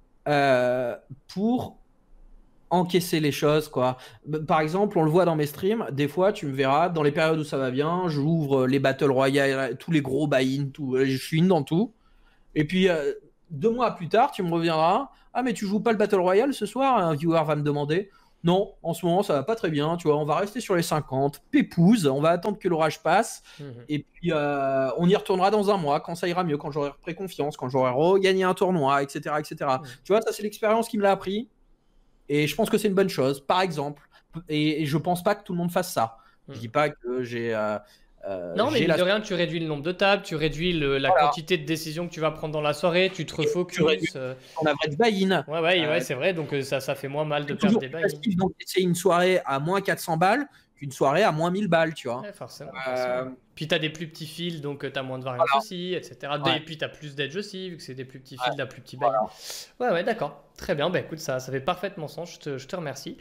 pour encaisser les choses, quoi. Par exemple, on le voit dans mes streams, des fois tu me verras dans les périodes où ça va bien, j'ouvre les Battle Royale, tous les gros buy-in, tout, je suis in dans tout, et puis 2 mois plus tard tu me reviendras, ah mais tu joues pas le Battle Royale ce soir, un viewer va me demander. Non, en ce moment ça va pas très bien, tu vois, on va rester sur les 50 pépouze, on va attendre que l'orage passe, et puis on y retournera dans un mois quand ça ira mieux, quand j'aurai repris confiance, quand j'aurai regagné un tournoi, etc., etc. Tu vois, ça c'est l'expérience qui me l'a appris. Et je pense que c'est une bonne chose, par exemple. Et je pense pas que tout le monde fasse ça. Je dis pas que j'ai. Non, mais mine de rien, tu réduis le nombre de tables, tu réduis la quantité de décisions que tu vas prendre dans la soirée, tu te refocuses. On a vrai de buy-in. Ouais, c'est vrai, donc ça fait moins mal de perdre des buy-in. Donc, c'est une soirée à moins 400 balles qu'une soirée à moins 1000 balles, tu vois. Ouais, forcément. Puis tu as des plus petits fils, donc tu as moins de variance aussi, etc. Ouais. Et puis tu as plus d'edge aussi, vu que c'est des plus petits fils, plus petits buy-in. Ouais, d'accord. Très bien. Bah, écoute, ça fait parfaitement sens. Je te remercie.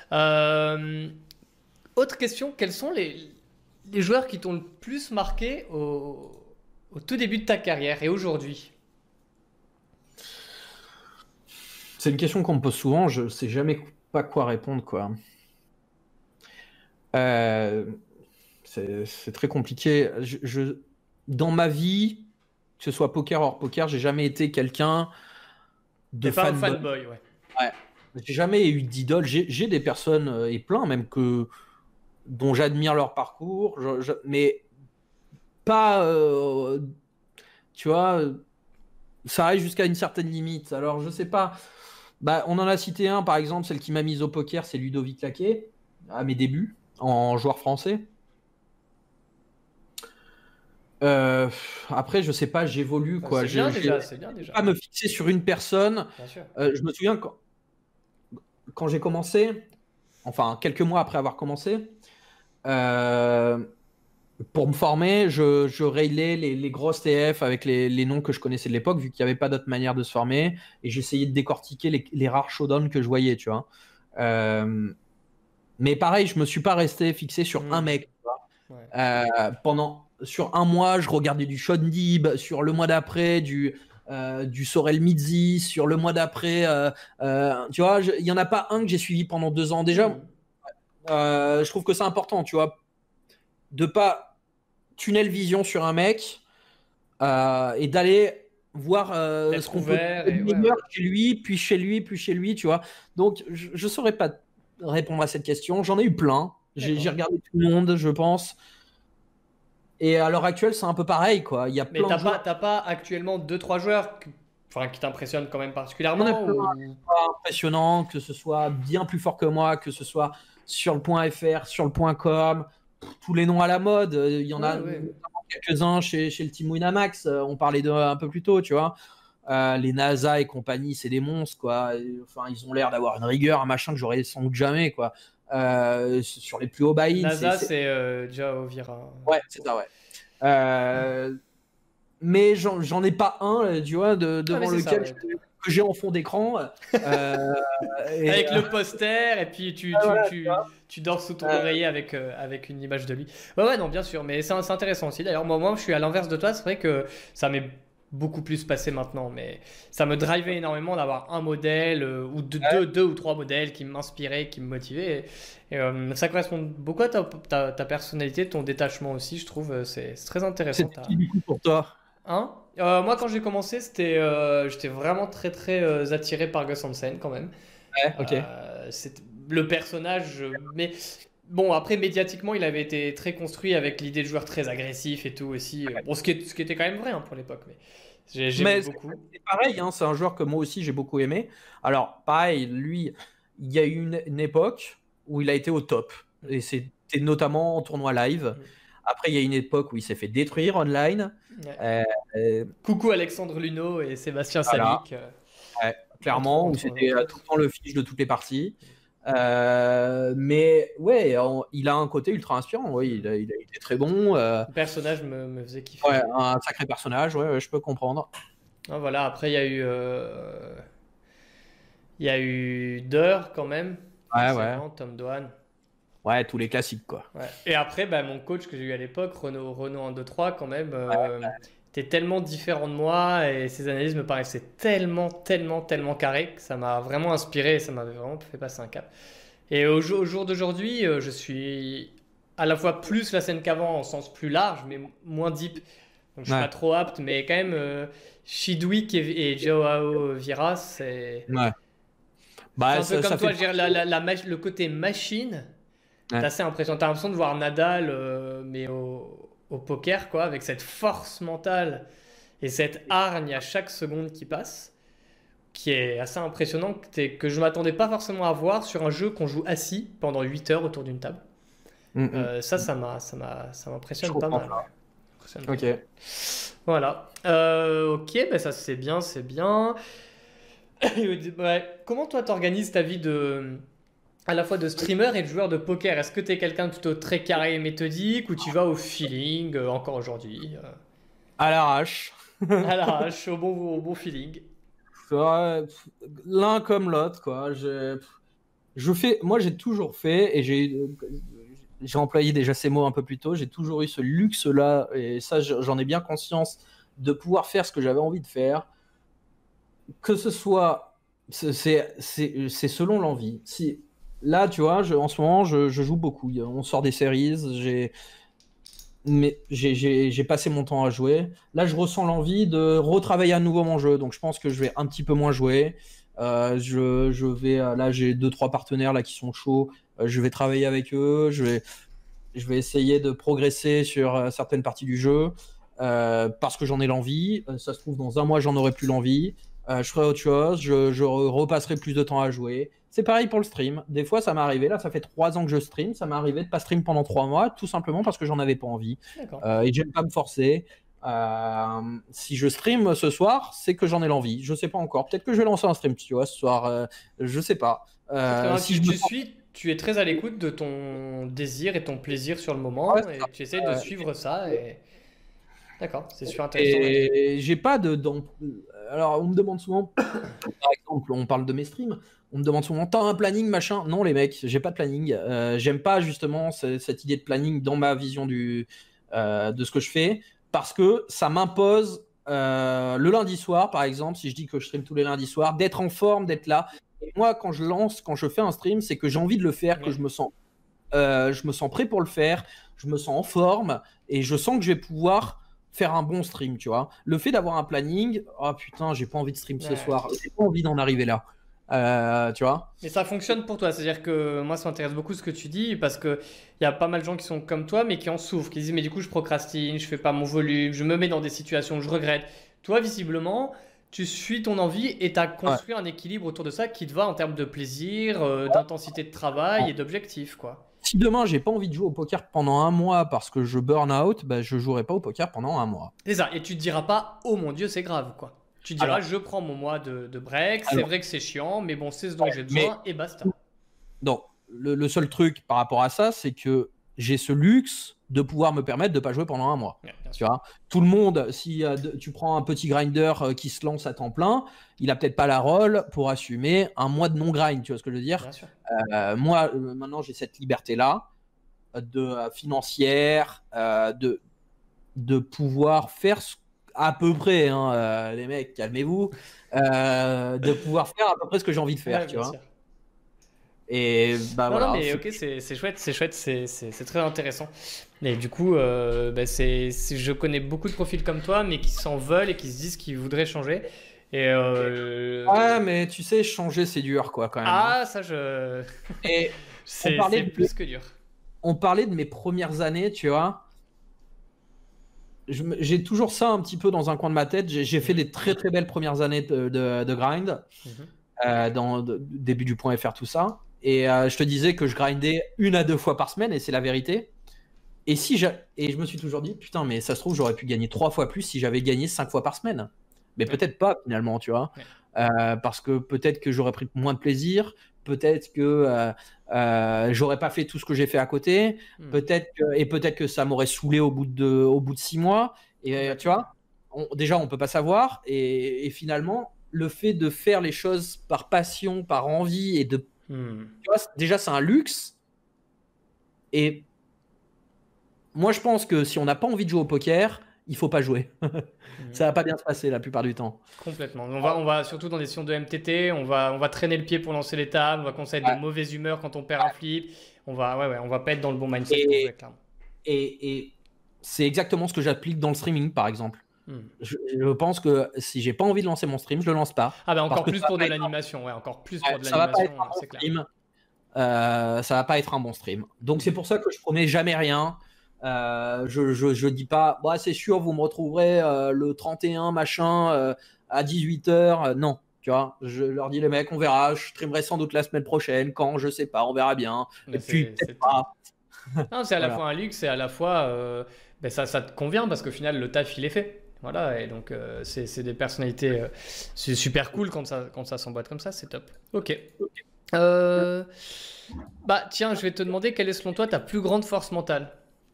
Autre question, quels sont les joueurs qui t'ont le plus marqué au tout début de ta carrière et aujourd'hui? C'est une question qu'on me pose souvent, je sais jamais pas quoi répondre, quoi. C'est très compliqué. Dans ma vie, que ce soit poker hors poker, j'ai jamais été quelqu'un de fanboy. Ouais. J'ai jamais eu d'idole. J'ai des personnes, et plein même, dont j'admire leur parcours, mais pas, tu vois, ça arrive jusqu'à une certaine limite. Alors je sais pas. Bah, on en a cité un, par exemple, celle qui m'a mise au poker, c'est Ludovic Laquet, à mes débuts, en joueur français. Après, je sais pas, j'évolue, quoi. C'est bien déjà. Pas me fixer sur une personne. Je me souviens quand j'ai commencé, enfin quelques mois après avoir commencé, pour me former, je railais les grosses TF avec les noms que je connaissais de l'époque, vu qu'il n'y avait pas d'autre manière de se former, et j'essayais de décortiquer les rares showdowns que je voyais, tu vois. Mais pareil, je me suis pas resté fixé sur un mec. Tu vois. Sur un mois, je regardais du Sean Dib, sur le mois d'après du Sorel Midzi, sur le mois d'après, tu vois, il y en a pas un que j'ai suivi pendant 2 ans déjà. Je trouve que c'est important, tu vois, de pas tunnel vision sur un mec et d'aller voir ce qu'on peut meilleur chez lui, puis chez lui, puis chez lui, tu vois. Donc, je saurais pas répondre à cette question. J'en ai eu plein. J'ai regardé tout le monde, je pense. Et à l'heure actuelle, c'est un peu pareil, quoi. Il y a plein de joueurs. T'as pas actuellement 2-3 joueurs qui t'impressionnent quand même particulièrement pas impressionnant, que ce soit bien plus fort que moi, que ce soit sur le point .fr, sur le point .com, tous les noms à la mode. Il y en a quelques-uns chez le team Winamax. On parlait d'eux un peu plus tôt, tu vois. Les NASA et compagnie, c'est des monstres, quoi. Enfin, ils ont l'air d'avoir une rigueur, un machin que j'aurais sans doute jamais, quoi. Sur les plus hauts buy-in. NASA, c'est Joao Vira. Ouais, c'est ça, ouais. Mais j'en ai pas un, tu vois, devant lequel que j'ai en fond d'écran. Avec le poster, et puis tu dors sous ton oreiller avec une image de lui. Ouais, non, bien sûr, mais c'est intéressant aussi. D'ailleurs, moi, je suis à l'inverse de toi. C'est vrai que ça m'est beaucoup plus passé maintenant, mais ça me drivait énormément d'avoir un modèle ou deux ou trois modèles qui m'inspiraient, qui me motivaient. Et ça correspond beaucoup à ta personnalité, ton détachement aussi, je trouve. C'est très intéressant. C'est qui du coup pour toi? Moi, quand j'ai commencé, j'étais vraiment très très attiré par Gus Hansen quand même. Ouais, ok. Le personnage, mais bon, après médiatiquement, il avait été très construit avec l'idée de joueur très agressif et tout aussi. Bon, ce qui était quand même vrai pour l'époque, mais j'aime beaucoup. C'est pareil, c'est un joueur que moi aussi j'ai beaucoup aimé. Alors, pareil, lui, il y a eu une époque où il a été au top, et c'était notamment en tournoi live. Après, il y a une époque où il s'est fait détruire online. Coucou Alexandre Luneau et Sébastien Voilà. Samick. Ouais, clairement, où entre c'était autres. tout le temps le fiche de toutes les parties. Mais ouais, il a un côté ultra inspirant. Ouais, il a été très bon. Le personnage me faisait kiffer. Ouais, un sacré personnage. Ouais, je peux comprendre. Ah, voilà, après il y a eu Deur quand même, Ouais, ouais. forcément, Tom Dwan. Ouais, tous les classiques, quoi. Ouais. Et après, bah, mon coach que j'ai eu à l'époque, Renaud 1-2-3, quand même, Ouais, était tellement différent de moi et ses analyses me paraissaient tellement, tellement, tellement carrées que ça m'a vraiment inspiré et ça m'avait vraiment fait passer un cap. Et au jour d'aujourd'hui, je suis à la fois plus la scène qu'avant en sens plus large, mais moins deep. Donc je suis pas ouais, trop apte, mais quand même, Chidwick et Joao Vieira, ouais. c'est Bah, un peu comme ça fait toi, je dirais, partie. le côté machine. C'est Ouais. assez impressionnant. T'as l'impression de voir Nadal, mais au poker, quoi, avec cette force mentale et cette hargne à chaque seconde qui passe, qui est assez impressionnant, que je m'attendais pas forcément à voir sur un jeu qu'on joue assis pendant 8 heures autour d'une table. Mm, mm. Ça Je m'impressionne pas comprends mal. Ouais. ça. Impressionne pas Ok. mal. Voilà. Ok, bah ça c'est bien, c'est bien. Ouais. Comment toi t'organises ta vie à la fois de streamer et de joueur de poker? Est-ce que tu es quelqu'un de plutôt très carré et méthodique ou tu vas au feeling encore aujourd'hui À l'arrache. à l'arrache, au bon feeling? Ouais, l'un comme l'autre, quoi. Moi, j'ai toujours fait, et j'ai employé déjà ces mots un peu plus tôt, j'ai toujours eu ce luxe-là, et ça, j'en ai bien conscience, de pouvoir faire ce que j'avais envie de faire, que ce soit, c'est selon l'envie. Là, tu vois, en ce moment, je joue beaucoup. On sort des séries, mais j'ai passé mon temps à jouer. Là, je ressens l'envie de retravailler à nouveau mon jeu, donc je pense que je vais un petit peu moins jouer. Là, j'ai deux, trois partenaires là qui sont chauds. Je vais travailler avec eux. Je vais essayer de progresser sur certaines parties du jeu parce que j'en ai l'envie. Ça se trouve, dans un mois, j'en aurai plus l'envie. Je ferai autre chose. Je repasserai plus de temps à jouer. C'est pareil pour le stream. Des fois, ça m'est arrivé. Là, ça fait 3 ans que je stream. Ça m'est arrivé de pas stream pendant 3 mois, tout simplement parce que j'en avais pas envie. D'accord. Et j'aime pas me forcer. Si je stream ce soir, c'est que j'en ai l'envie. Je sais pas encore. Peut-être que je vais lancer un stream, tu vois, ce soir. Je sais pas. C'est très bien. Si je me sens. Tu es très à l'écoute de ton désir et ton plaisir sur le moment Ouais, et tu essaies de suivre ça. D'accord, c'est super intéressant. Ouais. et j'ai pas Alors, on me demande souvent, par exemple, on parle de mes streams, on me demande souvent, t'as un planning, machin? Non, les mecs, j'ai pas de planning. J'aime pas justement cette idée de planning dans ma vision de ce que je fais, parce que ça m'impose le lundi soir, par exemple, si je dis que je stream tous les lundis soirs, d'être en forme, d'être là. Et moi, quand je fais un stream, c'est que j'ai envie de le faire, que Ouais. je me sens prêt pour le faire, je me sens en forme, et je sens que je vais pouvoir faire un bon stream, tu vois. Le fait d'avoir un planning, oh putain, j'ai pas envie de stream ce Ouais. soir, j'ai pas envie d'en arriver là. Tu vois. Mais ça fonctionne pour toi, c'est-à-dire que moi ça m'intéresse beaucoup ce que tu dis parce que il y a pas mal de gens qui sont comme toi mais qui en souffrent, qui disent mais du coup je procrastine, je fais pas mon volume, je me mets dans des situations où je regrette. Toi visiblement, tu suis ton envie et tu as Ouais. construit un équilibre autour de ça qui te va en termes de plaisir, d'intensité de travail et d'objectifs quoi. Si demain j'ai pas envie de jouer au poker pendant un mois parce que je burn out, bah, je jouerai pas au poker pendant un mois. C'est ça, et tu te diras pas oh mon Dieu c'est grave quoi. Tu te diras Alors, je prends mon mois de break, c'est alors, vrai que c'est chiant mais bon c'est ce dont j'ai mais besoin et basta. non, le seul truc par rapport à ça, c'est que j'ai ce luxe de pouvoir me permettre de pas jouer pendant un mois. Ouais, bien Tu sûr. vois, tout le monde, si tu prends un petit grinder qui se lance à temps plein, il a peut-être pas la rôle pour assumer un mois de non-grind. Tu vois ce que je veux dire? Bien sûr. Moi, maintenant, j'ai cette liberté-là financière, de pouvoir faire à peu près, hein, les mecs, calmez-vous, de pouvoir faire à peu près ce que j'ai envie de faire, Ouais, tu bien vois. sûr. Et bah Non, non, voilà. mais ok, c'est chouette, c'est très intéressant. Et du coup, bah, je connais beaucoup de profils comme toi, mais qui s'en veulent et qui se disent qu'ils voudraient changer. Et Ouais, mais tu sais, changer, c'est dur, quoi, quand même, hein. ah, ça, Et on c'est parlait plus que dur. on parlait de mes premières années, tu vois. J'ai toujours ça un petit peu dans un coin de ma tête. J'ai fait Mhm, des très très belles premières années de grind, mhm. dans début du point .fr, tout ça. Et je te disais que je grindais 1 à 2 fois par semaine, et c'est la vérité. Et et je me suis toujours dit, putain, mais ça se trouve, j'aurais pu gagner 3 fois plus si j'avais gagné 5 fois par semaine. Mais peut-être pas, finalement, tu vois. Ouais. Parce que peut-être que j'aurais pris moins de plaisir, peut-être que j'aurais pas fait tout ce que j'ai fait à côté, peut-être que ça m'aurait saoulé au bout de 6 mois. Et tu vois, déjà, on peut pas savoir. Et finalement, le fait de faire les choses par passion, par envie, et tu vois, déjà, c'est un luxe. Et moi, je pense que si on n'a pas envie de jouer au poker, il faut pas jouer. Ça va pas bien se passer la plupart du temps. Complètement. On va surtout dans des sessions de MTT, on va traîner le pied pour lancer les tables, on va commencer à être de Ouais. mauvaise humeur quand on perd un flip. On va pas être dans le bon mindset pour Et, jouer, clairement. et c'est exactement ce que j'applique dans le streaming, par exemple. Hmm. Je pense que si j'ai pas envie de lancer mon stream, je le lance pas. Ah bah encore Parce que plus ça va pour de pas être l'animation, ouais, encore plus pour de ça va pas l'animation, être un bon c'est clair. stream. Ça va pas être un bon stream. Donc c'est pour ça que je promets jamais rien. Je dis pas, bah, c'est sûr, vous me retrouverez le 31 machin à 18h. Non, tu vois, je leur dis, les mecs, on verra. Je streamerai sans doute la semaine prochaine. Quand, je sais pas, on verra bien. Mais Et puis, c'est peut-être top. pas. Non, c'est à la Voilà. fois un luxe et à la fois ça te convient parce qu'au final le taf il est fait. Voilà, et donc c'est des personnalités, c'est super cool quand ça s'emboîte comme ça, c'est top. Ok. Euh, Bah tiens, je vais te demander quelle est selon toi ta plus grande force mentale.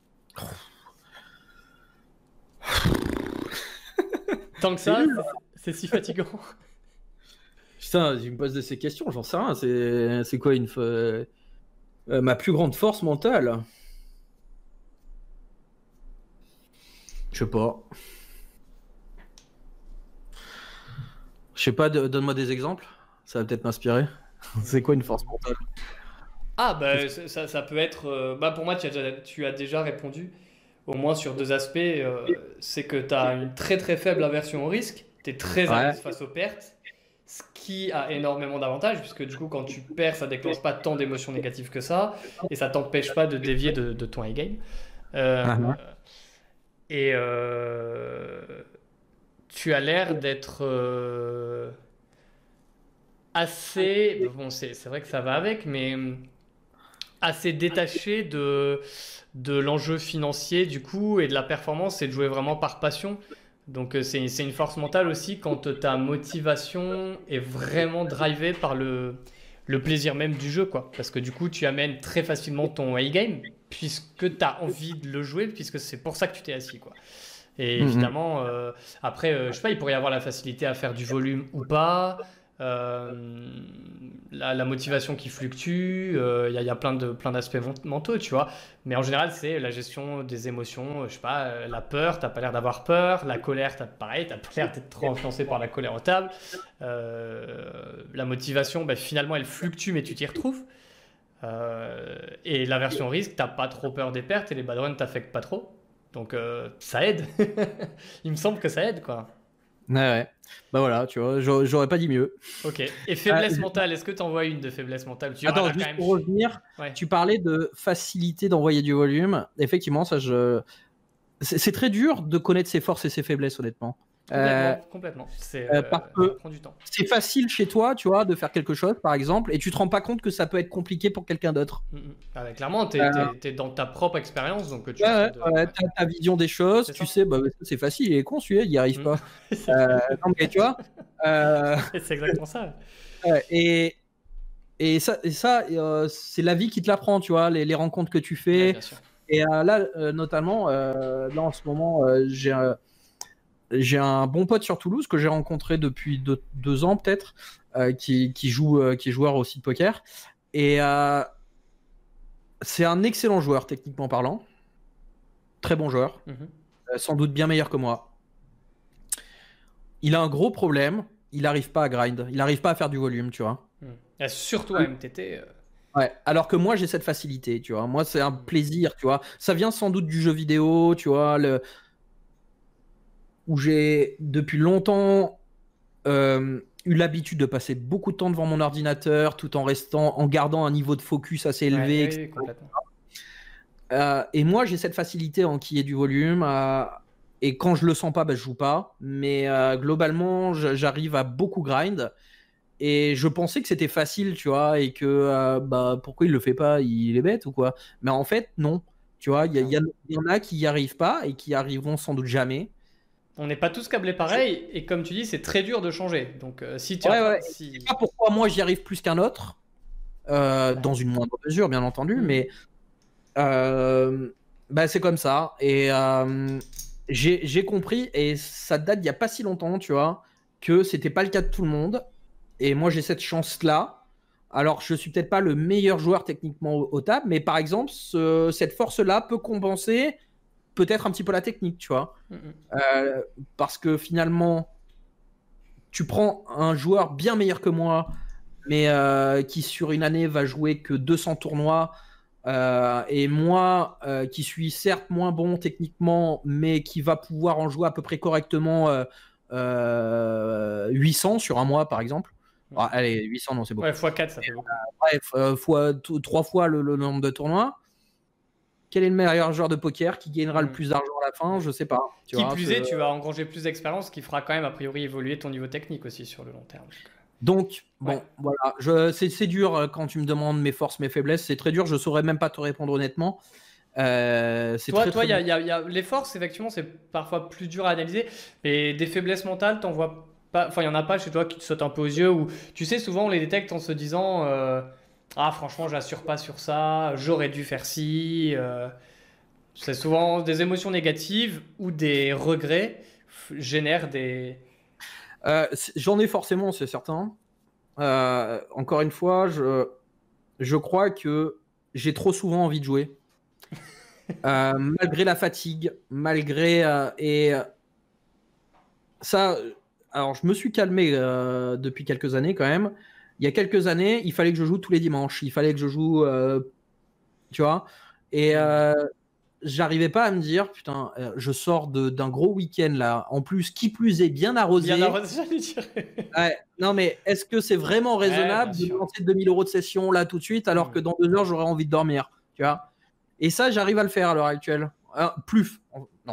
Tant que ça, c'est si fatigant. Putain, tu me poses ces questions, j'en sais rien. C'est quoi ma plus grande force mentale? Je sais pas. Je sais pas, donne-moi des exemples. Ça va peut-être m'inspirer. C'est quoi une force mentale? Ah bah ça peut être, bah pour moi tu as déjà répondu au moins sur deux aspects. C'est que tu as une très très faible aversion au risque, tu es très à Ouais. l'aise face aux pertes, ce qui a énormément d'avantages puisque du coup quand tu perds ça déclenche pas tant d'émotions négatives que ça et ça t'empêche pas de dévier de ton high game. Euh, Ah, et tu as l'air d'être assez, bon c'est vrai que ça va avec, mais assez détaché de l'enjeu financier du coup et de la performance et de jouer vraiment par passion. Donc c'est une force mentale aussi quand ta motivation est vraiment drivée par le plaisir même du jeu, quoi. Parce que du coup tu amènes très facilement ton A-game puisque tu as envie de le jouer, puisque c'est pour ça que tu t'es assis, quoi. Et mhm. évidemment, après, je sais pas, il pourrait y avoir la facilité à faire du volume ou pas. euh, la motivation qui fluctue, y a plein d'aspects mentaux, tu vois. Mais en général, c'est la gestion des émotions. Je sais pas, la peur, t'as pas l'air d'avoir peur. La colère, pareil, t'as pas l'air d'être trop influencé par la colère au table. La motivation, bah, finalement, elle fluctue, mais tu t'y retrouves. Et la version risque, t'as pas trop peur des pertes et les bad runs t'affectent pas trop. Donc ça aide. Il me semble que ça aide, quoi. Ouais, ouais. Bah voilà, tu vois, j'aurais pas dit mieux. Ok. Et faiblesse mentale, est-ce que tu en vois une de faiblesse mentale? Tu en Attends, as quand juste même. pour revenir, Ouais. tu parlais de facilité d'envoyer du volume. Effectivement, c'est très dur de connaître ses forces et ses faiblesses, honnêtement. Euh, Complètement, complètement. Parce Ça que prend du temps. c'est facile chez toi, tu vois, de faire quelque chose, par exemple, et tu te rends pas compte que ça peut être compliqué pour quelqu'un d'autre. Mm, mm. Ah ouais, clairement, Euh, t'es dans ta propre expérience, donc tu ouais, essaies ouais, de. ouais, Ouais, t'as ta vision des choses, c'est tu ça. sais, bah, c'est facile, il est con celui-là, il y arrive Mm. pas. C'est vrai. Non, mais tu vois, euh, C'est exactement ça. ouais, et ça, c'est la vie qui te l'apprend, tu vois, les rencontres que tu Ouais, fais. bien sûr. Et là, notamment, là en ce moment, j'ai un bon pote sur Toulouse que j'ai rencontré depuis 2 ans peut-être, qui est joueur aussi de poker. Et c'est un excellent joueur techniquement parlant, très bon joueur, Mhm. sans doute bien meilleur que moi. Il a un gros problème, il n'arrive pas à grind, il n'arrive pas à faire du volume, tu vois. Mm. Et surtout à MTT. Ouais, alors que moi j'ai cette facilité, tu vois. Moi c'est un plaisir, tu vois. Ça vient sans doute du jeu vidéo, tu vois, où j'ai depuis longtemps eu l'habitude de passer beaucoup de temps devant mon ordinateur tout en gardant un niveau de focus assez Ouais, élevé, oui, etc. oui, complètement. Et moi, j'ai cette facilité en qu'il y ait du volume. Et quand je le sens pas, bah, je joue pas. Mais globalement, j'arrive à beaucoup grind. Et je pensais que c'était facile, tu vois, et que bah, pourquoi il le fait pas? Il est bête ou quoi? Mais en fait, non. Tu vois, il y en a qui n'y arrivent pas et qui y arriveront sans doute jamais. On n'est pas tous câblés pareil, et comme tu dis, c'est très dur de changer. Donc, si tu Ouais. Je sais pas pourquoi moi j'y arrive plus qu'un autre, dans une moindre mesure, bien entendu, mais c'est comme ça. Et j'ai compris, et ça date d'il n'y a pas si longtemps, tu vois, que c'était pas le cas de tout le monde. Et moi, j'ai cette chance-là. Alors, je suis peut-être pas le meilleur joueur techniquement au table, mais par exemple, cette force-là peut compenser peut-être un petit peu la technique, tu vois. Parce que finalement, tu prends un joueur bien meilleur que moi, mais qui sur une année va jouer que 200 tournois, et moi qui suis certes moins bon techniquement, mais qui va pouvoir en jouer à peu près correctement 800 sur un mois, par exemple. Allez, 800, non, c'est beaucoup. Ouais, x4, ça fait beaucoup. Bref, 3 fois le nombre de tournois. Quel est le meilleur joueur de poker qui gagnera le plus d'argent à la fin? Je sais pas. Qui plus est, tu vas engranger plus d'expérience, ce qui fera quand même a priori évoluer ton niveau technique aussi sur le long terme. Donc, voilà, c'est dur quand tu me demandes mes forces, mes faiblesses. C'est très dur, je saurais même pas te répondre honnêtement. Toi, il y a les forces, effectivement, c'est parfois plus dur à analyser. Mais des faiblesses mentales, t'en vois pas. Enfin, il y en a pas chez toi qui te sautent un peu aux yeux. Ou tu sais, souvent on les détecte en se disant ah, franchement, j'assure pas sur ça, j'aurais dû faire ci. C'est souvent des émotions négatives ou des regrets génèrent des. J'en ai forcément, c'est certain. Encore une fois, je crois que j'ai trop souvent envie de jouer. Malgré la fatigue, malgré. Ça. Alors, je me suis calmé depuis quelques années quand même. Il y a quelques années, il fallait que je joue tous les dimanches. Il fallait que je joue. Tu vois. Et j'arrivais pas à me dire, putain, je sors d'un gros week-end là. En plus, qui plus est bien arrosé. Bien arrosé, j'allais dire. Ouais, non, mais est-ce que c'est vraiment raisonnable de lancer 2000 € de session là tout de suite alors que dans 2 heures j'aurais envie de dormir, tu vois? Et ça, j'arrive à le faire à l'heure actuelle. Plus, non.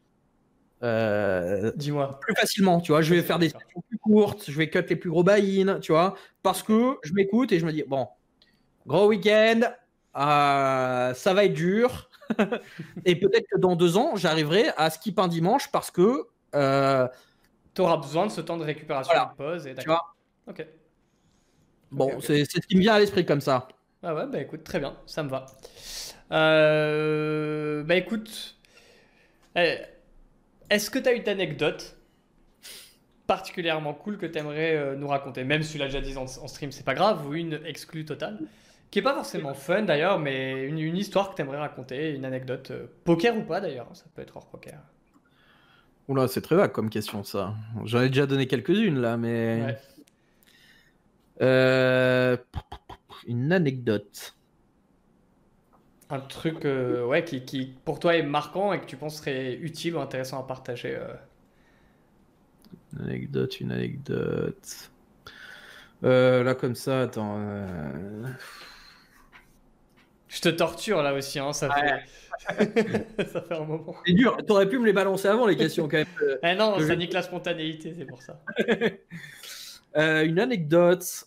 Dis-moi. Plus facilement, tu vois. Je vais faire des sessions plus courtes, je vais cut les plus gros buy-in, tu vois, parce que je m'écoute et je me dis, bon, gros week-end, ça va être dur. Et peut-être que dans 2 ans, j'arriverai à skip un dimanche parce que tu auras besoin de ce temps de récupération, de pause. Et tu vois. Ok. Bon, okay. C'est ce qui me vient à l'esprit comme ça. Ah ouais, bah écoute, très bien, ça me va. Bah écoute, est-ce que tu as une anecdote particulièrement cool que tu aimerais nous raconter? Même si tu l'as déjà dit en stream, c'est pas grave, ou une exclue totale, qui est pas forcément fun d'ailleurs, mais une histoire que tu aimerais raconter, une anecdote, poker ou pas d'ailleurs, ça peut être hors poker. Oula, c'est très vague comme question ça. J'en ai déjà donné quelques-unes là, mais... Ouais. Une anecdote. Un truc qui pour toi est marquant et que tu penses serait utile ou intéressant à partager. Une anecdote. Là comme ça, attends. Je te torture là aussi, hein, ça fait... ça fait un moment. C'est dur, t'aurais pu me les balancer avant les questions quand même. Non, ça nique la spontanéité, c'est pour ça. Une anecdote.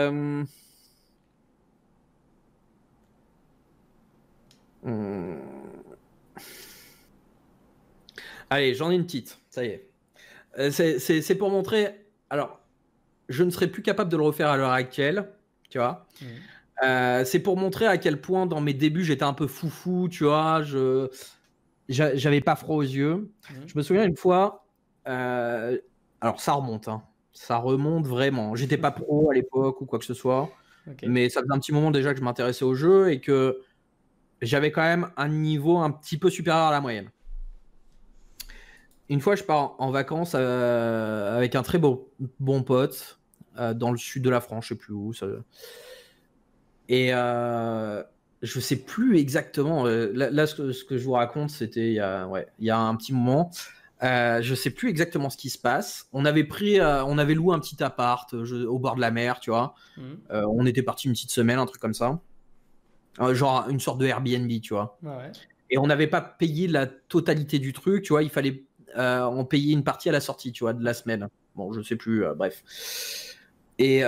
Allez, j'en ai une petite, ça y est. C'est pour montrer... Alors, je ne serais plus capable de le refaire à l'heure actuelle, tu vois. C'est pour montrer à quel point dans mes débuts j'étais un peu foufou, tu vois. J'avais pas froid aux yeux. Je me souviens une fois... alors, ça remonte, hein. Ça remonte vraiment. J'étais pas pro à l'époque ou quoi que ce soit. Mais ça faisait un petit moment déjà que je m'intéressais au jeu et que j'avais quand même un niveau un petit peu supérieur à la moyenne. Une fois, je pars en vacances avec un très bon pote dans le sud de la France, je sais plus où. Et je sais plus exactement. Là, ce que je vous raconte, c'était il y a un petit moment. Je sais plus exactement ce qui se passe. On avait loué un petit appart au bord de la mer, tu vois. On était parti une petite semaine, un truc comme ça. Genre une sorte de Airbnb, tu vois. Ouais. Et on n'avait pas payé la totalité du truc, tu vois. Il fallait en payer une partie à la sortie, tu vois, de la semaine. Bon, je sais plus, bref. Et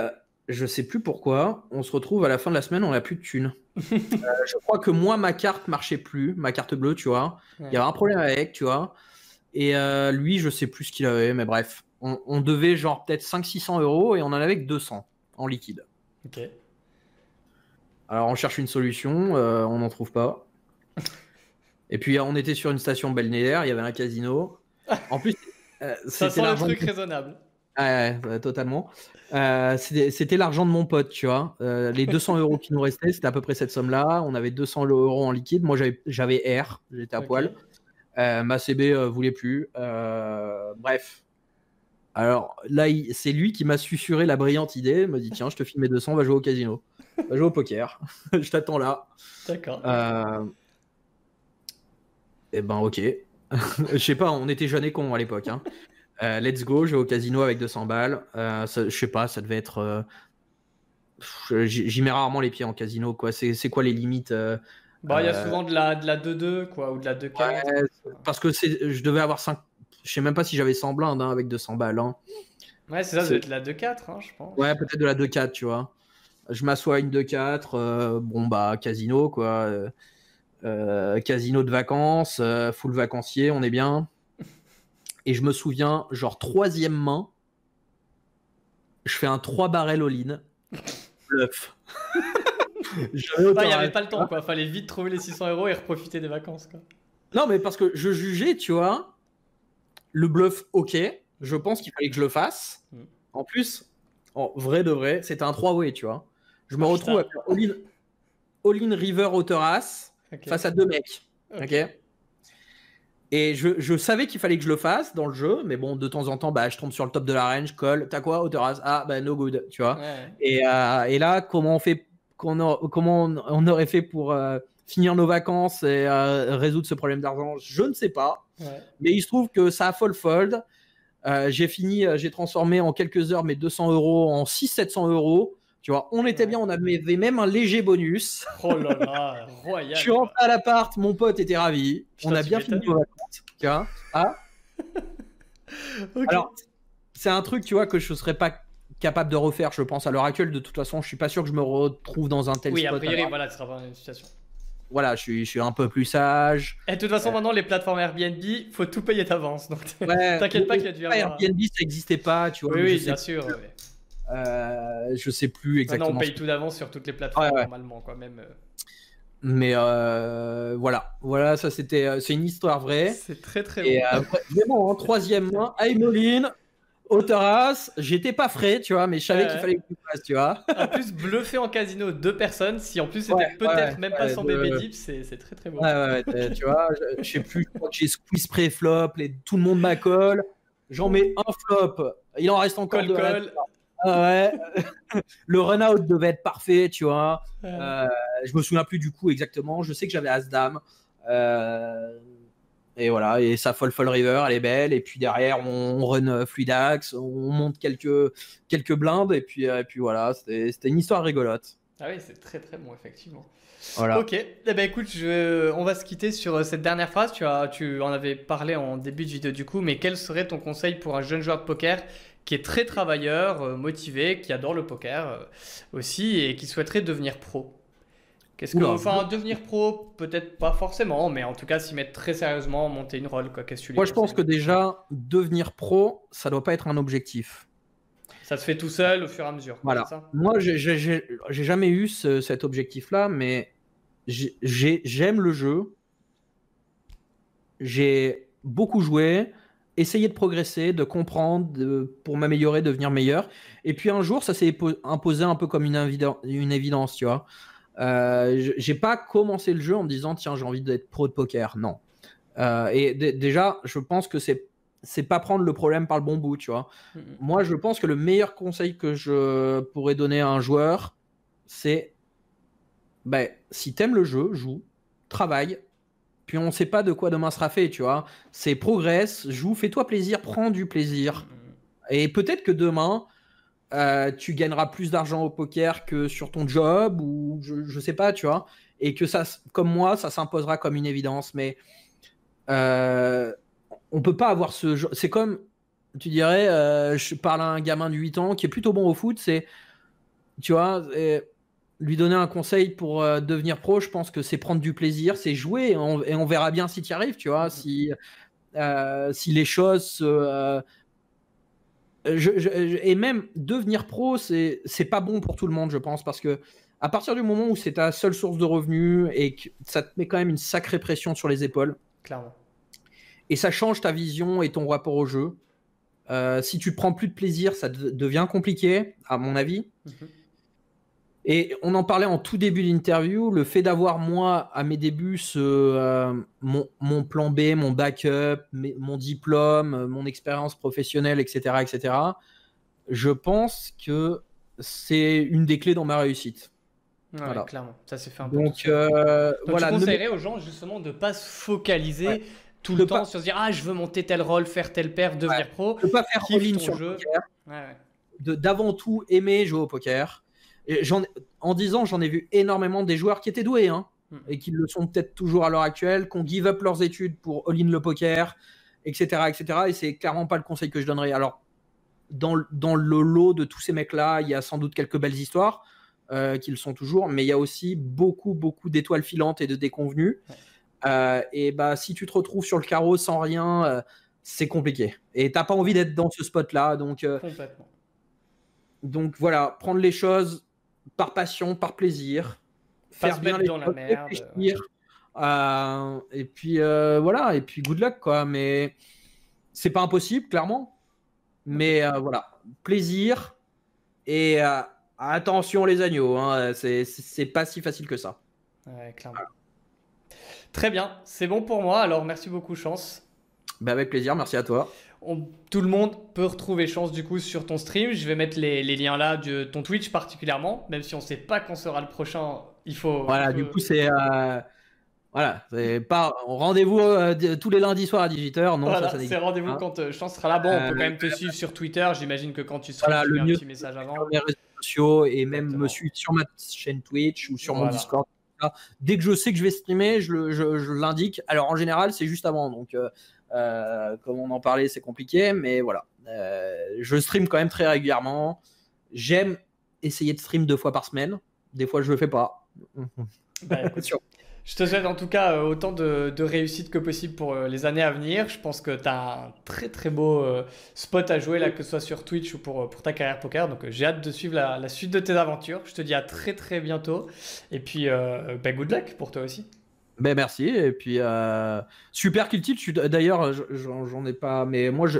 je sais plus pourquoi, on se retrouve à la fin de la semaine, on n'a plus de thunes. Je crois que moi, ma carte marchait plus, ma carte bleue, tu vois. Il y avait un problème avec, tu vois. Et lui, je sais plus ce qu'il avait, mais bref. On devait genre peut-être 500-600 euros et on en avait que 200 en liquide. Ok. Alors on cherche une solution, on n'en trouve pas. Et puis on était sur une station balnéaire, il y avait un casino. En plus, Ça c'était sent le l'argent truc de... raisonnable. Ouais, totalement. C'était l'argent de mon pote, tu vois. Les 200 euros qui nous restaient, c'était à peu près cette somme-là. On avait 200 euros en liquide. Moi, j'avais R, j'étais à poil. Ma CB voulait plus. Bref. Alors là, c'est lui qui m'a susurré la brillante idée. Il m'a dit tiens, je te file mes 200, va jouer au casino. Va jouer au poker. Je t'attends là. D'accord. Eh ben, ok. Je sais pas, on était jeunes et cons à l'époque. Hein. Let's go, je vais au casino avec 200 balles. Je sais pas, ça devait être. J'y mets rarement les pieds en casino, quoi. C'est quoi les limites Bah, il y a souvent de la 2-2, quoi, ou de la 2-4. ouais, parce que je devais avoir 5. Je sais même pas si j'avais 100 blindes avec 200 balles. Hein. Ouais, c'est ça, ça doit être la 2-4, hein, je pense. Ouais, peut-être de la 2-4, tu vois. Je m'assois à une 2-4. Bon, bah, casino, quoi. Casino de vacances, full vacancier, on est bien. Et je me souviens, genre troisième main, je fais un 3 barrels all-in. Bluff. Il n'y avait pas le temps, quoi. Fallait vite trouver les 600 euros et reprofiter des vacances, quoi. Non, mais parce que je jugeais, tu vois, le bluff, ok. Je pense qu'il fallait que je le fasse. En plus, en vrai de vrai, c'était un 3-way, tu vois. Je me retrouve à faire all-in river au terrasse face à deux mecs. Ok. Et je savais qu'il fallait que je le fasse dans le jeu, mais bon, de temps en temps, bah, je tombe sur le top de la range, colle, t'as quoi, Autoras? Ah, bah, no good, tu vois. Ouais. Et là, comment on aurait fait pour finir nos vacances et résoudre ce problème d'argent? Je ne sais pas. Ouais. Mais il se trouve que ça a fold. J'ai transformé en quelques heures mes 200 euros en 600-700 euros. Tu vois, on était bien, on avait même un léger bonus. Oh là là, royal. Je suis rentré à l'appart, mon pote était ravi. Putain, on a bien fini nos vacances. Tu vois, okay. Alors, c'est un truc, tu vois, que je ne serais pas capable de refaire, je pense, à l'heure actuelle. De toute façon, je ne suis pas sûr que je me retrouve dans un tel spot. Oui, a priori, voilà, tu ne seras pas dans une situation. Voilà, je suis un peu plus sage. Et de toute façon, maintenant, les plateformes Airbnb, il faut tout payer d'avance. Donc, t'inquiète pas qu'il y a dû avoir... Airbnb, ça n'existait pas, tu vois. Oui, bien sûr. Je sais plus exactement. Maintenant, on paye tout d'avance sur toutes les plateformes normalement, quoi, même. Mais voilà, ça c'est une histoire vraie. C'est très très bon. Mais bon, en troisième main, I'm all in, au terrasse, j'étais pas frais, tu vois, mais je savais qu'il fallait que je fasse, tu vois. En plus, bluffer en casino 2 personnes, si en plus c'était peut-être même pas son bébé deep, c'est très très bon. Tu vois, je sais plus, je crois que j'ai squeeze pré-flop, tout le monde m'accole, j'en mets un flop, il en reste encore deux. Le run-out devait être parfait, tu vois. Je me souviens plus du coup exactement. Je sais que j'avais As-Dame. Et voilà, et ça Fall River, elle est belle. Et puis derrière, on run Fluidax, on monte quelques blindes. Et puis voilà, c'était une histoire rigolote. Ah oui, c'est très très bon, effectivement. Voilà. Ok, eh ben, écoute, on va se quitter sur cette dernière phrase. Tu en avais parlé en début de vidéo du coup, mais quel serait ton conseil pour un jeune joueur de poker qui est très travailleur, motivé, qui adore le poker aussi et qui souhaiterait devenir pro? Devenir pro, peut-être pas forcément, mais en tout cas s'y mettre très sérieusement, monter une rôle, quoi. Qu'est-ce que tu lui Moi, je pense que déjà, devenir pro, ça doit pas être un objectif. Ça se fait tout seul au fur et à mesure. Voilà. Ça. Moi, j'ai jamais eu cet objectif-là, mais j'aime le jeu. J'ai beaucoup joué, essayé de progresser, de comprendre, pour m'améliorer, devenir meilleur. Et puis un jour, ça s'est imposé un peu comme une évidence, tu vois. J'ai pas commencé le jeu en me disant tiens, j'ai envie d'être pro de poker. Non. Et déjà, je pense que c'est pas prendre le problème par le bon bout, tu vois. Moi, je pense que le meilleur conseil que je pourrais donner à un joueur, c'est si t'aimes le jeu, joue, travaille, puis on sait pas de quoi demain sera fait, tu vois. C'est progresse, joue, fais-toi plaisir, prends du plaisir. Et peut-être que demain, tu gagneras plus d'argent au poker que sur ton job, ou je sais pas, tu vois. Et que ça, comme moi, ça s'imposera comme une évidence, mais on peut pas avoir ce jeu. C'est comme, tu dirais, je parle à un gamin de 8 ans qui est plutôt bon au foot, c'est tu vois, lui donner un conseil pour devenir pro, je pense que c'est prendre du plaisir, c'est jouer, et on verra bien si tu y arrives, tu vois, si les choses et même devenir pro, c'est pas bon pour tout le monde, je pense, parce que à partir du moment où c'est ta seule source de revenus et que ça te met quand même une sacrée pression sur les épaules, clairement, et ça change ta vision et ton rapport au jeu. Si tu prends plus de plaisir, ça devient compliqué, à mon avis. Et on en parlait en tout début d'interview, le fait d'avoir, moi, à mes débuts, mon plan B, mon backup, mon diplôme, mon expérience professionnelle, etc., etc., je pense que c'est une des clés dans ma réussite. Ouais, voilà. Clairement, ça s'est fait un peu. Donc, voilà, tu conseillerais aux gens justement de ne pas se focaliser tout le temps sur se dire « Ah, je veux monter tel rôle, faire tel perf, devenir pro. » De ne pas faire all-in sur le poker. D'avant tout, aimer jouer au poker. Et en 10 ans, j'en ai vu énormément des joueurs qui étaient doués, et qui le sont peut-être toujours à l'heure actuelle, qui ont give up leurs études pour all-in le poker, etc., etc. Et c'est clairement pas le conseil que je donnerais. Alors, dans le lot de tous ces mecs-là, il y a sans doute quelques belles histoires qui le sont toujours, mais il y a aussi beaucoup, beaucoup d'étoiles filantes et de déconvenues. Et si tu te retrouves sur le carreau sans rien, c'est compliqué. Et t'as pas envie d'être dans ce spot-là. Complètement. Donc voilà, prendre les choses par passion, par plaisir, faire bien les choses, dans la merde, réfléchir, et puis voilà, et puis good luck, quoi. Mais c'est pas impossible, clairement. Mais voilà, plaisir et attention les agneaux, c'est pas si facile que ça. Ouais, clairement. Voilà. Très bien, c'est bon pour moi. Alors merci beaucoup, Chance. Avec plaisir, merci à toi. Tout le monde peut retrouver Chance du coup sur ton stream. Je vais mettre les liens là de ton Twitch particulièrement, même si on ne sait pas quand sera le prochain. Il faut. Voilà, du coup c'est voilà, c'est pas rendez-vous tous les lundis soirs à 18h. Non, voilà, ça c'est rendez-vous quand Chance sera là. Bon, on peut quand même te suivre sur Twitter. J'imagine que quand tu seras, tu mets un petit message avant. Sur les réseaux sociaux et même me suivre sur ma chaîne Twitch ou sur mon Discord. Dès que je sais que je vais streamer, je l'indique. Alors en général, c'est juste avant, donc. Comme on en parlait, c'est compliqué, mais voilà. Je stream quand même très régulièrement. J'aime essayer de stream 2 fois par semaine. Des fois, je le fais pas. Écoute, je te souhaite en tout cas autant de réussite que possible pour les années à venir. Je pense que tu as un très très beau spot à jouer là, que ce soit sur Twitch ou pour ta carrière poker. Donc j'ai hâte de suivre la suite de tes aventures. Je te dis à très très bientôt. Et puis good luck pour toi aussi. Merci, et puis super Kill Tilt. D'ailleurs, j'en ai pas, mais moi je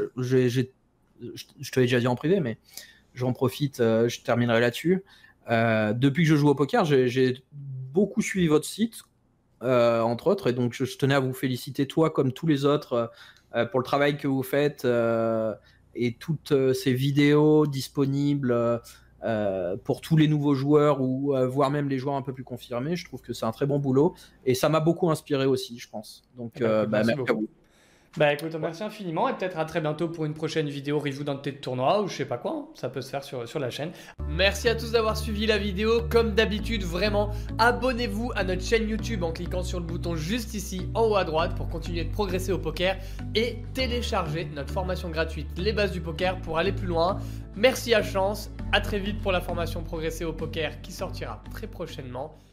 te l'ai déjà dit en privé, mais j'en profite, je terminerai là-dessus. Depuis que je joue au poker, j'ai beaucoup suivi votre site, entre autres, et donc je tenais à vous féliciter, toi comme tous les autres, pour le travail que vous faites, et toutes ces vidéos disponibles pour tous les nouveaux joueurs ou voire même les joueurs un peu plus confirmés. Je trouve que c'est un très bon boulot et ça m'a beaucoup inspiré aussi, je pense. Donc merci à vous. Écoute, merci infiniment et peut-être à très bientôt pour une prochaine vidéo review d'un de tes tournois ou je sais pas quoi, ça peut se faire sur la chaîne. Merci à tous d'avoir suivi la vidéo. Comme d'habitude, vraiment, abonnez-vous à notre chaîne YouTube en cliquant sur le bouton juste ici en haut à droite pour continuer de progresser au poker et télécharger notre formation gratuite Les bases du poker pour aller plus loin. Merci à Chance, à très vite pour la formation Progresser au poker qui sortira très prochainement.